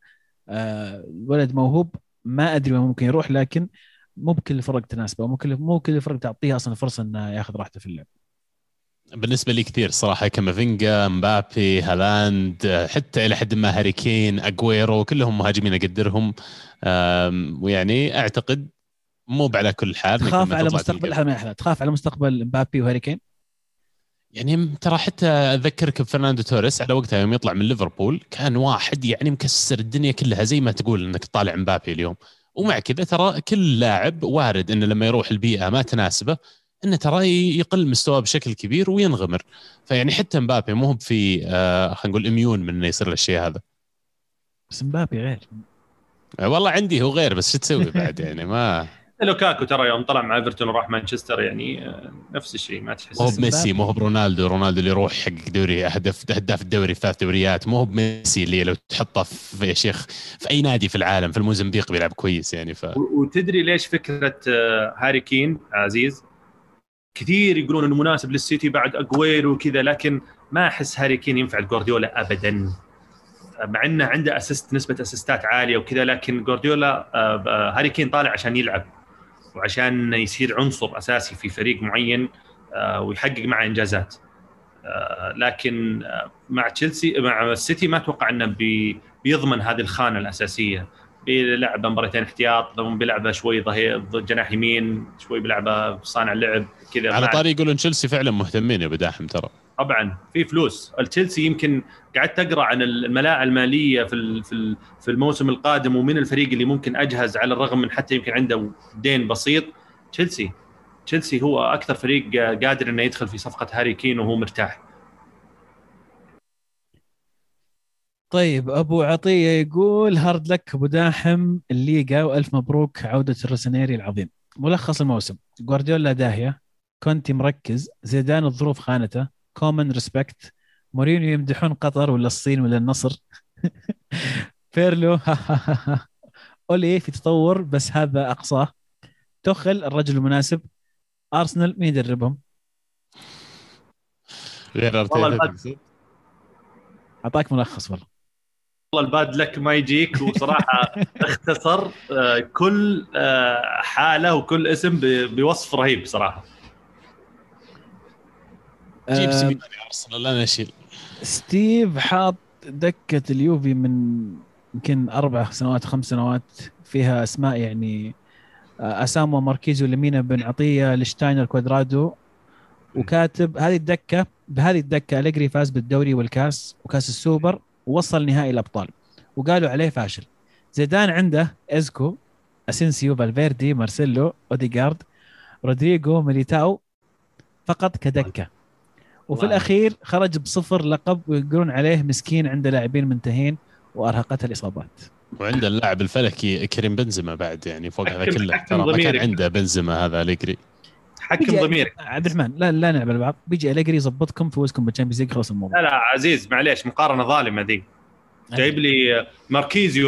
ولد موهوب، ما ادري وين ممكن يروح، لكن مو بكل الفرق تناسبه، مو كل الفرق تعطيه اصلا فرصه انه ياخذ راحته في اللعب. بالنسبه لي كثير صراحه، كامافينجا، مبابي، هالاند، حتى الى حد ما هاري كين، اغويرو، كلهم مهاجمين اقدرهم، ويعني اعتقد مو على كل حال. تخاف على مستقبل تخاف على مستقبل مبابي وهاري كين؟ يعني ترى حتى اذكرك بفرناندو توريس على وقتها يوم يطلع من ليفربول كان واحد يعني مكسر الدنيا كلها، زي ما تقول انك طالع مبابي اليوم. ومع كذا ترى كل لاعب وارد انه لما يروح البيئه ما تناسبه انه ترى يقل مستواه بشكل كبير وينغمر. فيعني حتى مبابي مو في خلينا نقول اميون من انه يصير الشيء هذا. بس مبابي غير والله عندي هو غير، بس شو تسوي بعد يعني ما لوكاكو ترى يوم طلع مع ايفرتون وراح مانشستر يعني نفس الشيء، ما تحس مو بميسي، مو برونالدو اللي يروح حق دوري هداف الدوري 3 دوريات، مو بميسي اللي لو تحطه في يا شيخ في اي نادي في العالم في الموزمبيق بيلعب كويس يعني. وتدري ليش فكره هاري كين عزيز كثير يقولون انه مناسب للسيتي بعد اغويرو وكذا، لكن ما احس هاري كين ينفع جوارديولا ابدا، مع انه عنده نسبه اسيستات عاليه وكذا، لكن جوارديولا هاري كين طالع عشان يلعب وعشان يصير عنصر اساسي في فريق معين ويحقق معه انجازات. لكن مع تشيلسي مع السيتي ما اتوقع انه بيضمن هذه الخانه الاساسيه، بيلعب مباراتين احتياط، بيلعبها شوي ظهير جناح يمين، شوي بيلعبها صانع لعب كذا. على طاري يقولون تشيلسي فعلا مهتمين يا بداحم، ترى طبعا في فلوس. التشيلسي يمكن قاعد تقرا عن الملاءه الماليه في الموسم القادم ومن الفريق اللي ممكن اجهز، على الرغم من حتى يمكن عنده دين بسيط. تشيلسي هو اكثر فريق قادر انه يدخل في صفقه هاري كين وهو مرتاح. طيب ابو عطيه يقول هارد لك ابو داحم الليغا والف مبروك عوده الرسنيري العظيم. ملخص الموسم: جوارديولا داهيه، كونتي مركز، زيدان الظروف خانته، كومن ريسبكت، مورينيو يمدحون قطر ولا الصين ولا النصر بيرلو اولي في تطور بس هذا اقصاه، توخل الرجل المناسب، ارسنال مين يدربهم؟ غير ارتيتا. اعطاك ملخص والله الباد لك ما يجيك، وصراحه اختصر كل حاله وكل اسم بوصف رهيب صراحه. جيب سيميوني ارسنال لا نشيل. ستيف حاط دكه اليوفي من يمكن 4 سنوات 5 سنوات، فيها اسماء يعني اسامو ماركيزو، لمينا بن عطيه، لشتاينر، كوادرادو، وكاتب بهذه الدكه أليجري فاز بالدوري والكاس وكاس السوبر ووصل نهائي الابطال وقالوا عليه فاشل. زيدان عنده إزكو، أسينسيو، فالفيردي، مارسيلو، أوديغارد، رودريغو، ميليتاو فقط كدكة، وفي الأخير خرج بصفر لقب ويقولون عليه مسكين، عنده لاعبين منتهين وأرهقته الإصابات. وعنده اللاعب الفلكي كريم بنزيما بعد يعني فوق هذا كله، ترى ما كان عنده بنزيما هذا أليجري. حكم ضميرك عبد الرحمن، لا نلعب البعض، بيجي أليجري يضبطكم فوزكم بالتشامبيونز ليج، خلص الموضوع. لا عزيز معليش، مقارنه ظالمه دي. جايب لي ماركيزيو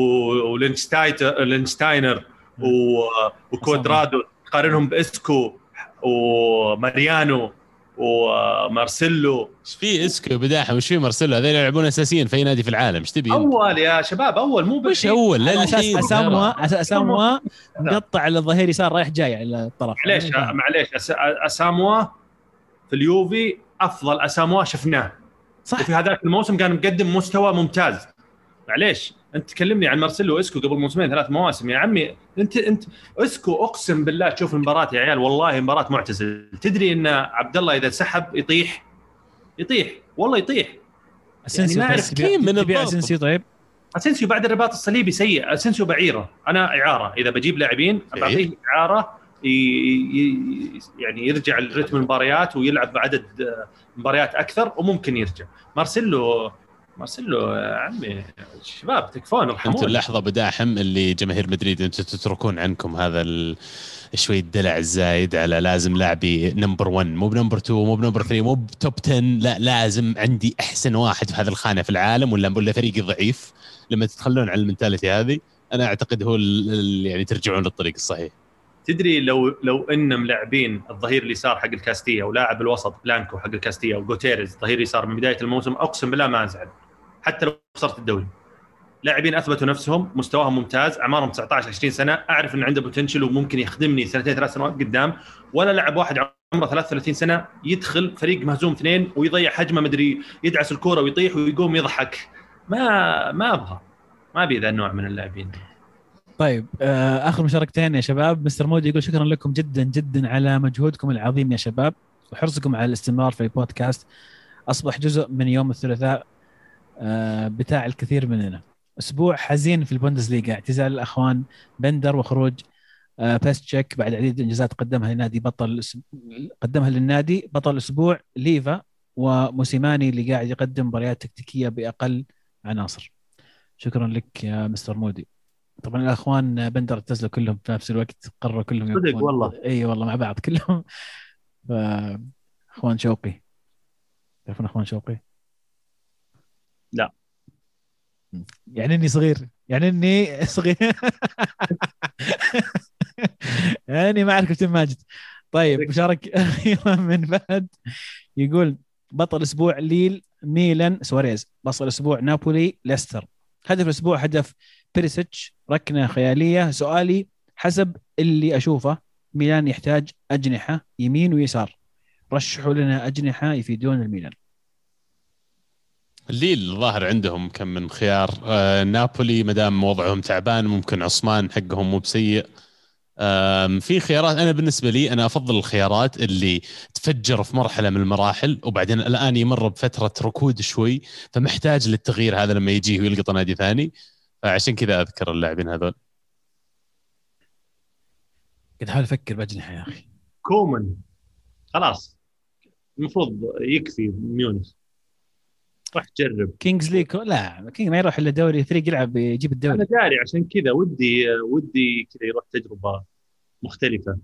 ولينشتاينر وكوادرادو، قارنهم باسكو وماريانو ومارسيلو. ايش في اسكو بداحم وش في مارسيلو؟ هذول يلعبون اساسيين في اي نادي في العالم. ايش تبي اول يا شباب، اول مو وش اول على اساس للحين اساموا مقطع على الظهير يسار رايح جاي على الطرف. معليش اساموا في اليوفي افضل اساموا شفناه صح. وفي هذاك الموسم كان مقدم مستوى ممتاز. معليش انت تكلمني عن مارسيلو واسكو قبل موسمين 3 مواسم يا عمي. انت اسكو اقسم بالله تشوف المباراه يا عيال والله مباراه معتزل. تدري ان عبد الله اذا سحب يطيح والله يطيح. اسنسيو يعني مسكين من تبيع اسنسيو. طيب اسنسيو بعد الرباط الصليبي سيء. اسنسيو بعيره. انا اعاره اذا بجيب لاعبين بعطيه اعاره يعني يرجع لرتم المباريات ويلعب بعدد مباريات اكثر وممكن يرجع. مارسيلو يا عمي شباب تكفون ارحموني. انتم اللحظه بداحم اللي جماهير مدريد انتم تتركون عنكم هذا شوي الدلع الزايد على لازم لاعبي نمبر 1 مو بنمبر 2 مو بنمبر 3 مو بتوب 10. لا لازم عندي احسن واحد في هذه الخانه في العالم ولا فريقي ضعيف. لما تتخلون عن المنتاليتي هذه انا اعتقد هو يعني ترجعون للطريق الصحيح. تدري لو ان ملاعبين الظهير اليسار حق الكاستيا ولاعب الوسط بلانكو حق الكاستيا وغوتيريز ظهير يسار من بدايه الموسم اقسم بالله ما ازعل حتى لو خسرت الدوري. لاعبين اثبتوا نفسهم مستواهم ممتاز اعمارهم 19 20 سنه. اعرف ان عنده بوتنشل وممكن يخدمني 2-3 سنوات قدام. ولا لاعب واحد عمره 33 سنه يدخل فريق مهزوم 2 ويضيع هجمه مدري يدعس الكوره ويطيح ويقوم يضحك. ما ابي ذا النوع من اللاعبين. طيب اخر مشاركتين يا شباب. مستر مودي يقول شكرا لكم جدا جدا على مجهودكم العظيم يا شباب وحرصكم على الاستمرار في البودكاست. اصبح جزء من يوم الثلاثاء بتاع الكثير مننا. اسبوع حزين في البوندسليغا. اعتزال الاخوان بندر وخروج باستشيك بعد عديد الانجازات قدمها للنادي. بطل الاسبوع ليفا وموسيماني اللي قاعد يقدم مباريات تكتيكيه باقل عناصر. شكرا لك يا مستر مودي. طبعا الاخوان بندر اعتزلوا كلهم في نفس الوقت. قرروا كلهم يوقفون والله. اي والله مع بعض كلهم. اخوان شوقي تعرفون اخوان شوقي؟ لا يعني اني صغير يعني ما اعرف كابتن ماجد. طيب مشارك من فهد يقول بطل اسبوع ليل ميلان سواريز. بطل اسبوع نابولي ليستر. هدف الاسبوع هدف بيريسيتش ركنه خياليه. سؤالي حسب اللي اشوفه ميلان يحتاج اجنحه يمين ويسار. رشحوا لنا اجنحه يفيدون الميلان. الليل الظاهر عندهم كم من خيار. نابولي مدام وضعهم تعبان ممكن عثمان حقهم مو بسيء. في خيارات. انا بالنسبه لي انا افضل الخيارات اللي تفجر في مرحله من المراحل وبعدين الان يمر بفتره ركود شوي فمحتاج للتغيير هذا لما يجيه ويلقط نادي ثاني. فعشان كذا اذكر اللاعبين هذول. قد حاول افكر باجنحه يا اخي. كومان خلاص المفروض يكفي ميونخ. راح تجرب كينجزلي لا كينج ما يروح الا دوري فريق يلعب يجيب الدوري. انا داري عشان كذا ودي كذا يروح تجربه مختلفه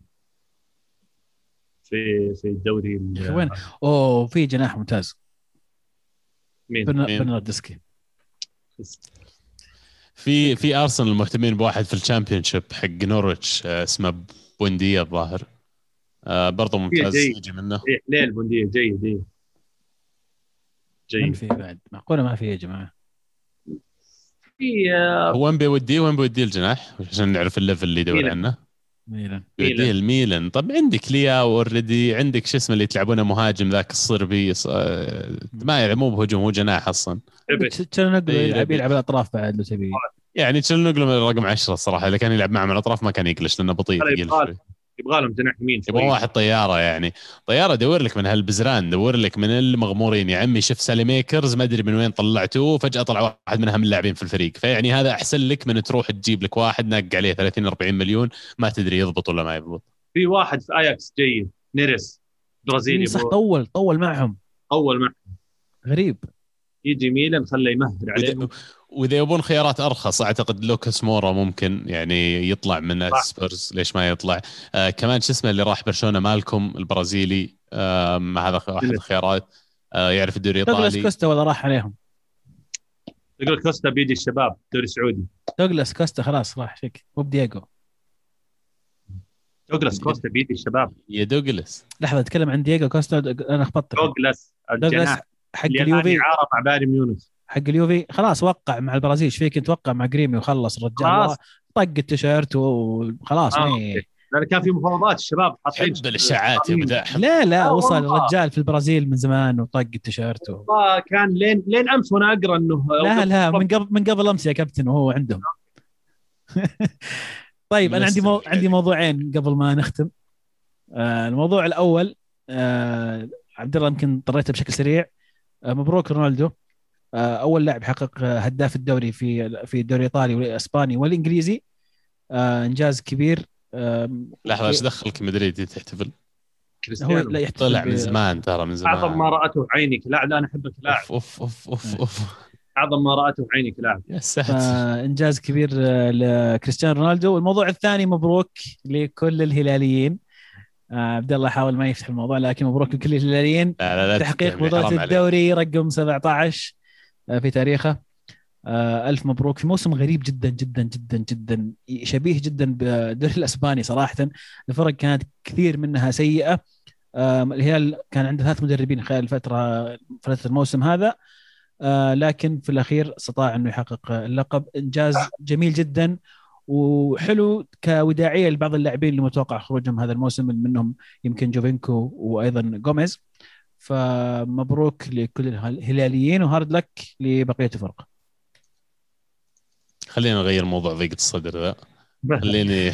في الدوري. وين في جناح ممتاز. مين برناردسكي. في ارسنال مهتمين بواحد في الشامبيونشيب حق نورويتش اسمه بونديا الظاهر. برضه ممتاز يجي منه. ليل بونديا جيد. من في بعد معقوله ما في يا جماعه. هو وين بيوديه الجناح عشان نعرف الليفل اللي يدور عنه. ميلان يوديه الميلان. طب عندك ليا اوريدي عندك شو اسمه اللي تلعبونه مهاجم ذاك الصربي ما يلعب مو بهجوم هو جناح اصلا. تشلنقلو يلعب الاطراف بعد لو تبي. يعني تشلنقلو رقم 10 الصراحه. اذا كان يلعب معهم الاطراف ما كان يقلش لانه بطيء ثقيل شوي. يبغى لهم جناح يمين يبغى واحد طياره يعني. طياره دور لك من هالبزران دور لك من المغمورين يا عمي. شوف سالي ميكرز ما ادري من وين طلعتوه فجاه طلع واحد من اهم اللاعبين في الفريق. فيعني هذا احسن لك من تروح تجيب لك واحد ناق عليه 30-40 مليون ما تدري يضبط ولا ما يضبط. في واحد في اياكس جيد نيرس برازيلي صح. طول معهم غريب. يجي ميلان خليه يمهر عليهم. واذا يبون خيارات ارخص اعتقد لوكاس مورا ممكن يعني يطلع من سبيرز. ليش ما يطلع؟ كمان شو اسمه اللي راح برشلونه مالكم البرازيلي. هذا واحد الخيارات. يعرف الدوري الايطالي. دوغلاس كوستا ولا راح عليهم؟ يقول كوستا بيجي الشباب دوري سعودي. دوغلاس كوستا خلاص راح فيك مو بدياغو. دوغلاس كوستا بيدي الشباب. يا دوغلاس. لحظه اتكلم عن دييغو كوستا، انا خبطت. دوغلاس الجناح حق اللي اليوفي، عارف مع بايرن ميونخ. حق اليوفي خلاص وقع مع البرازيل. ايش فيك توقع مع جريمي وخلص الرجال خلاص. طق التيشيرت وخلاص. لأن كان في مفاوضات الشباب حاطين حب الاشاعات يا بداحم. لا وصل والله. الرجال في البرازيل من زمان وطق التيشيرت والله كان لين امس وانا اقرا انه لا من قبل امس يا كابتن وهو عندهم. طيب انا عندي موضوعين قبل ما نختم. الموضوع الاول عبد الله يمكن اضطريته بشكل سريع. مبروك رونالدو، اول لاعب حقق هداف الدوري في الدوري الايطالي والاسباني والانجليزي. انجاز كبير. لحظه ايش دخلك مدريدي تحتفل؟ هو لا يحتفل طلع من زمان، ترى من زمان. اعظم ما راته عينك. لا انا احبك لاعب. اوف اعظم ما راته عينك لاعب. يا ساتر. انجاز كبير لكريستيانو رونالدو. والموضوع الثاني مبروك لكل الهلاليين. عبد الله حاول ما يفتح الموضوع، لكن مبروك لكل الهلاليين تحقيق بطولة الدوري رقم 17 في تاريخه. ألف مبروك في موسم غريب جدا جدا جدا جدا، شبيه جدا بالدوري الأسباني صراحة. الفرق كانت كثير منها سيئة. الهلال كان عنده 3 مدربين خلال فترة الموسم هذا، لكن في الأخير استطاع أنه يحقق اللقب. إنجاز جميل جدا وحلو كوداعية لبعض اللاعبين اللي متوقع خروجهم هذا الموسم، منهم يمكن جوفينكو وأيضا غوميز. فمبروك لكل الهلاليين وهارد لك لبقية الفرق. خلينا نغير موضوع ضيقة الصدر ذا. خليني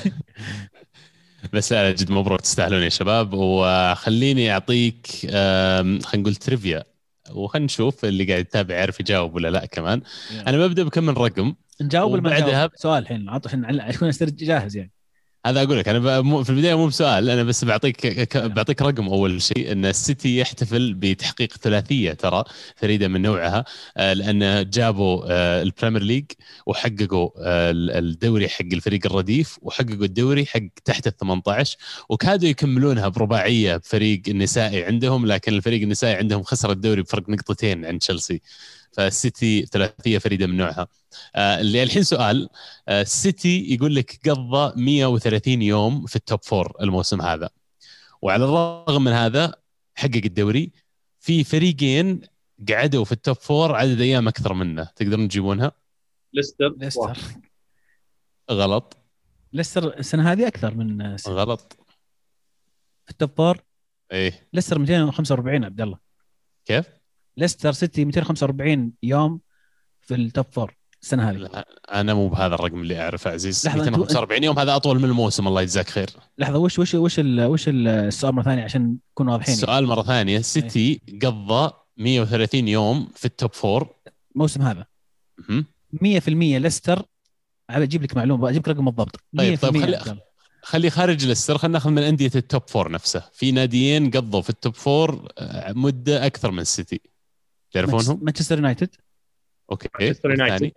بس لا جد مبروك، تستاهلون يا شباب. وخليني أعطيك خلينا نقول تريفيا، وخلينا نشوف اللي قاعد يتابع يعرف يجاوب ولا لا كمان. أنا ببدأ بكم من رقم نجاوب ولا ما نجاوب؟ سؤال الحين عشان أسترد جاهز يعني. هذا أقول لك أنا في البداية مو بسؤال، أنا بس بعطيك رقم. أول شيء أن السيتي يحتفل بتحقيق ثلاثية ترى فريدة من نوعها، لأن جابوا البريمير ليج وحققوا الدوري حق الفريق الرديف وحققوا الدوري حق تحت 18، وكادوا يكملونها برباعية بفريق النسائي عندهم، لكن الفريق النسائي عندهم خسر الدوري بفرق نقطتين عن تشيلسي. فالسيتي ثلاثية فريدة من نوعها. اللي الحين سؤال، السيتي يقول لك قضى 130 يوم في التوب 4 الموسم هذا، وعلى الرغم من هذا حقق الدوري. في فريقين قعدوا في التوب 4 عدد أيام أكثر منه، تقدرون تجيبونها؟ ليستر. غلط. ليستر السنة هذه أكثر من سنة. غلط. في التوب 4 إيه ليستر 245 عبد الله. كيف؟ ليستر سيتي 245 يوم في التوب 4 السنة هذه. أنا مو بهذا الرقم اللي أعرفه عزيز. 245 يوم هذا أطول من الموسم، الله يجزاك خير. لحظة، وش السؤال مرة ثانية عشان نكون واضحين؟ السؤال مرة ثانية، سيتي قضى 130 يوم في التوب 4 الموسم هذا. 100% ليستر. أجيب لك معلومة، أجيب لك رقم بالضبط. طيب خلي خارج ليستر، خلينا ناخذ من أندية التوب 4 نفسه. في ناديين قضوا في التوب 4 مدة أكثر من السيتي، تعرفونهم؟ مانشستر يونايتد. اوكي مانشستر يونايتد.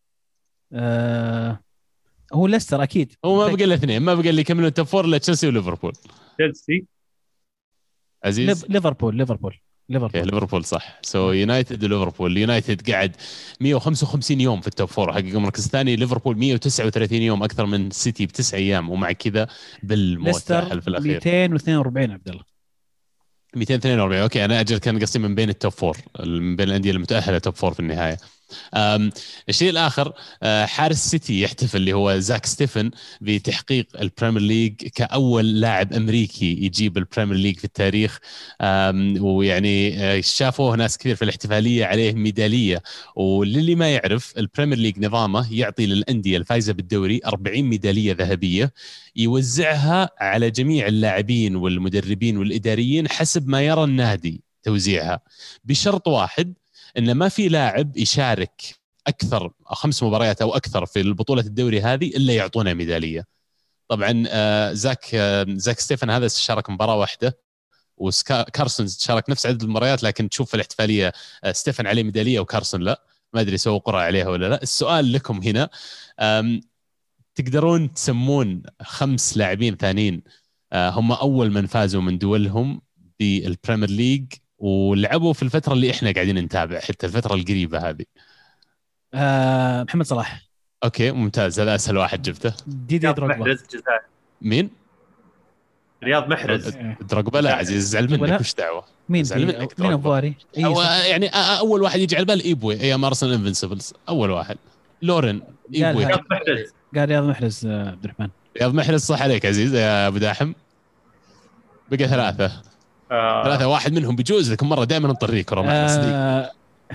هو ليستر اكيد. هو ما بقى الاثنين، ما بقى اللي يكملوا التوب 4 الا تشيلسي وليفربول. تشيلسي عزيز. ليفربول صح. يونايتد وليفربول. يونايتد قعد 155 يوم في التوب 4 حقق المركز الثاني. ليفربول 139 يوم، اكثر من سيتي ب9 ايام، ومع كذا بالموت تاهل في الاخير. 242 عبد الله. 242. اوكي انا اجل كان قصدي من بين التوب 4، من بين الانديه المتاهله توب 4 في النهايه. الشيء الاخر، حارس سيتي يحتفل اللي هو زاك ستيفن بتحقيق البريمير ليج كاول لاعب امريكي يجيب البريمير ليج في التاريخ. ويعني شافوه ناس كثير في الاحتفاليه عليه ميداليه. وللي ما يعرف، البريمير ليج نظامه يعطي للانديه الفائزه بالدوري 40 ميداليه ذهبيه، يوزعها على جميع اللاعبين والمدربين والاداريين حسب ما يرى النادي توزيعها، بشرط واحد، إن ما في لاعب يشارك أكثر 5 مباريات أو أكثر في البطولة الدوري هذه إلا يعطونا ميدالية. طبعا زاك ستيفن هذا شارك مباراة واحدة، وكارسون شارك نفس عدد المباريات، لكن تشوف في الاحتفالية ستيفن عليه ميدالية وكارسون لا. ما أدري سووا قرعة عليها ولا لا. السؤال لكم هنا، تقدرون تسمون 5 لاعبين ثانيين هم أول من فازوا من دولهم بالبريمير ليج ولعبوا في الفترة اللي إحنا قاعدين نتابع، حتى الفترة القريبة هذه؟ محمد صلاح. أوكي ممتاز، هذا أسهل واحد جبته. ديدي دروجبا. مين؟ رياض محرز. دراجبا لا عزيز، زعل منك وش دعوه؟ مين زعل منك مين افواري؟ يعني اول واحد يجي على بال ايبوي ايام ارسنال انفنسبلز، اول واحد لورن ايبوي. قال رياض محرز عبد الرحمن. رياض محرز صح عليك عزيز يا ابو داحم. بقى ثلاثة واحد منهم بيجوز لكم مرة دائما نطريك ورا محرز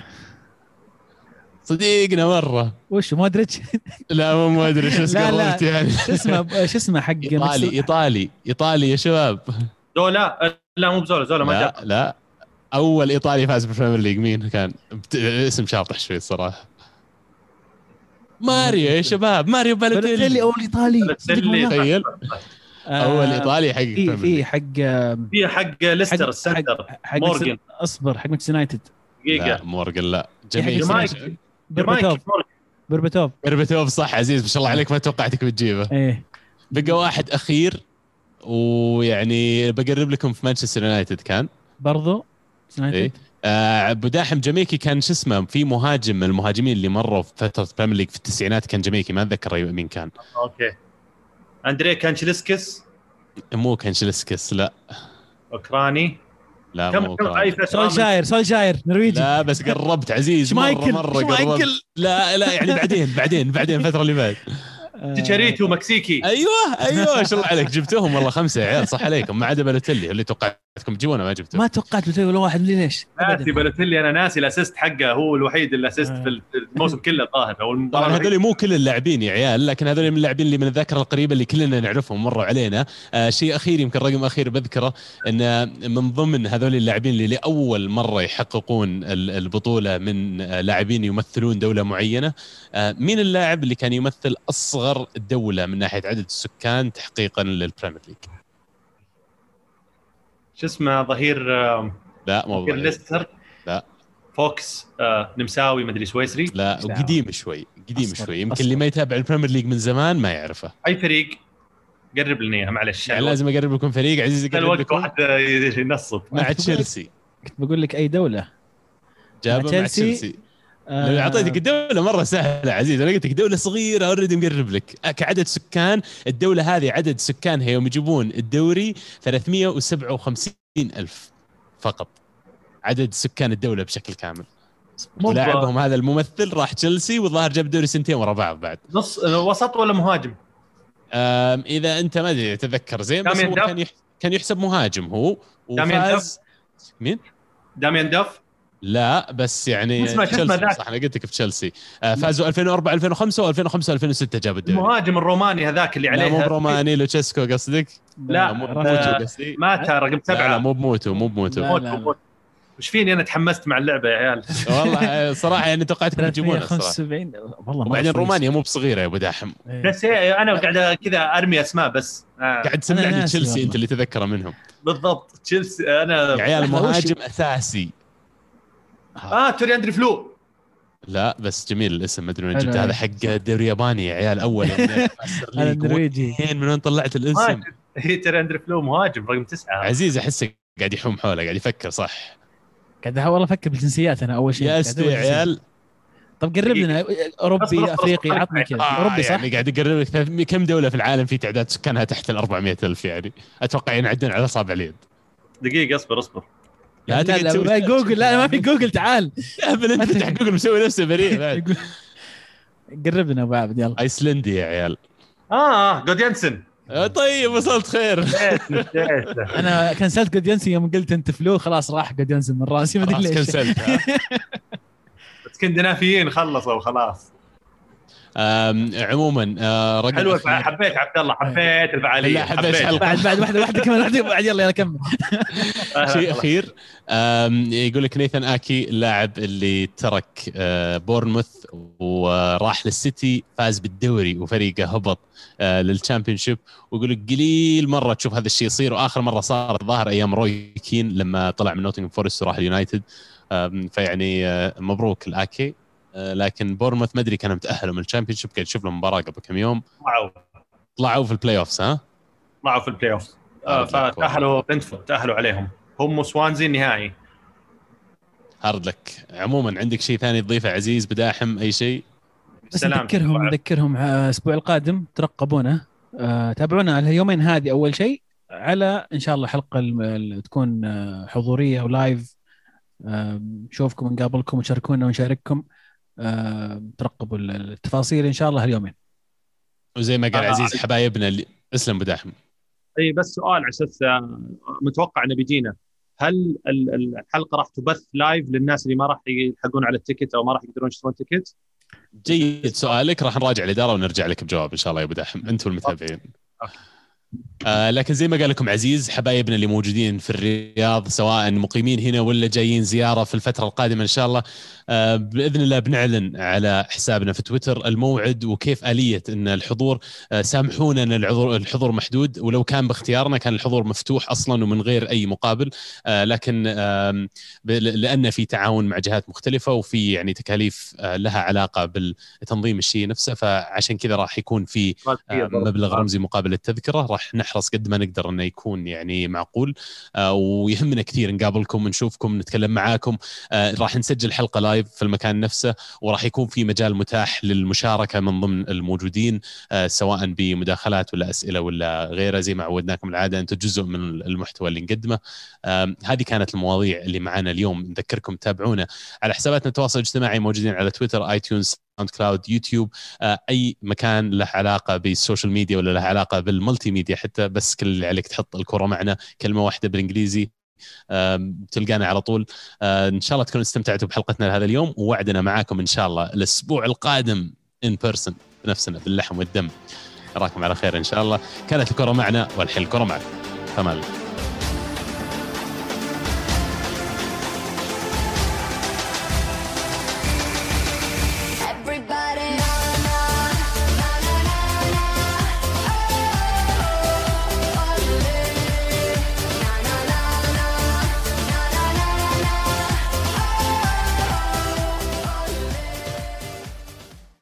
صديقنا مرة. وش مودريتش؟ لا مو مودريتش. لا يعني شو اسمه حق إيطالي يا شباب. زولا. لا مو بزولا ما جاب. لا أول إيطالي فاز بالبريمير ليج مين كان؟ اسم شاطح شوي الصراحة. ماريو يا شباب، ماريو بالوتيلي أول إيطالي. تخيل أول إيطالي حق في حق ليستر السنتر مورغان. أصبر حق مانشستر يونايتد. لا مورغان لا بربتوف صح عزيز ما شاء الله عليك، ما توقعتك بتجيبه. بقى واحد أخير ويعني بقرب لكم في مانشستر يونايتد كان برضو يونايتد. ابو داحم جامايكي كان شو اسمه، في مهاجم من المهاجمين اللي مروا في فتره بريمير ليج في التسعينات كان جامايكي، ما اتذكر مين كان. اوكي اندري كانشلسكس. مو كانشلسكس لا. اوكراني. لا كم سولشاير نرويجي. لا بس قربت عزيز مرة قربت. لا يعني بعدين فترة اللي بعد. تشاريتو مكسيكي. ايوه ما شاء الله عليك جبتوهم والله 5 يا عيال صح عليكم، ما عدا بالوتيلي اللي توقعتكم تجيبونه ما جبتوه. ما توقعت بالوتيلي ولا واحد. ليش؟ ناسي بالوتيلي، انا ناسي الاسيست حقه، هو الوحيد اللي اسيست في الموسم كله الظاهر او المباراه. طبعا هذول مو كل اللاعبين يا عيال، لكن هذول من اللاعبين اللي من الذاكره القريبه اللي كلنا نعرفهم مروا علينا. شيء اخير يمكن رقم اخير بذكره ان من ضمن هذول اللاعبين اللي لاول مره يحققون البطوله من لاعبين يمثلون دوله معينه، مين اللاعب اللي كان يمثل اصغر الدوله من ناحيه عدد السكان تحقيقا للبريمير ليج؟ شو اسمه ظهير؟ لا مو ظهير ليستر. لا فوكس. نمساوي مدري سويسري. لا قديم شوي يمكن اللي ما يتابع البريمير ليج من زمان ما يعرفه. اي فريق؟ قرب لنا اياها معلش يعني لازم اقرب لكم فريق عزيز، اقرب لكم واحد ينصب مع تشيلسي. كنت بقول لك اي دوله جابه مع تشيلسي. لو اعطيتك الدوله مره سهله عزيز، انا قلت لك دوله صغيره اوريدي مقرب لك كعدد سكان. الدوله هذه عدد سكانها يوم يجيبون الدوري 357,000 فقط، عدد سكان الدوله بشكل كامل. ولاعبهم هذا الممثل راح تشيلسي والظاهر جاب دوري سنتين ورا بعض بعد. نص وسط ولا مهاجم؟ اذا انت ما ادري تتذكر زين، بس هو كان يحسب مهاجم هو وفاز. مين؟ داميان داف. لا بس يعني تشيلسي صح، انا قلت لك في تشيلسي فازوا 2004 2005 و2005 2006 جاب الدوري. المهاجم الروماني هذاك اللي عليه. لا مو روماني، لوتشيسكو قصدك؟ لا موتو قصدي. مات رقم 7. لا مو بموتو. وش فيني انا تحمست مع اللعبه يا عيال والله صراحه يعني توقعتكم تجيبونها 75 والله. وبعدين رومانيا مو بصغيره يا ابو داحم. بس انا قاعد كذا ارمي اسماء بس قاعد تسمعني تشيلسي انت اللي تذكره منهم بالضبط. تشيلسي انا يا عيال مهاجم اساسي. توري اندري فلو. لا بس جميل الاسم، ما ادري من جبت هذا حق الدوري الياباني يا عيال اول النرويجي. من وين طلعت الاسم؟ هي توري اندري فلو مهاجم رقم 9. عزيز احسه قاعد يحوم حوله قاعد يفكر صح. قاعد والله افكر بالجنسيات انا اول شيء. يا استوي يا عيال. طب قرب لنا اوروبي افريقي عطنا كذا. اوروبي صح يعني قاعد يقرب لك كم دوله في العالم في تعداد سكانها تحت ال 400,000 يعني اتوقع ينعدون على اصابع اليد. دقيقه اصبر لا ما جوجل. لا ما في جوجل تعال يا ابن فتح جوجل مسوي نفسه بريء بعد. قرب لنا ابو عابد يلا. ايسلندي يا عيال. جوديانسن. طيب وصلت خير. انا كنسلت جوديانسن يوم قلت انت فلو خلاص راح جوديانسن من راسي ما ادري ليش كنسلت. اسكندنافيين خلصوا خلاص. عموما حلوه. حبيت عبد الله، حبيت الفعاليه. لا حبيت بعد واحده كمان بعد يلا كمل. شيء اخير يقول لك نيثان اكي اللاعب اللي ترك بورنموث وراح للسيتي، فاز بالدوري وفريقه هبط للتشامبيونشيب، ويقول لك قليل مره تشوف هذا الشيء يصير، واخر مره صار الظاهر ايام روي كين لما طلع من نوتنغهام فورست وراح اليونايتد. فيعني مبروك الاكي. لكن بورنموث ما ادري كانوا متاهلوا من الشامبيونشيب، كنت اشوف لهم مباراه قبل كم يوم طلعوا في البلاي اوفز. طلعوا في البلاي اوفز. تاهلوا بنتفورد، تاهلوا عليهم هم وسوانزي النهائي. هارد لك. عموما عندك شيء ثاني تضيفه عزيز بداحم؟ اي شيء؟ بس نذكرهم الاسبوع القادم ترقبونا. تابعونا اليومين هذه اول شيء على ان شاء الله حلقه تكون حضوريه ولايف. نشوفكم ونقابلكم وشاركونا ونشارككم. ترقبوا التفاصيل ان شاء الله هاليومين. وزي ما قال عزيز حبايبنا اللي اسلم ابو داحم. اي بس سؤال على اساس متوقع انه بيجينا، هل الحلقه راح تبث لايف للناس اللي ما راح يلحقون على التيكت او ما راح يقدرون يشترون تيكت؟ جيد سؤالك، راح نراجع الاداره ونرجع لك بجواب ان شاء الله يا ابو داحم انت والمتابعين. لكن زي ما قال لكم عزيز، حبايبنا اللي موجودين في الرياض سواء مقيمين هنا ولا جايين زيارة في الفترة القادمة إن شاء الله، بإذن الله بنعلن على حسابنا في تويتر الموعد وكيف آلية إن الحضور. سامحونا أن الحضور محدود، ولو كان باختيارنا كان الحضور مفتوح أصلا ومن غير أي مقابل، لكن لأن في تعاون مع جهات مختلفة وفي يعني تكاليف لها علاقة بالتنظيم الشيء نفسه، فعشان كذا راح يكون في مبلغ رمزي مقابل التذكرة. راح نحرص قد ما نقدر انه يكون يعني معقول، ويهمنا كثير نقابلكم ونشوفكم نتكلم معاكم. راح نسجل حلقة لايف في المكان نفسه، وراح يكون في مجال متاح للمشاركة من ضمن الموجودين، سواء بمداخلات ولا أسئلة ولا غيره. زي ما عودناكم العادة أنتم جزء من المحتوى اللي نقدمه. هذه كانت المواضيع اللي معنا اليوم. نذكركم تتابعونا على حساباتنا التواصل الاجتماعي، موجودين على تويتر، آيتونز، ساوند كلاود، يوتيوب، اي مكان له علاقه بالسوشيال ميديا ولا له علاقه بالملتي ميديا حتى. بس كل اللي عليك تحط الكره معنا كلمه واحده بالانجليزي، تلقانا على طول. ان شاء الله تكونوا استمتعتوا بحلقتنا لهذا اليوم، ووعدنا معاكم ان شاء الله الاسبوع القادم ان بيرسون بنفسنا باللحم والدم. نراكم على خير ان شاء الله. كانت الكره معنا والحين الكره معكم. تمام.